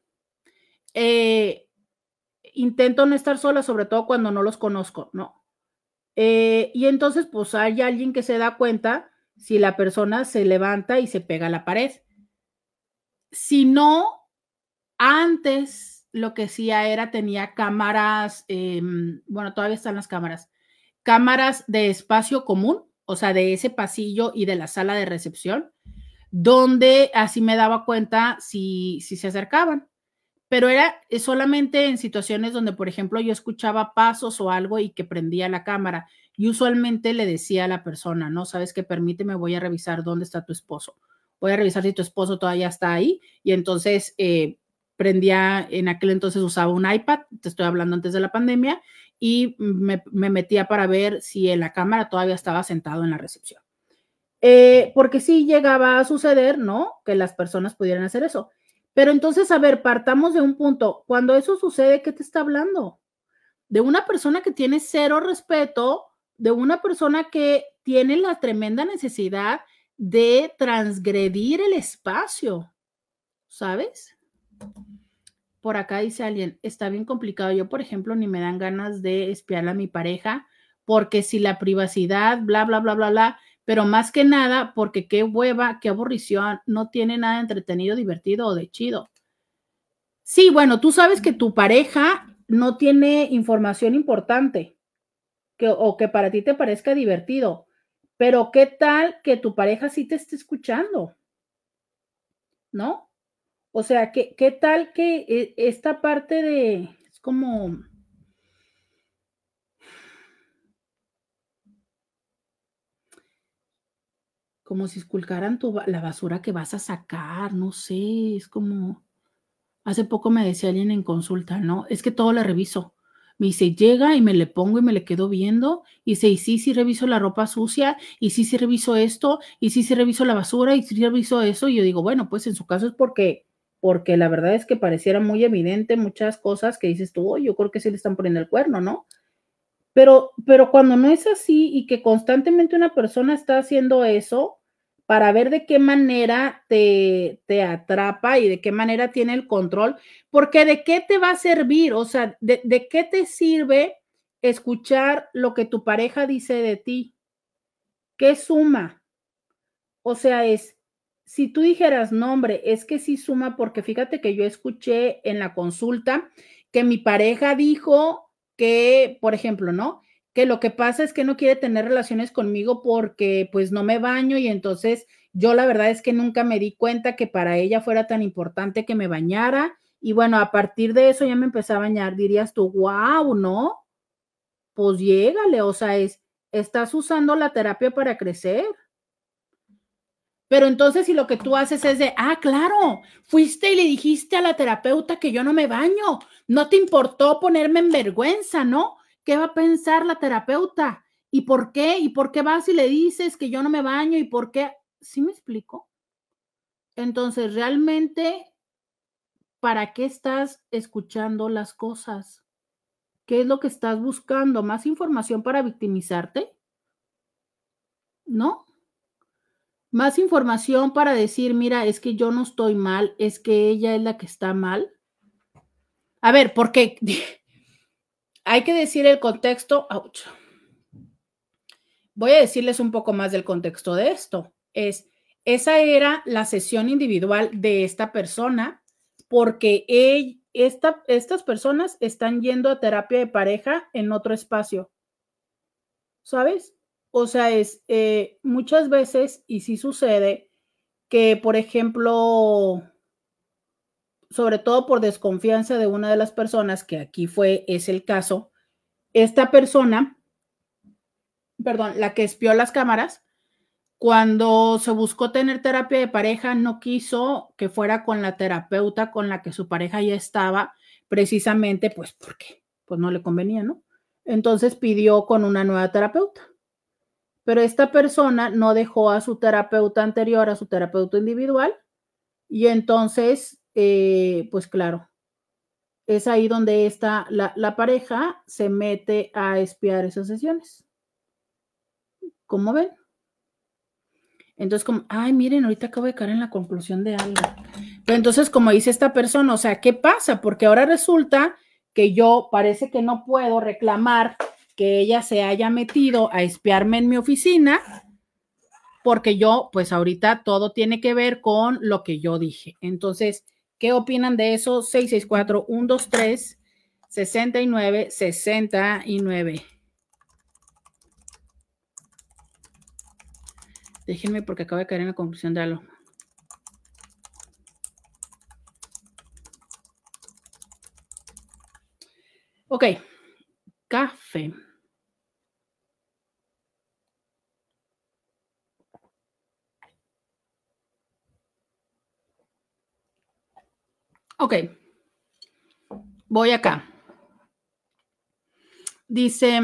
Intento no estar sola, sobre todo cuando no los conozco, ¿no? Y entonces, pues hay alguien que se da cuenta si la persona se levanta y se pega a la pared. Si no, antes lo que hacía era tenía cámaras, bueno, todavía están las cámaras de espacio común, o sea, de ese pasillo y de la sala de recepción, donde así me daba cuenta si se acercaban. Pero era solamente en situaciones donde, por ejemplo, yo escuchaba pasos o algo y que prendía la cámara. Y usualmente le decía a la persona, no, sabes qué, permíteme, voy a revisar dónde está tu esposo. Voy a revisar si tu esposo todavía está ahí. Y entonces prendía, en aquel entonces usaba un iPad, te estoy hablando antes de la pandemia, y me metía para ver si en la cámara todavía estaba sentado en la recepción. Porque sí llegaba a suceder, ¿no? Que las personas pudieran hacer eso. Pero entonces, a ver, partamos de un punto. Cuando eso sucede, ¿qué te está hablando? De una persona que tiene cero respeto, de una persona que tiene la tremenda necesidad de transgredir el espacio, ¿sabes? Por acá dice alguien, está bien complicado. Yo, por ejemplo, ni me dan ganas de espiar a mi pareja, porque si la privacidad, bla, bla, bla, bla, bla, pero más que nada, porque qué hueva, qué aburrición, no tiene nada entretenido, divertido o de chido. Sí, bueno, tú sabes que tu pareja no tiene información importante o que para ti te parezca divertido, pero ¿qué tal que tu pareja sí te esté escuchando? ¿No? O sea, ¿qué tal que esta parte de, es como si esculcaran la basura que vas a sacar, no sé, es como, hace poco me decía alguien en consulta, ¿no? Es que todo le reviso. Me dice, llega y me le pongo y me le quedo viendo. Y dice, y sí reviso la ropa sucia, y sí reviso esto, y sí reviso la basura, y sí reviso eso. Y yo digo, bueno, pues en su caso es porque la verdad es que pareciera muy evidente muchas cosas que dices tú, yo creo que sí le están poniendo el cuerno, ¿no? Pero cuando no es así y que constantemente una persona está haciendo eso para ver de qué manera te atrapa y de qué manera tiene el control, porque de qué te va a servir, o sea, de qué te sirve escuchar lo que tu pareja dice de ti, ¿qué suma? O sea, si tú dijeras, no, hombre, es que sí suma, porque fíjate que yo escuché en la consulta que mi pareja dijo que, por ejemplo, ¿no? Que lo que pasa es que no quiere tener relaciones conmigo porque pues no me baño y entonces yo la verdad es que nunca me di cuenta que para ella fuera tan importante que me bañara y bueno, a partir de eso ya me empecé a bañar, dirías tú, wow, ¿no? Pues llégale, o sea, estás usando la terapia para crecer. Pero entonces si lo que tú haces es de, claro, fuiste y le dijiste a la terapeuta que yo no me baño, no te importó ponerme en vergüenza, ¿no? ¿Qué va a pensar la terapeuta? ¿Y por qué? ¿Y por qué vas y le dices que yo no me baño? ¿Y por qué? ¿Sí me explico? Entonces, realmente, ¿para qué estás escuchando las cosas? ¿Qué es lo que estás buscando? ¿Más información para victimizarte? ¿No? Más información para decir, mira, es que yo no estoy mal, es que ella es la que está mal. A ver, porque hay que decir el contexto. Ouch. Voy a decirles un poco más del contexto de esto. Esa era la sesión individual de esta persona, porque estas personas están yendo a terapia de pareja en otro espacio. ¿Sabes? O sea, muchas veces, y sí sucede, que, por ejemplo, sobre todo por desconfianza de una de las personas, que aquí es el caso, esta persona, perdón, la que espió las cámaras, cuando se buscó tener terapia de pareja, no quiso que fuera con la terapeuta con la que su pareja ya estaba, precisamente pues porque pues no le convenía, ¿no? Entonces pidió con una nueva terapeuta. Pero esta persona no dejó a su terapeuta anterior, a su terapeuta individual, y entonces, pues claro, es ahí donde la pareja se mete a espiar esas sesiones. ¿Cómo ven? Entonces, como, miren, ahorita acabo de caer en la conclusión de algo. Pero entonces, como dice esta persona, o sea, ¿qué pasa? Porque ahora resulta que yo parece que no puedo reclamar que ella se haya metido a espiarme en mi oficina, porque yo, pues ahorita todo tiene que ver con lo que yo dije. Entonces, ¿qué opinan de eso? 664-123-6969. Déjenme porque acabo de caer en la conclusión de algo. Ok, café. Ok, voy acá. Dice,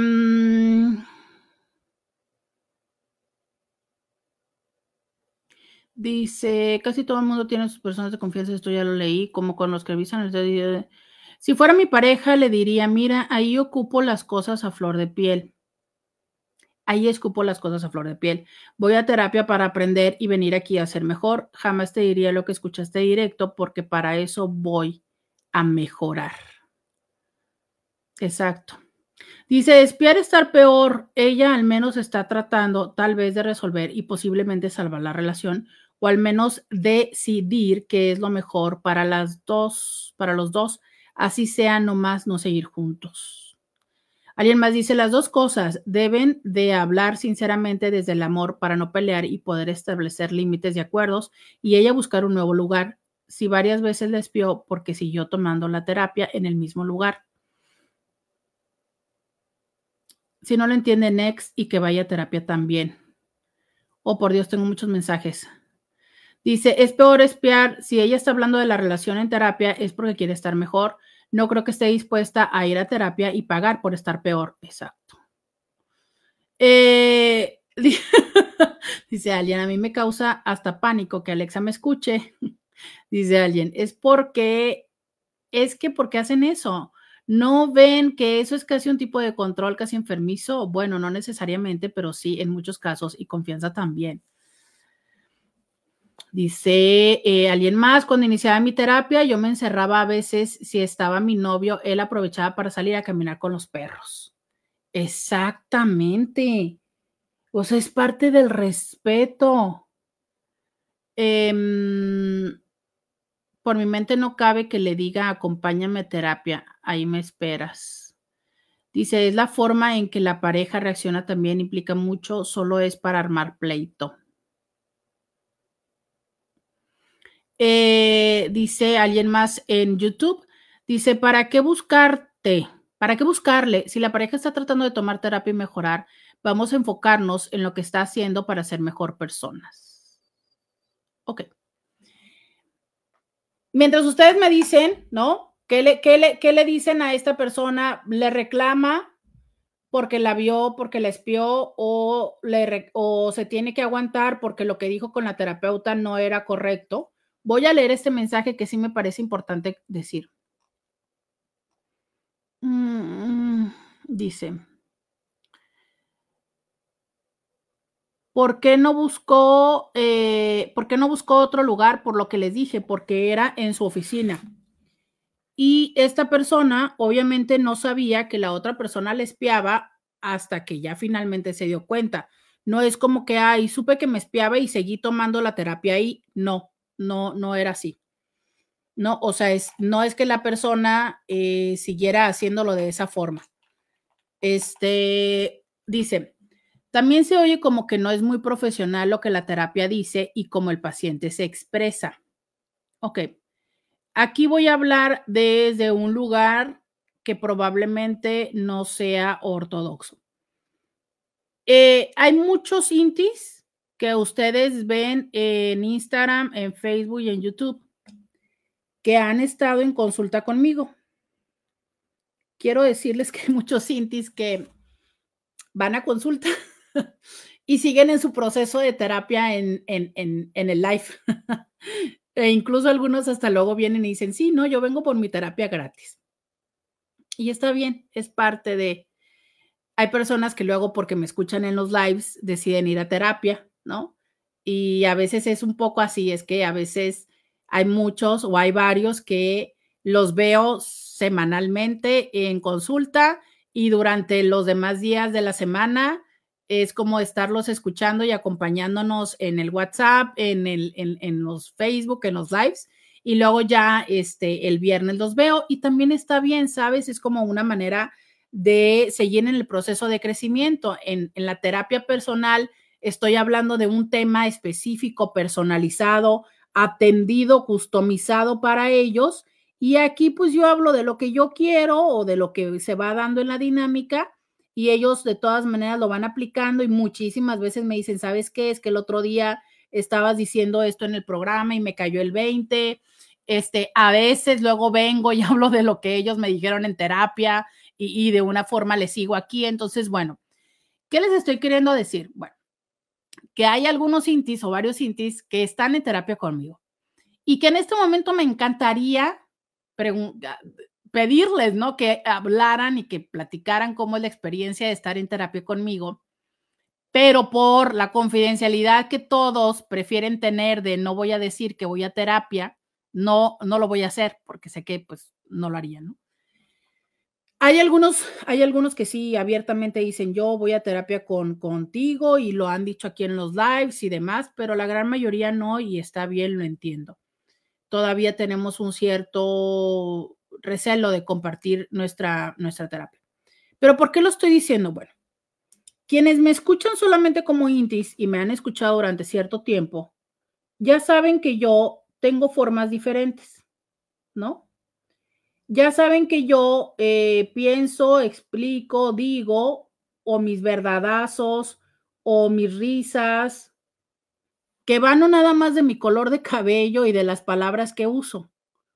casi todo el mundo tiene sus personas de confianza, esto ya lo leí, como con los que avisan el día. Si fuera mi pareja, le diría, mira, ahí ocupo las cosas a flor de piel. Ahí escupo las cosas a flor de piel. Voy a terapia para aprender y venir aquí a ser mejor. Jamás te diría lo que escuchaste directo porque para eso voy a mejorar. Exacto. Dice, espiar estar peor. Ella al menos está tratando tal vez de resolver y posiblemente salvar la relación o al menos decidir qué es lo mejor para los dos, así sea nomás no seguir juntos. Alguien más dice, las dos cosas deben de hablar sinceramente desde el amor para no pelear y poder establecer límites y acuerdos y ella buscar un nuevo lugar. Si varias veces le espió porque siguió tomando la terapia en el mismo lugar. Si no lo entiende, next y que vaya a terapia también. Oh, por Dios, tengo muchos mensajes. Dice, es peor espiar. Si ella está hablando de la relación en terapia es porque quiere estar mejor. No creo que esté dispuesta a ir a terapia y pagar por estar peor. Exacto. Dice alguien, a mí me causa hasta pánico que Alexa me escuche. Dice alguien, porque hacen eso. ¿No ven que eso es casi un tipo de control casi enfermizo? Bueno, no necesariamente, pero sí en muchos casos y confianza también. Dice alguien más, cuando iniciaba mi terapia, yo me encerraba a veces, si estaba mi novio, él aprovechaba para salir a caminar con los perros. Exactamente. O sea, es parte del respeto. Por mi mente no cabe que le diga, acompáñame a terapia, ahí me esperas. Dice, es la forma en que la pareja reacciona también, implica mucho, solo es para armar pleito. Dice alguien más en YouTube, dice, ¿para qué buscarte? ¿Para qué buscarle? Si la pareja está tratando de tomar terapia y mejorar, vamos a enfocarnos en lo que está haciendo para ser mejor personas. Ok. Mientras ustedes me dicen, ¿no? ¿Qué le dicen a esta persona? ¿Le reclama porque la vio, porque la espió o se tiene que aguantar porque lo que dijo con la terapeuta no era correcto? Voy a leer este mensaje que sí me parece importante decir. Dice, ¿por qué no buscó otro lugar? Por lo que les dije, porque era en su oficina. Y esta persona obviamente no sabía que la otra persona le espiaba hasta que ya finalmente se dio cuenta. No es como que, ay, supe que me espiaba y seguí tomando la terapia ahí. No era así. No, o sea, no es que la persona siguiera haciéndolo de esa forma. Dice, también se oye como que no es muy profesional lo que la terapia dice y cómo el paciente se expresa. Ok. Aquí voy a hablar desde un lugar que probablemente no sea ortodoxo. Hay muchos intis que ustedes ven en Instagram, en Facebook y en YouTube que han estado en consulta conmigo. Quiero decirles que hay muchos intis que van a consulta y siguen en su proceso de terapia en el live. E incluso algunos hasta luego vienen y dicen, sí, no, yo vengo por mi terapia gratis. Y está bien, es parte de... Hay personas que luego porque me escuchan en los lives deciden ir a terapia, ¿no? Y a veces es un poco así, es que a veces hay muchos o hay varios que los veo semanalmente en consulta y durante los demás días de la semana es como estarlos escuchando y acompañándonos en el WhatsApp, en los Facebook, en los lives, y luego ya el viernes los veo y también está bien, ¿sabes? Es como una manera de seguir en el proceso de crecimiento. En la terapia personal estoy hablando de un tema específico, personalizado, atendido, customizado para ellos, y aquí pues yo hablo de lo que yo quiero o de lo que se va dando en la dinámica y ellos de todas maneras lo van aplicando y muchísimas veces me dicen, ¿sabes qué? Es que el otro día estabas diciendo esto en el programa y me cayó el 20. A veces luego vengo y hablo de lo que ellos me dijeron en terapia y de una forma les sigo aquí. Entonces, bueno, ¿qué les estoy queriendo decir? Bueno, que hay algunos intis o varios intis que están en terapia conmigo y que en este momento me encantaría pedirles, ¿no? Que hablaran y que platicaran cómo es la experiencia de estar en terapia conmigo, pero por la confidencialidad que todos prefieren tener de no voy a decir que voy a terapia, no lo voy a hacer porque sé que pues no lo haría, ¿no? Hay algunos que sí abiertamente dicen yo voy a terapia contigo y lo han dicho aquí en los lives y demás, pero la gran mayoría no y está bien, lo entiendo. Todavía tenemos un cierto recelo de compartir nuestra terapia. ¿Pero por qué lo estoy diciendo? Bueno, quienes me escuchan solamente como intis y me han escuchado durante cierto tiempo, ya saben que yo tengo formas diferentes, ¿no? Ya saben que yo pienso, explico, digo, o mis verdadazos, o mis risas, que van no nada más de mi color de cabello y de las palabras que uso.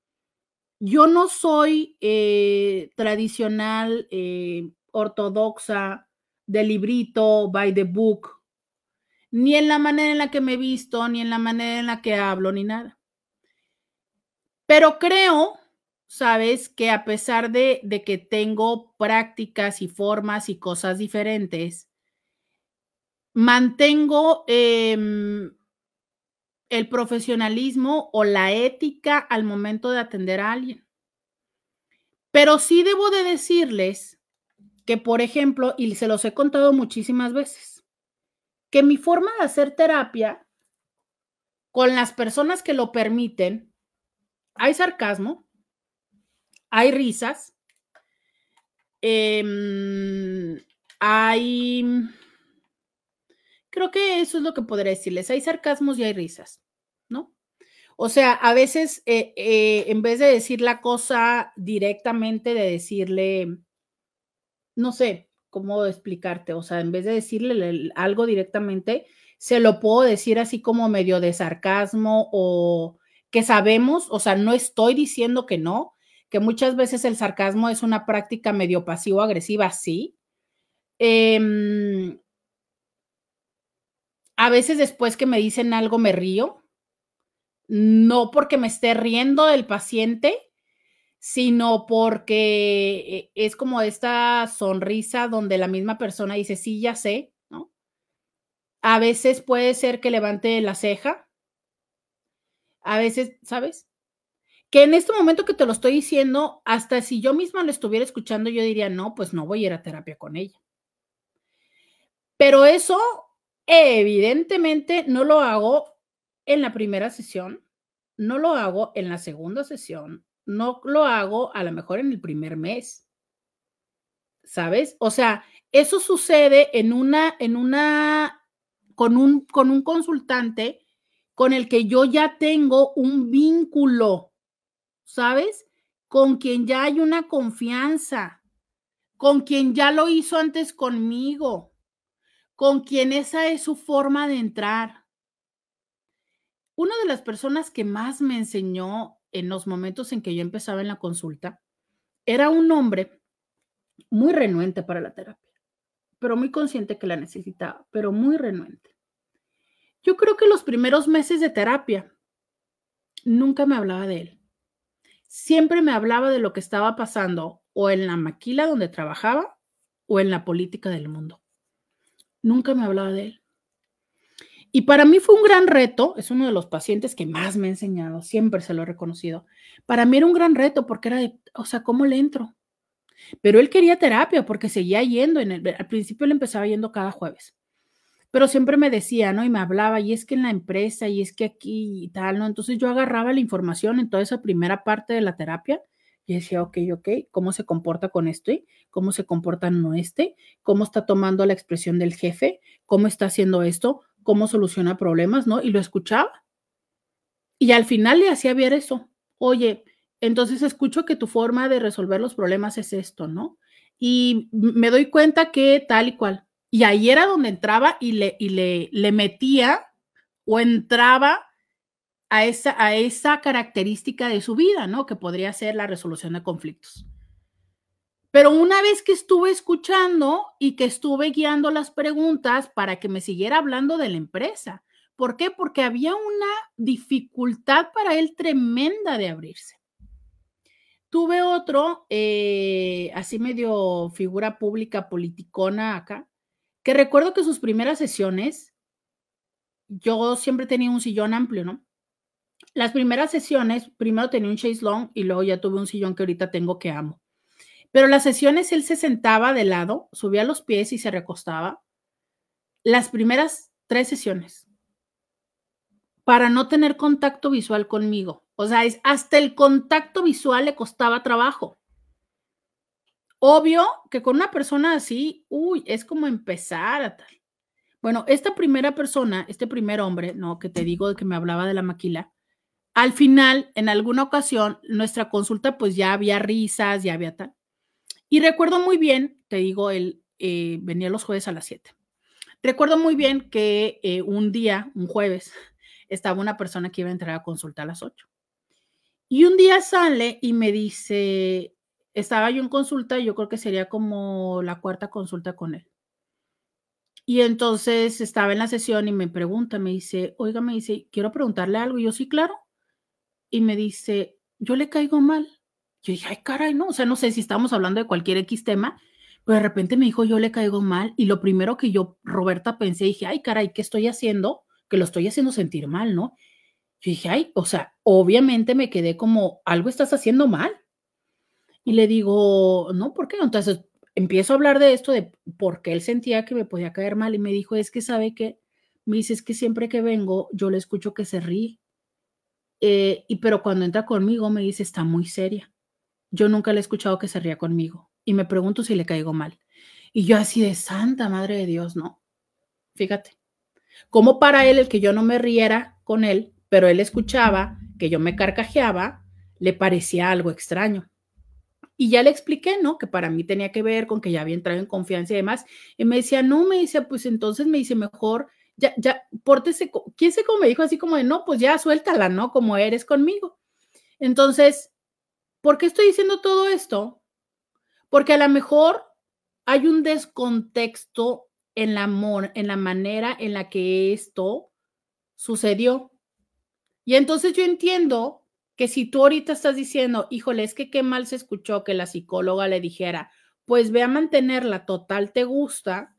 Yo no soy tradicional, ortodoxa, de librito, by the book, ni en la manera en la que me visto, ni en la manera en la que hablo, ni nada. Pero creo, sabes, que a pesar de que tengo prácticas y formas y cosas diferentes, mantengo el profesionalismo o la ética al momento de atender a alguien. Pero sí debo de decirles que, por ejemplo, y se los he contado muchísimas veces, que mi forma de hacer terapia con las personas que lo permiten, hay sarcasmo, hay risas, creo que eso es lo que podría decirles, hay sarcasmos y hay risas, ¿no? O sea, a veces en vez de decir la cosa directamente, de decirle, no sé cómo explicarte, o sea, en vez de decirle algo directamente, se lo puedo decir así como medio de sarcasmo o que sabemos, o sea, no estoy diciendo que no, que muchas veces el sarcasmo es una práctica medio pasivo-agresiva, sí. A veces después que me dicen algo me río, no porque me esté riendo del paciente, sino porque es como esta sonrisa donde la misma persona dice, sí, ya sé, ¿no? A veces puede ser que levante la ceja, a veces, ¿sabes? Que en este momento que te lo estoy diciendo, hasta si yo misma lo estuviera escuchando, yo diría, no, pues no voy a ir a terapia con ella. Pero eso evidentemente no lo hago en la primera sesión, no lo hago en la segunda sesión, no lo hago a lo mejor en el primer mes, ¿sabes? O sea, eso sucede con un consultante con el que yo ya tengo un vínculo, ¿sabes? Con quien ya hay una confianza, con quien ya lo hizo antes conmigo, con quien esa es su forma de entrar. Una de las personas que más me enseñó en los momentos en que yo empezaba en la consulta era un hombre muy renuente para la terapia, pero muy consciente que la necesitaba, pero muy renuente. Yo creo que los primeros meses de terapia nunca me hablaba de él. Siempre me hablaba de lo que estaba pasando o en la maquila donde trabajaba o en la política del mundo. Nunca me hablaba de él. Y para mí fue un gran reto, es uno de los pacientes que más me ha enseñado, siempre se lo he reconocido. Para mí era un gran reto porque era de, o sea, ¿cómo le entro? Pero él quería terapia porque seguía yendo, al principio él empezaba yendo cada jueves, pero siempre me decía, ¿no? Y me hablaba, y es que en la empresa, y es que aquí y tal, ¿no? Entonces yo agarraba la información en toda esa primera parte de la terapia y decía, ok, ¿cómo se comporta con este? ¿Cómo se comporta no este? ¿Cómo está tomando la expresión del jefe? ¿Cómo está haciendo esto? ¿Cómo soluciona problemas? ¿No? Y lo escuchaba. Y al final le hacía ver eso. Oye, entonces escucho que tu forma de resolver los problemas es esto, ¿no? Y me doy cuenta que tal y cual. Y ahí era donde entraba y le metía o entraba a esa característica de su vida, ¿no? Que podría ser la resolución de conflictos. Pero una vez que estuve escuchando y que estuve guiando las preguntas para que me siguiera hablando de la empresa. ¿Por qué? Porque había una dificultad para él tremenda de abrirse. Tuve otro, así medio figura pública, politicona acá, que recuerdo que sus primeras sesiones, yo siempre tenía un sillón amplio, ¿no? Las primeras sesiones, primero tenía un chaise longue y luego ya tuve un sillón que ahorita tengo que amo. Pero las sesiones él se sentaba de lado, subía los pies y se recostaba. Las primeras 3 sesiones, para no tener contacto visual conmigo. O sea, hasta el contacto visual le costaba trabajo. Obvio que con una persona así, es como empezar a tal. Bueno, esta primera persona, este primer hombre, ¿no? Que te digo que me hablaba de la maquila, al final, en alguna ocasión, nuestra consulta, pues ya había risas, ya había tal. Y recuerdo muy bien, te digo, él venía los jueves a las 7. Recuerdo muy bien que un día, un jueves, estaba una persona que iba a entrar a consulta a las 8. Y un día sale y me dice, estaba yo en consulta, yo creo que sería como la 4ª consulta con él. Y entonces estaba en la sesión y me pregunta, me dice, oiga, me dice, quiero preguntarle algo. Y yo, sí, claro. Y me dice, yo le caigo mal. Yo dije, ay, caray, no, o sea, no sé si estamos hablando de cualquier X tema, pero de repente me dijo, yo le caigo mal. Y lo primero que yo, Roberta, pensé, dije, ay, caray, ¿qué estoy haciendo? Que lo estoy haciendo sentir mal, ¿no? Yo dije, ay, o sea, obviamente me quedé como, algo estás haciendo mal. Y le digo, no, ¿por qué? Entonces empiezo a hablar de esto, de por qué él sentía que me podía caer mal. Y me dijo, es que sabe que, me dice, es que siempre que vengo, yo le escucho que se ríe. Pero cuando entra conmigo, me dice, está muy seria. Yo nunca le he escuchado que se ría conmigo. Y me pregunto si le caigo mal. Y yo así de santa madre de Dios, ¿no? Fíjate. Como para él el que yo no me riera con él, pero él escuchaba que yo me carcajeaba, le parecía algo extraño. Y ya le expliqué, ¿no? Que para mí tenía que ver con que ya había entrado en confianza y demás. Y me decía, no, me dice, pues entonces me dice, mejor, ya, pórtese, quién sé cómo me dijo, así como de, no, pues ya suéltala, ¿no? Como eres conmigo. Entonces, ¿por qué estoy diciendo todo esto? Porque a lo mejor hay un descontexto en la manera en la que esto sucedió. Y entonces yo entiendo que si tú ahorita estás diciendo, híjole, es que qué mal se escuchó que la psicóloga le dijera, pues ve a mantenerla total, te gusta.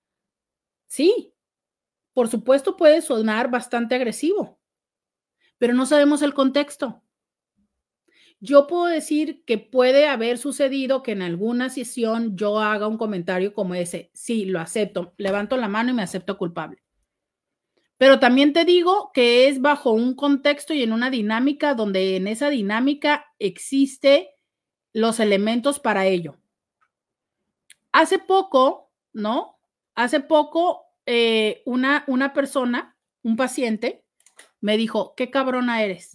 Sí, por supuesto puede sonar bastante agresivo, pero no sabemos el contexto. Yo puedo decir que puede haber sucedido que en alguna sesión yo haga un comentario como ese. Sí, lo acepto, levanto la mano y me acepto culpable. Pero también te digo que es bajo un contexto y en una dinámica donde en esa dinámica existe los elementos para ello. Hace poco, ¿no? Hace poco una persona, un paciente, me dijo, qué cabrona eres.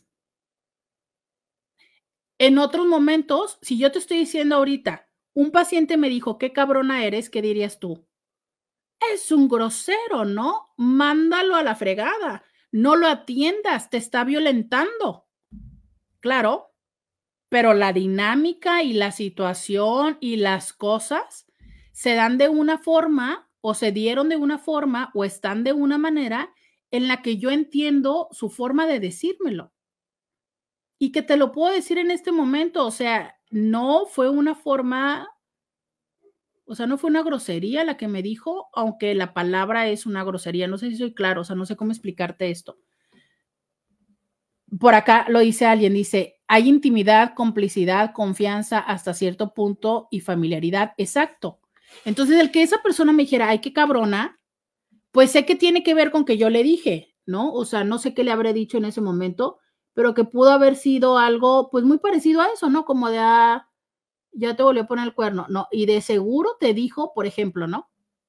En otros momentos, si yo te estoy diciendo ahorita, un paciente me dijo, qué cabrona eres, ¿qué dirías tú? Es un grosero, ¿no? Mándalo a la fregada. No lo atiendas, te está violentando. Claro, pero la dinámica y la situación y las cosas se dan de una forma o se dieron de una forma o están de una manera en la que yo entiendo su forma de decírmelo. Y que te lo puedo decir en este momento, o sea, no fue una forma, o sea, no fue una grosería la que me dijo, aunque la palabra es una grosería, no sé si soy claro, o sea, no sé cómo explicarte esto. Por acá lo dice alguien, dice, hay intimidad, complicidad, confianza hasta cierto punto y familiaridad. Exacto. Entonces, el que esa persona me dijera, ay, qué cabrona, pues sé que tiene que ver con que yo le dije, ¿no? O sea, no sé qué le habré dicho en ese momento, pero que pudo haber sido algo, pues muy parecido a eso, ¿no? Como de, ya te volvió a poner el cuerno, ¿no? Y de seguro te dijo, por ejemplo, ¿no?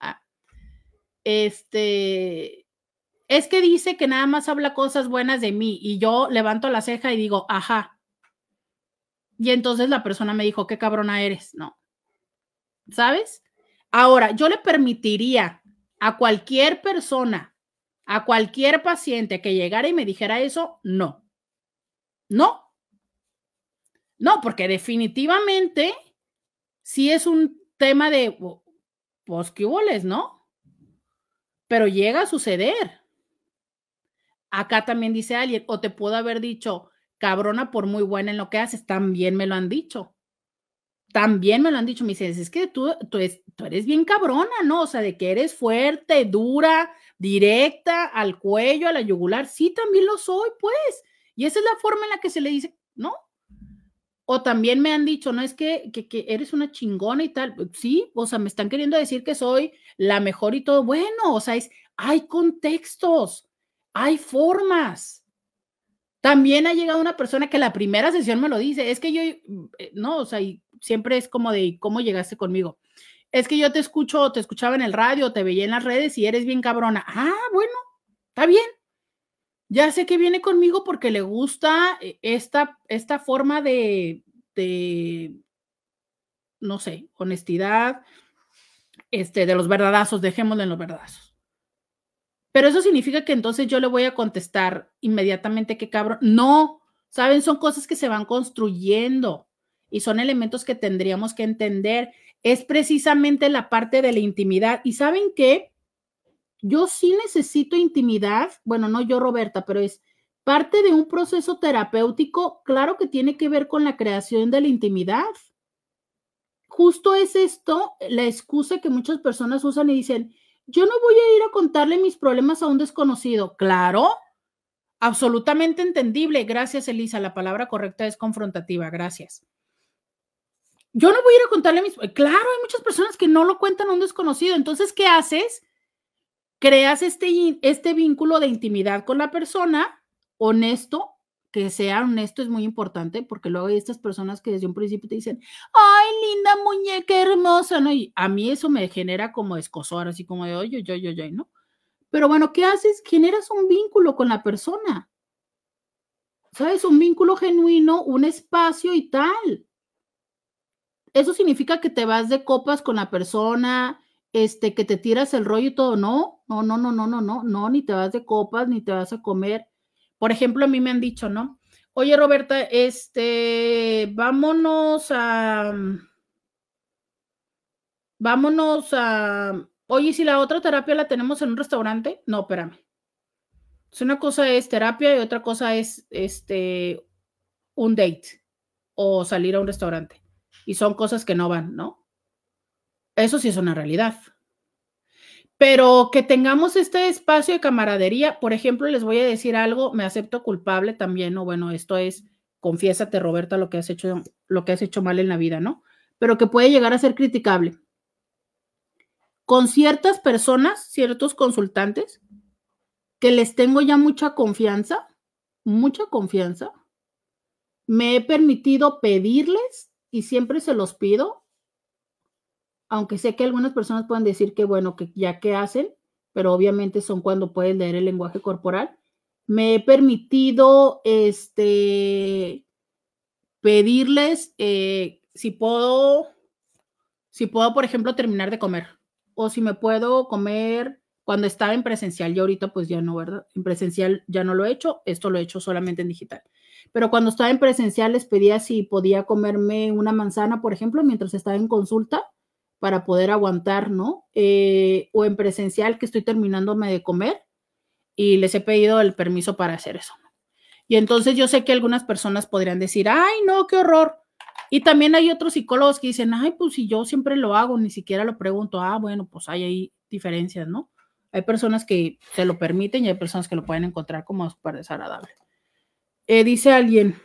Es que dice que nada más habla cosas buenas de mí y yo levanto la ceja y digo, ajá. Y entonces la persona me dijo, qué cabrona eres, ¿no? ¿Sabes? Ahora, yo le permitiría a cualquier persona, a cualquier paciente que llegara y me dijera eso, no. No. No, porque definitivamente sí es un tema de, pues, ¿qué huboles, no? Pero llega a suceder. Acá también dice alguien, o te puedo haber dicho, cabrona por muy buena en lo que haces, también me lo han dicho. También me lo han dicho, me dices, es que tú eres bien cabrona, ¿no? O sea, de que eres fuerte, dura, directa, al cuello, a la yugular. Sí, también lo soy, pues. Y esa es la forma en la que se le dice, ¿no? O también me han dicho, no, es que eres una chingona y tal. Sí, o sea, me están queriendo decir que soy la mejor y todo. Bueno, o sea, hay contextos, hay formas. También ha llegado una persona que la primera sesión me lo dice, es que yo, no, o sea, y siempre es como de, ¿cómo llegaste conmigo? Es que yo te escuchaba en el radio, te veía en las redes y eres bien cabrona. Ah, bueno, está bien. Ya sé que viene conmigo porque le gusta esta forma de, no sé, honestidad, de los verdadazos, dejémoslo en los verdadazos. Pero eso significa que entonces yo le voy a contestar inmediatamente que cabrón. No, ¿saben? Son cosas que se van construyendo y son elementos que tendríamos que entender. Es precisamente la parte de la intimidad. ¿Y saben qué? Yo sí necesito intimidad. Bueno, no yo, Roberta, pero es parte de un proceso terapéutico. Claro que tiene que ver con la creación de la intimidad. Justo es esto, la excusa que muchas personas usan y dicen, yo no voy a ir a contarle mis problemas a un desconocido. Claro, absolutamente entendible. Gracias, Elisa. La palabra correcta es confrontativa. Gracias. Yo no voy a ir a contarle mis... Claro, hay muchas personas que no lo cuentan a un desconocido. Entonces, ¿qué haces? Creas este vínculo de intimidad con la persona, honesto, que sea honesto es muy importante, porque luego hay estas personas que desde un principio te dicen, ay, linda muñeca hermosa, ¿no? Y a mí eso me genera como escozor, así como de, oye, ¿no? Pero bueno, ¿qué haces? Generas un vínculo con la persona, ¿sabes? Un vínculo genuino, un espacio y tal. Eso significa que te vas de copas con la persona, que te tiras el rollo y todo. No, ni te vas de copas, ni te vas a comer. Por ejemplo, a mí me han dicho, ¿no? Oye, Roberta, vámonos a, oye, si la otra terapia la tenemos en un restaurante, no, espérame. Una cosa es terapia y otra cosa es, un date o salir a un restaurante. Y son cosas que no van, ¿no? Eso sí es una realidad. Pero que tengamos este espacio de camaradería, por ejemplo, les voy a decir algo, me acepto culpable también, ¿no? Bueno, esto es, confiésate, Roberta, lo que has hecho mal en la vida, ¿no? Pero que puede llegar a ser criticable. Con ciertas personas, ciertos consultantes, que les tengo ya mucha confianza, me he permitido pedirles, y siempre se los pido, aunque sé que algunas personas pueden decir que, bueno, que ya que hacen, pero obviamente son cuando pueden leer el lenguaje corporal. Me he permitido pedirles si puedo, por ejemplo, terminar de comer, o si me puedo comer cuando estaba en presencial. Yo ahorita pues ya no, ¿verdad? En presencial ya no lo he hecho, esto lo he hecho solamente en digital. Pero cuando estaba en presencial les pedía si podía comerme una manzana, por ejemplo, mientras estaba en consulta, para poder aguantar, ¿no? O en presencial que estoy terminándome de comer y les he pedido el permiso para hacer eso. Y entonces yo sé que algunas personas podrían decir, ay, no, qué horror. Y también hay otros psicólogos que dicen, ay, pues si yo siempre lo hago, ni siquiera lo pregunto. Ah, bueno, pues hay ahí diferencias, ¿no? Hay personas que se lo permiten y hay personas que lo pueden encontrar como súper desagradable. Dice alguien,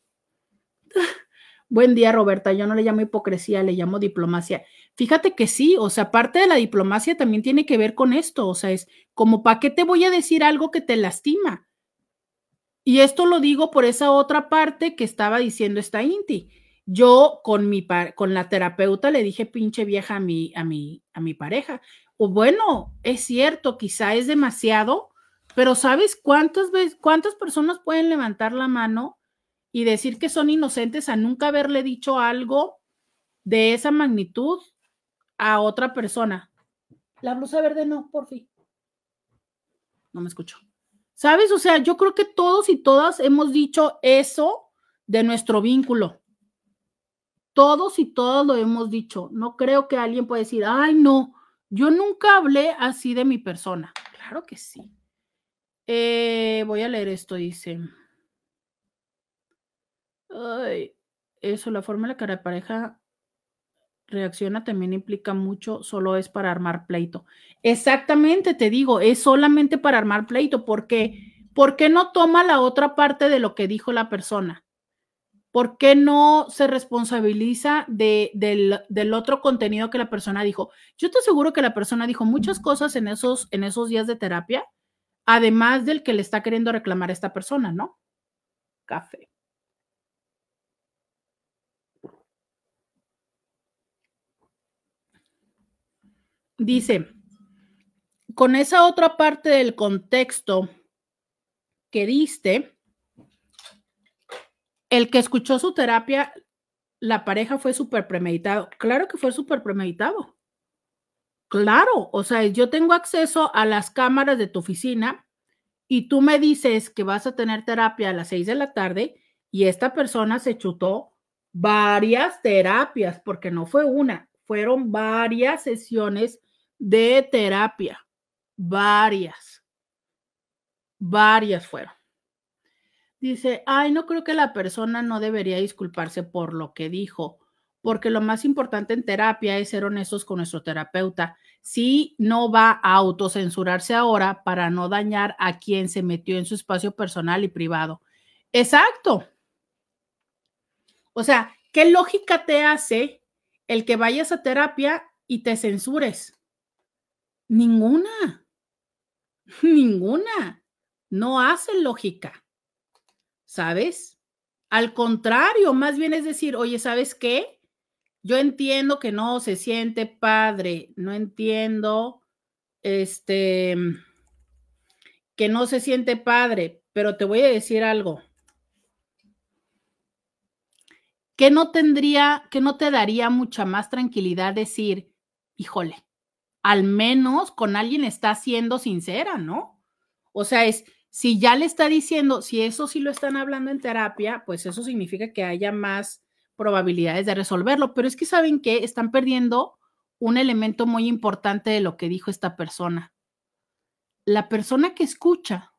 buen día, Roberta, yo no le llamo hipocresía, le llamo diplomacia. Fíjate que sí, o sea, parte de la diplomacia también tiene que ver con esto, o sea, es como, ¿para qué te voy a decir algo que te lastima? Y esto lo digo por esa otra parte que estaba diciendo esta Inti. Yo con la terapeuta le dije pinche vieja a mi pareja. O bueno, es cierto, quizá es demasiado, pero ¿sabes cuántas personas pueden levantar la mano y decir que son inocentes a nunca haberle dicho algo de esa magnitud a otra persona? La blusa verde no, por fin. No me escucho. ¿Sabes? O sea, yo creo que todos y todas hemos dicho eso de nuestro vínculo. Todos y todas lo hemos dicho. No creo que alguien pueda decir, ay, no, yo nunca hablé así de mi persona. Claro que sí. Voy a leer esto, dice. Ay, eso, la forma en la que la pareja reacciona también implica mucho, solo es para armar pleito. Exactamente, te digo, es solamente para armar pleito, porque ¿por qué no toma la otra parte de lo que dijo la persona? ¿Por qué no se responsabiliza del otro contenido que la persona dijo? Yo te aseguro que la persona dijo muchas cosas en esos días de terapia, además del que le está queriendo reclamar a esta persona, ¿no? Café. Dice, con esa otra parte del contexto que diste, el que escuchó su terapia, la pareja fue súper premeditado. Claro que fue súper premeditado. Claro, o sea, yo tengo acceso a las cámaras de tu oficina y tú me dices que vas a tener terapia a las 6 de la tarde y esta persona se chutó varias terapias, porque no fue una, fueron varias sesiones de terapia, varias fueron. Dice, ay, no creo que la persona no debería disculparse por lo que dijo, porque lo más importante en terapia es ser honestos con nuestro terapeuta. Sí, no va a autocensurarse ahora para no dañar a quien se metió en su espacio personal y privado. Exacto. O sea, ¿qué lógica te hace el que vayas a terapia y te censures? Ninguna, ninguna. No hace lógica. ¿Sabes? Al contrario, más bien es decir, oye, ¿sabes qué? Yo entiendo que no se siente padre, no entiendo, que no se siente padre, pero te voy a decir algo. Que no te daría mucha más tranquilidad decir, híjole, al menos con alguien está siendo sincera, ¿no? O sea, si ya le está diciendo, si eso sí lo están hablando en terapia, pues eso significa que haya más probabilidades de resolverlo. Pero es que saben que están perdiendo un elemento muy importante de lo que dijo esta persona. La persona que escucha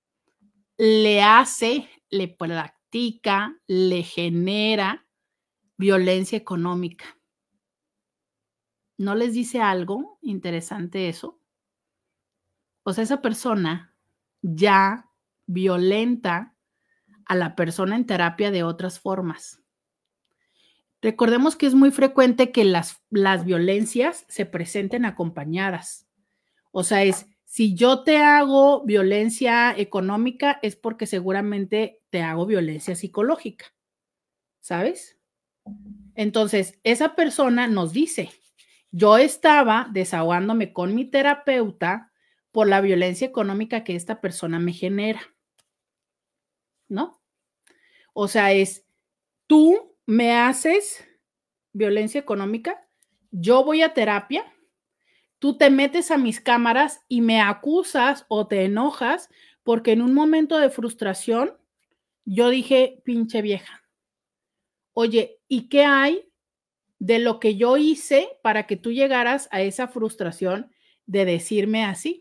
le practica, le genera violencia económica. ¿No les dice algo interesante eso? O sea, esa persona ya violenta a la persona en terapia de otras formas. Recordemos que es muy frecuente que las violencias se presenten acompañadas. O sea, si yo te hago violencia económica es porque seguramente te hago violencia psicológica, ¿sabes? Entonces, esa persona nos dice, yo estaba desahogándome con mi terapeuta por la violencia económica que esta persona me genera, ¿no? O sea, tú me haces violencia económica, yo voy a terapia, tú te metes a mis cámaras y me acusas o te enojas porque en un momento de frustración yo dije, pinche vieja, oye, ¿y qué hay de lo que yo hice para que tú llegaras a esa frustración de decirme así?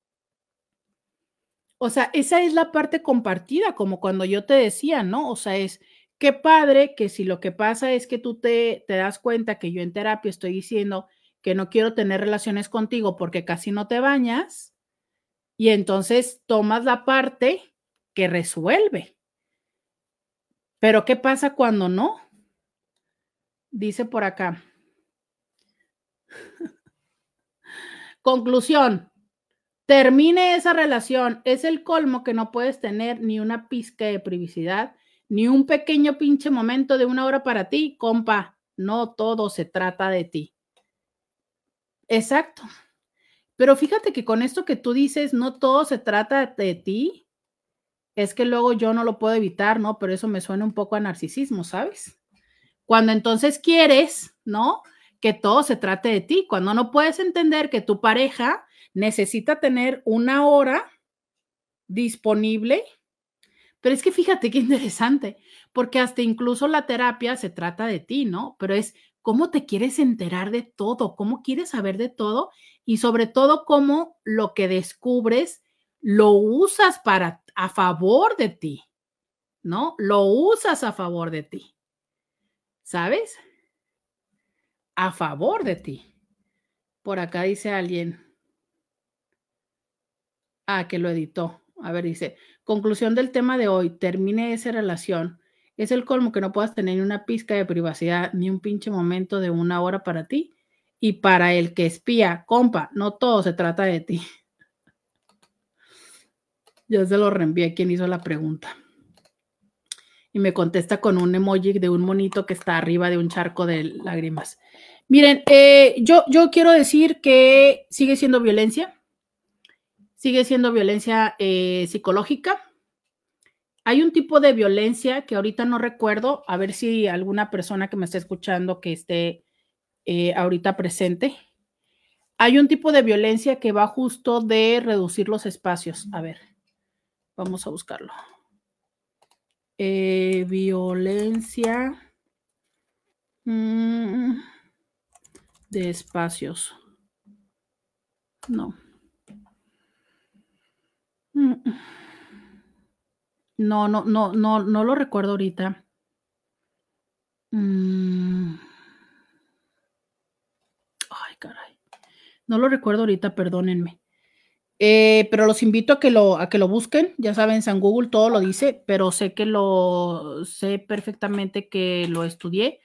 O sea, esa es la parte compartida, como cuando yo te decía, ¿no? O sea, qué padre que si lo que pasa es que tú te das cuenta que yo en terapia estoy diciendo que no quiero tener relaciones contigo porque casi no te bañas, y entonces tomas la parte que resuelve. Pero ¿qué pasa cuando no? Dice por acá. Conclusión. Termine esa relación. Es el colmo que no puedes tener ni una pizca de privacidad, ni un pequeño pinche momento de 1 hora para ti, compa. No todo se trata de ti. Exacto. Pero fíjate que con esto que tú dices, no todo se trata de ti, es que luego yo no lo puedo evitar, ¿no? Pero eso me suena un poco a narcisismo, ¿sabes? Cuando entonces quieres, ¿no? Que todo se trate de ti, cuando no puedes entender que tu pareja necesita tener 1 hora disponible. Pero es que fíjate qué interesante, porque hasta incluso la terapia se trata de ti, ¿no? Pero es cómo te quieres enterar de todo, cómo quieres saber de todo y sobre todo cómo lo que descubres lo usas para a favor de ti, ¿no? Lo usas a favor de ti, ¿sabes? A favor de ti. Por acá dice alguien, que lo editó. A ver, dice, conclusión del tema de hoy, termine esa relación. Es el colmo que no puedas tener ni una pizca de privacidad, ni un pinche momento de 1 hora para ti. Y para el que espía, compa, no todo se trata de ti. Yo se lo reenvié a quien hizo la pregunta. Y me contesta con un emoji de un monito que está arriba de un charco de lágrimas. Miren, yo quiero decir que sigue siendo violencia psicológica. Hay un tipo de violencia que ahorita no recuerdo, a ver si alguna persona que me esté escuchando que esté ahorita presente. Hay un tipo de violencia que va justo de reducir los espacios. A ver, vamos a buscarlo. Violencia de espacios. No. No lo recuerdo ahorita. Ay, caray. No lo recuerdo ahorita, perdónenme. Pero los invito a que lo busquen. Ya saben, San Google todo lo dice, pero sé perfectamente que lo estudié.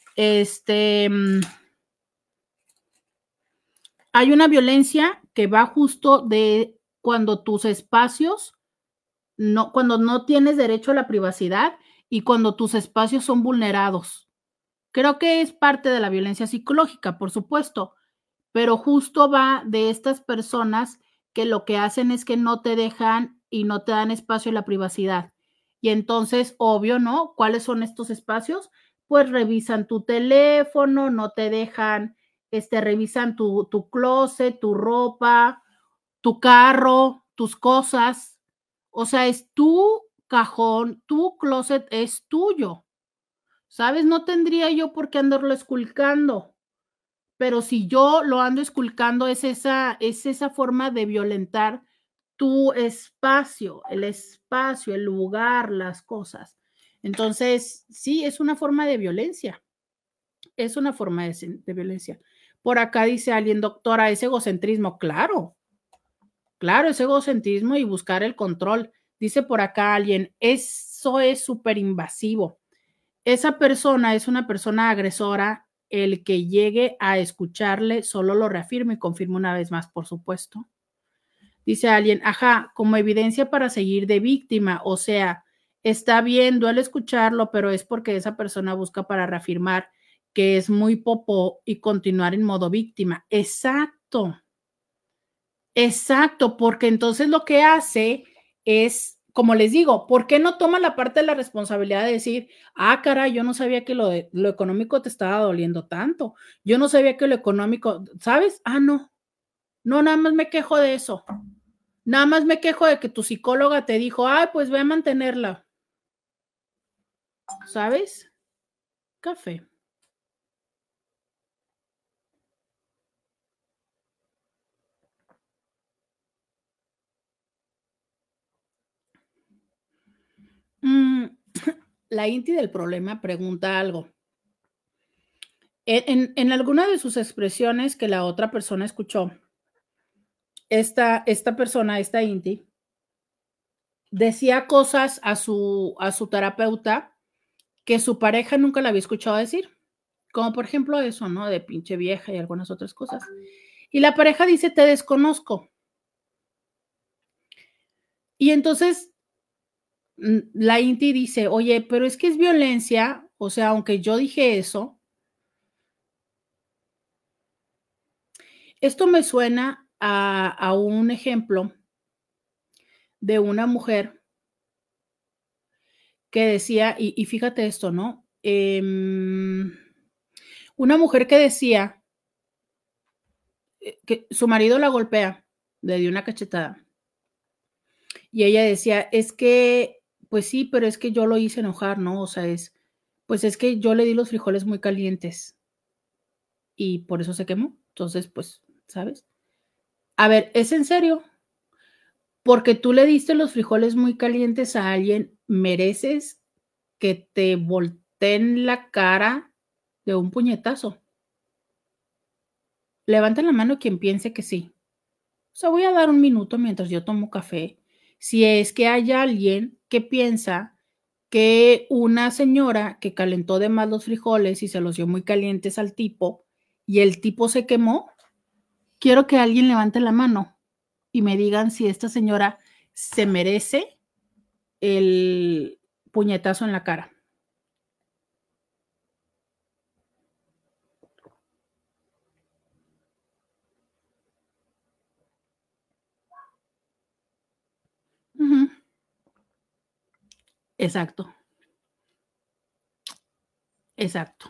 Hay una violencia que va justo de cuando tus espacios cuando no tienes derecho a la privacidad y cuando tus espacios son vulnerados. Creo que es parte de la violencia psicológica, por supuesto, pero justo va de estas personas que lo que hacen es que no te dejan y no te dan espacio a la privacidad. Y entonces, obvio, ¿no? ¿Cuáles son estos espacios? Pues revisan tu teléfono, no te dejan, revisan tu closet, tu ropa, tu carro, tus cosas. O sea, es tu cajón, tu closet es tuyo. ¿Sabes? No tendría yo por qué andarlo esculcando. Pero si yo lo ando esculcando, es esa forma de violentar tu espacio, el lugar, las cosas. Entonces, sí, es una forma de violencia. Es una forma de violencia. Por acá dice alguien, doctora, es egocentrismo. Claro, es egocentrismo y buscar el control. Dice por acá alguien, eso es súper invasivo. Esa persona es una persona agresora. El que llegue a escucharle solo lo reafirma y confirma una vez más, por supuesto. Dice alguien, como evidencia para seguir de víctima, o sea, está bien, duele escucharlo, pero es porque esa persona busca para reafirmar que es muy popó y continuar en modo víctima. Exacto, porque entonces lo que hace es, como les digo, ¿por qué no toma la parte de la responsabilidad de decir, caray, yo no sabía que lo económico te estaba doliendo tanto, yo no sabía que lo económico, ¿sabes? No, nada más me quejo de eso, nada más me quejo de que tu psicóloga te dijo, pues ve a mantenerla, ¿sabes? Café. La Inti del problema pregunta algo. En alguna de sus expresiones que la otra persona escuchó, esta persona, esta Inti, decía cosas a su terapeuta que su pareja nunca la había escuchado decir, como por ejemplo eso, ¿no? De pinche vieja y algunas otras cosas. Y la pareja dice, te desconozco. Y entonces la Inti dice, oye, pero es que es violencia, o sea, aunque yo dije eso, esto me suena a un ejemplo de una mujer que decía, y fíjate esto, ¿no? Una mujer que decía que su marido la golpea, le dio una cachetada, y ella decía, es que, pues sí, pero es que yo lo hice enojar, ¿no? O sea, pues es que yo le di los frijoles muy calientes y por eso se quemó. Entonces, pues, ¿sabes? A ver, ¿es en serio? Porque tú le diste los frijoles muy calientes a alguien, ¿mereces que te volteen la cara de un puñetazo? Levanten la mano quien piense que sí. O sea, voy a dar un minuto mientras yo tomo café. Si es que hay alguien que piensa que una señora que calentó de más los frijoles y se los dio muy calientes al tipo y el tipo se quemó, quiero que alguien levante la mano y me digan si esta señora se merece el puñetazo en la cara. Ujú. Exacto, exacto.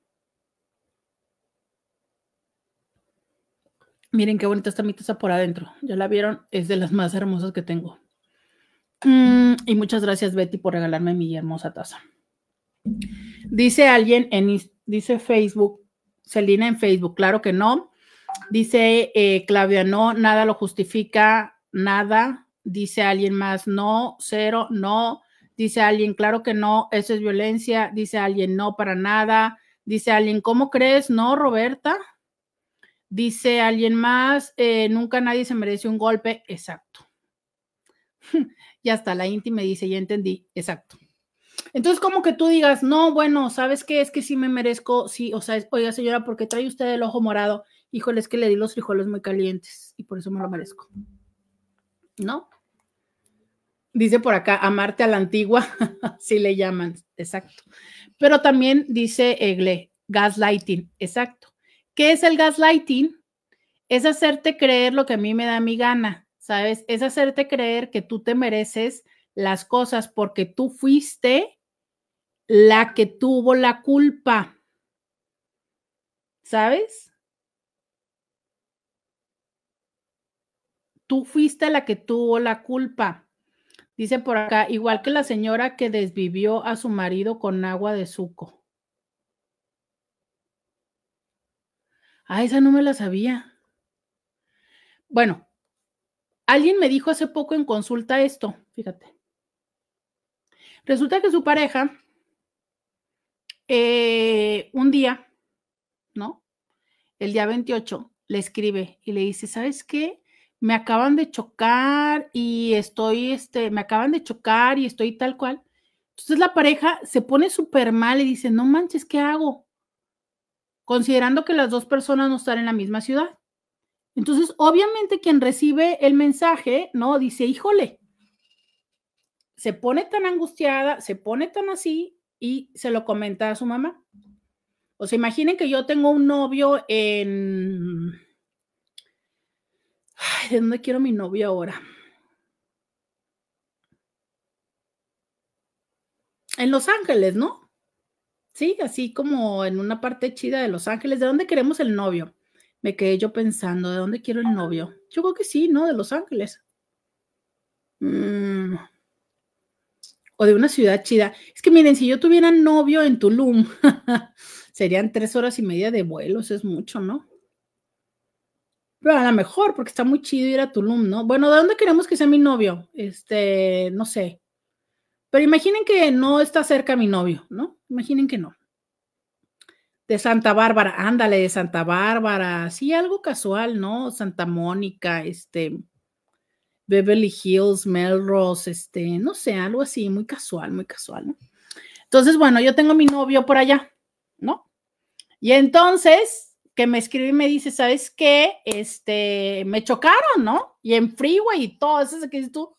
Miren qué bonita está mi taza por adentro. ¿Ya la vieron? Es de las más hermosas que tengo. Y muchas gracias, Betty, por regalarme mi hermosa taza. Dice alguien dice Facebook, Celina en Facebook, claro que no. Dice Claudia, no, nada lo justifica, nada. Dice alguien más, no, cero, no. Dice alguien, claro que no, eso es violencia. Dice alguien, no, para nada. Dice alguien, ¿cómo crees? No, Roberta. Dice alguien más, nunca nadie se merece un golpe. Exacto. Ya está, la Inti me dice, ya entendí. Exacto. Entonces, como que tú digas, no, bueno, ¿sabes qué? Es que sí me merezco, sí, o sea, oiga, señora, ¿por qué trae usted el ojo morado? Híjole, es que le di los frijoles muy calientes y por eso me lo merezco. ¿No? Dice por acá, amarte a la antigua, sí le llaman, exacto. Pero también dice Egle, gaslighting, exacto. ¿Qué es el gaslighting? Es hacerte creer lo que a mí me da mi gana, ¿sabes? Es hacerte creer que tú te mereces las cosas porque tú fuiste la que tuvo la culpa, ¿sabes? Tú fuiste la que tuvo la culpa. Dice por acá, igual que la señora que desvivió a su marido con agua de suco. Ah, esa no me la sabía. Bueno, alguien me dijo hace poco en consulta esto, fíjate. Resulta que su pareja, un día, ¿no? El día 28, le escribe y le dice, ¿sabes qué? Me acaban de chocar y me acaban de chocar y estoy tal cual. Entonces la pareja se pone súper mal y dice, no manches, ¿qué hago? Considerando que las dos personas no están en la misma ciudad. Entonces, obviamente quien recibe el mensaje, ¿no? Dice, híjole, se pone tan angustiada, se pone tan así y se lo comenta a su mamá. O sea, imaginen que yo tengo un novio en... Ay, ¿de dónde quiero mi novio ahora? En Los Ángeles, ¿no? Sí, así como en una parte chida de Los Ángeles. ¿De dónde queremos el novio? Me quedé yo pensando, ¿de dónde quiero el novio? Yo creo que sí, ¿no? De Los Ángeles. O de una ciudad chida. Es que miren, si yo tuviera novio en Tulum, serían 3 horas y media de vuelos, es mucho, ¿no? Pero a lo mejor, porque está muy chido ir a Tulum, ¿no? Bueno, ¿de dónde queremos que sea mi novio? No sé. Pero imaginen que no está cerca mi novio, ¿no? Imaginen que no. De Santa Bárbara, ándale, de Santa Bárbara, sí, algo casual, ¿no? Santa Mónica, Beverly Hills, Melrose, no sé, algo así, muy casual, ¿no? Entonces, bueno, yo tengo mi novio por allá, ¿no? Y entonces, que me escribe y me dice, ¿sabes qué? Me chocaron, ¿no? Y en freeway y todo, eso es que dices tú,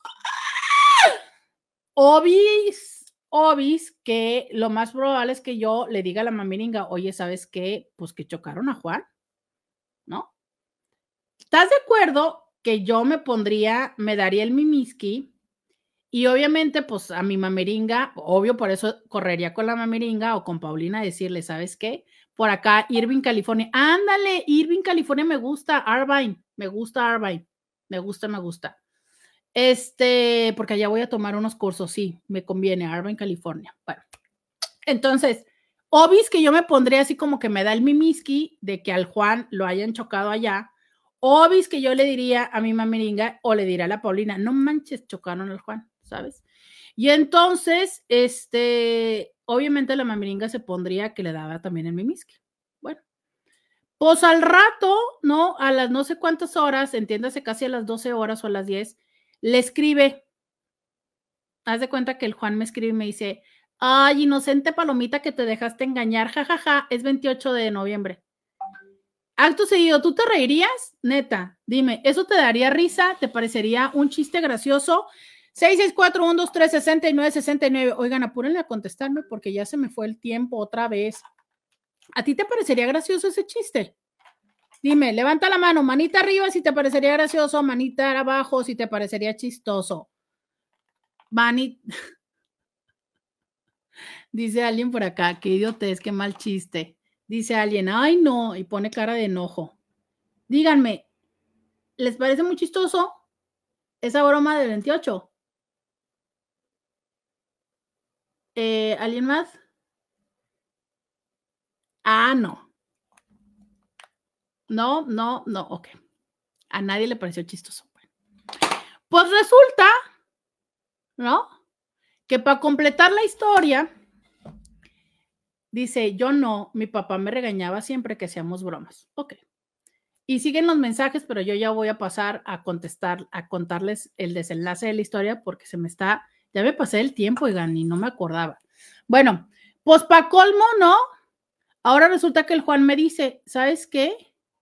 obis, que lo más probable es que yo le diga a la mamiringa, oye, ¿sabes qué? Pues que chocaron a Juan, ¿no? ¿Estás de acuerdo que yo me daría el mimiski? Y obviamente, pues a mi mameringa, obvio, por eso correría con la mameringa o con Paulina a decirle, ¿sabes qué? Por acá, Irving, California. Ándale, Irving, California me gusta, Irvine, me gusta Irvine, me gusta. Porque allá voy a tomar unos cursos, sí, me conviene, Irvine, California. Bueno, entonces, obis que yo me pondría así como que me da el mimiski de que al Juan lo hayan chocado allá. Obis que yo le diría a mi mameringa o le diría a la Paulina, no manches, chocaron al Juan, ¿sabes? Y entonces, obviamente la mameringa se pondría que le daba también el mimiski. Bueno, pues al rato, ¿no? A las no sé cuántas horas, entiéndase casi a las 12 horas o a las 10, le escribe. Haz de cuenta que el Juan me escribe y me dice, ay, inocente palomita que te dejaste engañar, jajaja, es 28 de noviembre. Acto seguido, ¿tú te reirías? Neta, dime, ¿eso te daría risa? ¿Te parecería un chiste gracioso? 664-123-6969. Oigan, apúrenle a contestarme porque ya se me fue el tiempo otra vez. ¿A ti te parecería gracioso ese chiste? Dime, levanta la mano, manita arriba si te parecería gracioso, manita abajo si te parecería chistoso. Dice alguien por acá, qué idiotez, qué mal chiste. Dice alguien, ay no, y pone cara de enojo. Díganme, ¿les parece muy chistoso esa broma del 28? ¿Alguien más? Ah, no. No, ok. A nadie le pareció chistoso. Pues resulta, ¿no? Que para completar la historia, dice, yo no, mi papá me regañaba siempre que hacíamos bromas. Ok. Y siguen los mensajes, pero yo ya voy a pasar a contestar, a contarles el desenlace de la historia porque ya me pasé el tiempo, oigan, y no me acordaba. Bueno, pues para colmo, ¿no? Ahora resulta que el Juan me dice, ¿sabes qué?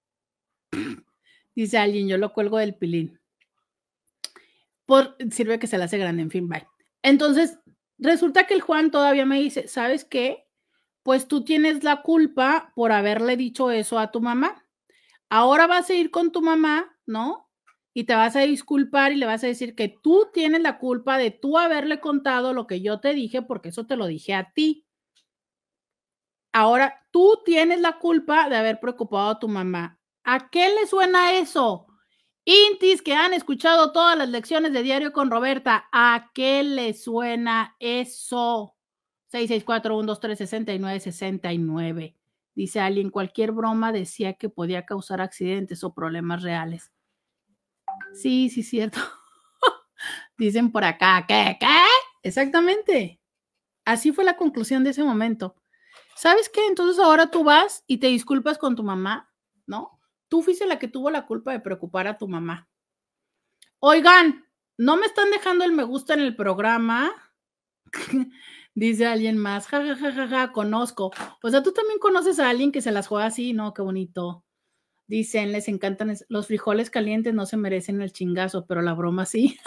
Dice alguien, yo lo cuelgo del pilín. Sirve que se le hace grande, en fin, bye. Entonces, resulta que el Juan todavía me dice, ¿sabes qué? Pues tú tienes la culpa por haberle dicho eso a tu mamá. Ahora vas a ir con tu mamá, ¿no? Y te vas a disculpar y le vas a decir que tú tienes la culpa de tú haberle contado lo que yo te dije, porque eso te lo dije a ti. Ahora tú tienes la culpa de haber preocupado a tu mamá. ¿A qué le suena eso? Intis que han escuchado todas las lecciones de Diario con Roberta, ¿a qué le suena eso? 664-123-6969. Dice alguien, cualquier broma decía que podía causar accidentes o problemas reales. Sí, cierto. Dicen por acá, ¿qué? Exactamente. Así fue la conclusión de ese momento. ¿Sabes qué? Entonces ahora tú vas y te disculpas con tu mamá, ¿no? Tú fuiste la que tuvo la culpa de preocupar a tu mamá. Oigan, ¿no me están dejando el me gusta en el programa? Dice alguien más, ja, conozco. O sea, tú también conoces a alguien que se las juega así, ¿no? Qué bonito. Dicen, les encantan, los frijoles calientes no se merecen el chingazo, pero la broma sí.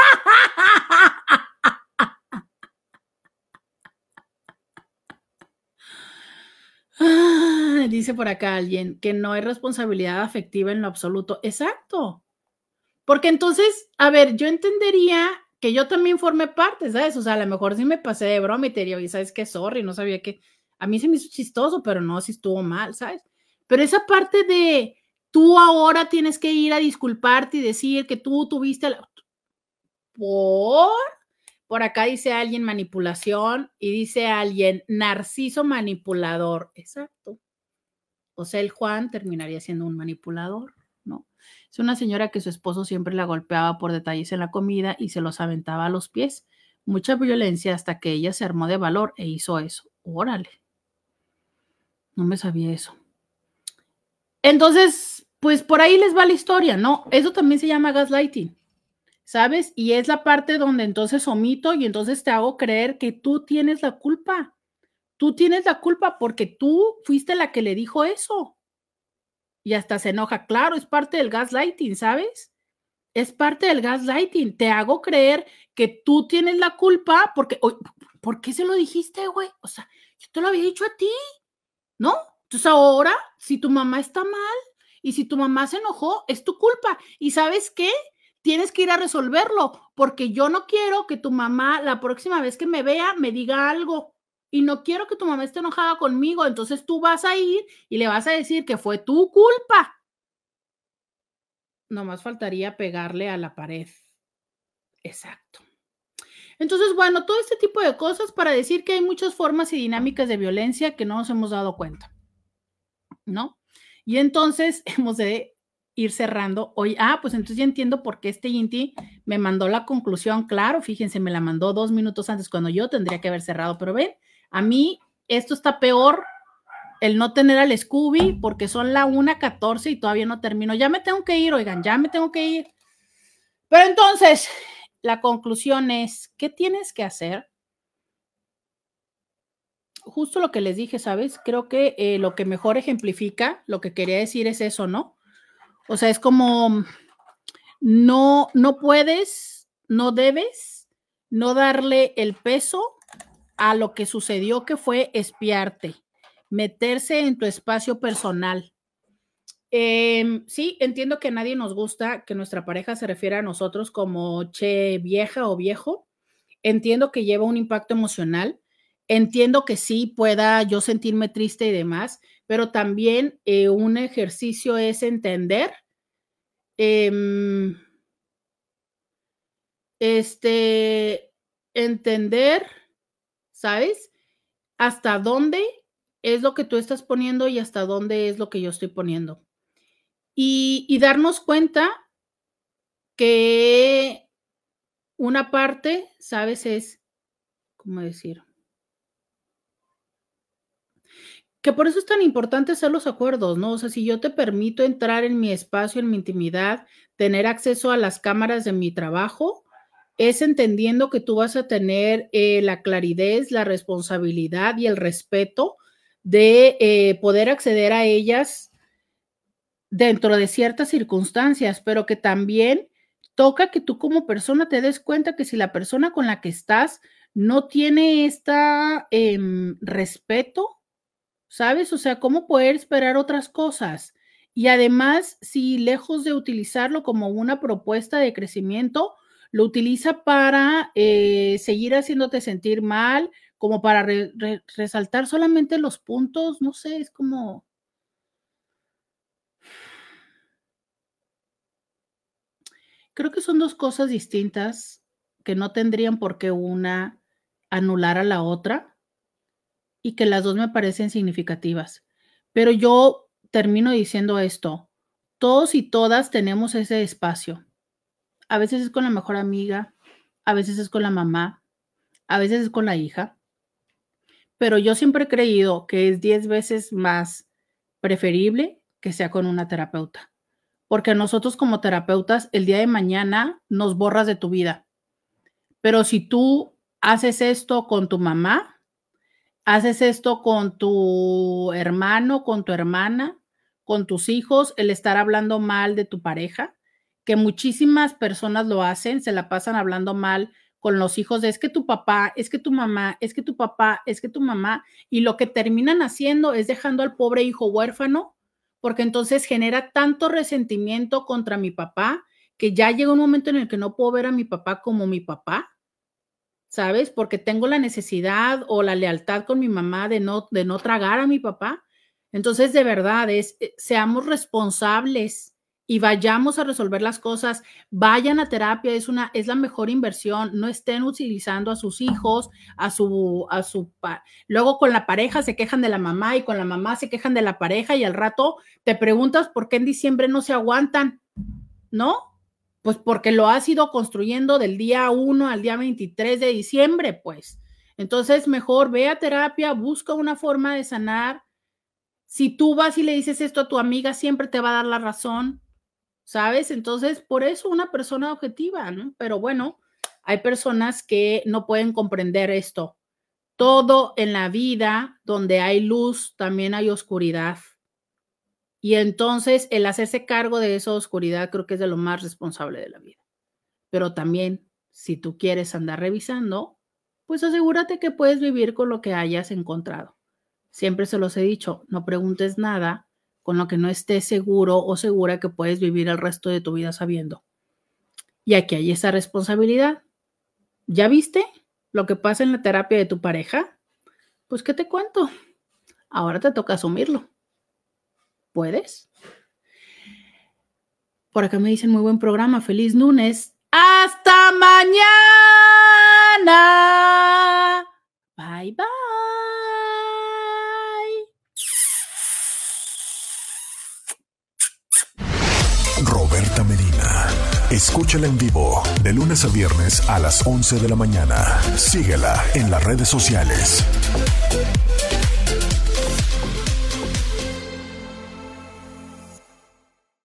Dice por acá alguien que no hay responsabilidad afectiva en lo absoluto. Exacto. Porque entonces, a ver, yo entendería que yo también formé parte, ¿sabes? O sea, a lo mejor sí me pasé de broma y te digo, y sabes qué, sorry, no sabía que, a mí se me hizo chistoso, pero no, sí estuvo mal, ¿sabes? Pero esa parte de tú ahora tienes que ir a disculparte y decir que tú tuviste por acá dice alguien manipulación y dice alguien narciso manipulador. Exacto. O sea, el Juan terminaría siendo un manipulador, ¿no? Es una señora que su esposo siempre la golpeaba por detalles en la comida y se los aventaba a los pies. Mucha violencia hasta que ella se armó de valor e hizo eso. Órale. No me sabía eso. Entonces, pues por ahí les va la historia, ¿no? Eso también se llama gaslighting, ¿sabes? Y es la parte donde entonces omito y entonces te hago creer que tú tienes la culpa. tú tienes la culpa porque tú fuiste la que le dijo eso. Y hasta se enoja. Claro, es parte del gaslighting, ¿sabes? Es parte del gaslighting. Te hago creer que tú tienes la culpa porque, ¿por qué se lo dijiste, güey? O sea, yo te lo había dicho a ti, ¿no? Entonces ahora, si tu mamá está mal y si tu mamá se enojó, es tu culpa. ¿Y sabes qué? Tienes que ir a resolverlo, porque yo no quiero que tu mamá la próxima vez que me vea me diga algo y no quiero que tu mamá esté enojada conmigo. Entonces tú vas a ir y le vas a decir que fue tu culpa. Nomás faltaría pegarle a la pared. Exacto. Entonces, bueno, todo este tipo de cosas para decir que hay muchas formas y dinámicas de violencia que no nos hemos dado cuenta, ¿no? Y entonces hemos de ir cerrando hoy. Pues entonces ya entiendo por qué este Inti me mandó la conclusión. Claro, fíjense, me la mandó 2 minutos antes cuando yo tendría que haber cerrado. Pero ven, a mí esto está peor, el no tener al Scooby, porque son la 1:14 y todavía no termino. Ya me tengo que ir, oigan, ya me tengo que ir. Pero entonces, la conclusión es, ¿qué tienes que hacer? Justo lo que les dije, ¿sabes? Creo que lo que mejor ejemplifica lo que quería decir es eso, ¿no? O sea, es como no puedes, no debes, no darle el peso a lo que sucedió, que fue espiarte, meterse en tu espacio personal. Sí, entiendo que a nadie nos gusta que nuestra pareja se refiera a nosotros como che vieja o viejo. Entiendo que lleva un impacto emocional. Entiendo que sí pueda yo sentirme triste y demás, pero también un ejercicio es entender eh, entender, ¿sabes? Hasta dónde es lo que tú estás poniendo y hasta dónde es lo que yo estoy poniendo. Y darnos cuenta que una parte, ¿sabes? Es, ¿cómo decir? Que por eso es tan importante hacer los acuerdos, ¿no? O sea, si yo te permito entrar en mi espacio, en mi intimidad, tener acceso a las cámaras de mi trabajo, es entendiendo que tú vas a tener la claridad, la responsabilidad y el respeto de poder acceder a ellas dentro de ciertas circunstancias, pero que también toca que tú como persona te des cuenta que si la persona con la que estás no tiene esta respeto, ¿sabes? O sea, ¿cómo poder esperar otras cosas? Y además, si lejos de utilizarlo como una propuesta de crecimiento, lo utiliza para seguir haciéndote sentir mal, como para resaltar solamente los puntos, no sé, es como... Creo que son 2 cosas distintas que no tendrían por qué una anular a la otra y que las 2 me parecen significativas. Pero yo termino diciendo esto, todos y todas tenemos ese espacio. A veces es con la mejor amiga, a veces es con la mamá, a veces es con la hija, pero yo siempre he creído que es 10 veces más preferible que sea con una terapeuta, porque nosotros como terapeutas el día de mañana nos borras de tu vida. Pero si tú haces esto con tu mamá, haces esto con tu hermano, con tu hermana, con tus hijos, el estar hablando mal de tu pareja, que muchísimas personas lo hacen, se la pasan hablando mal con los hijos de es que tu papá, es que tu mamá, es que tu papá, es que tu mamá, y lo que terminan haciendo es dejando al pobre hijo huérfano, porque entonces genera tanto resentimiento contra mi papá que ya llega un momento en el que no puedo ver a mi papá como mi papá, ¿sabes? Porque tengo la necesidad o la lealtad con mi mamá de no tragar a mi papá. Entonces, de verdad, seamos responsables y vayamos a resolver las cosas. Vayan a terapia, es la mejor inversión. No estén utilizando a sus hijos, luego con la pareja se quejan de la mamá y con la mamá se quejan de la pareja y al rato te preguntas por qué en diciembre no se aguantan, ¿no? Pues porque lo has ido construyendo del día 1 al día 23 de diciembre, pues. Entonces, mejor ve a terapia, busca una forma de sanar. Si tú vas y le dices esto a tu amiga, siempre te va a dar la razón, ¿sabes? Entonces, por eso una persona objetiva, ¿no? Pero bueno, hay personas que no pueden comprender esto Todo en la vida donde hay luz, también hay oscuridad. Y entonces el hacerse cargo de esa oscuridad creo que es de lo más responsable de la vida. Pero también, si tú quieres andar revisando, pues asegúrate que puedes vivir con lo que hayas encontrado. Siempre se los he dicho, no preguntes nada con lo que no estés seguro o segura que puedes vivir el resto de tu vida sabiendo. Y aquí hay esa responsabilidad. ¿Ya viste lo que pasa en la terapia de tu pareja? Pues, ¿qué te cuento? Ahora te toca asumirlo. ¿Puedes? Por acá me dicen muy buen programa. Feliz lunes. ¡Hasta mañana! Bye, bye. Roberta Medina. Escúchala en vivo de lunes a viernes a las 11 de la mañana. Síguela en las redes sociales.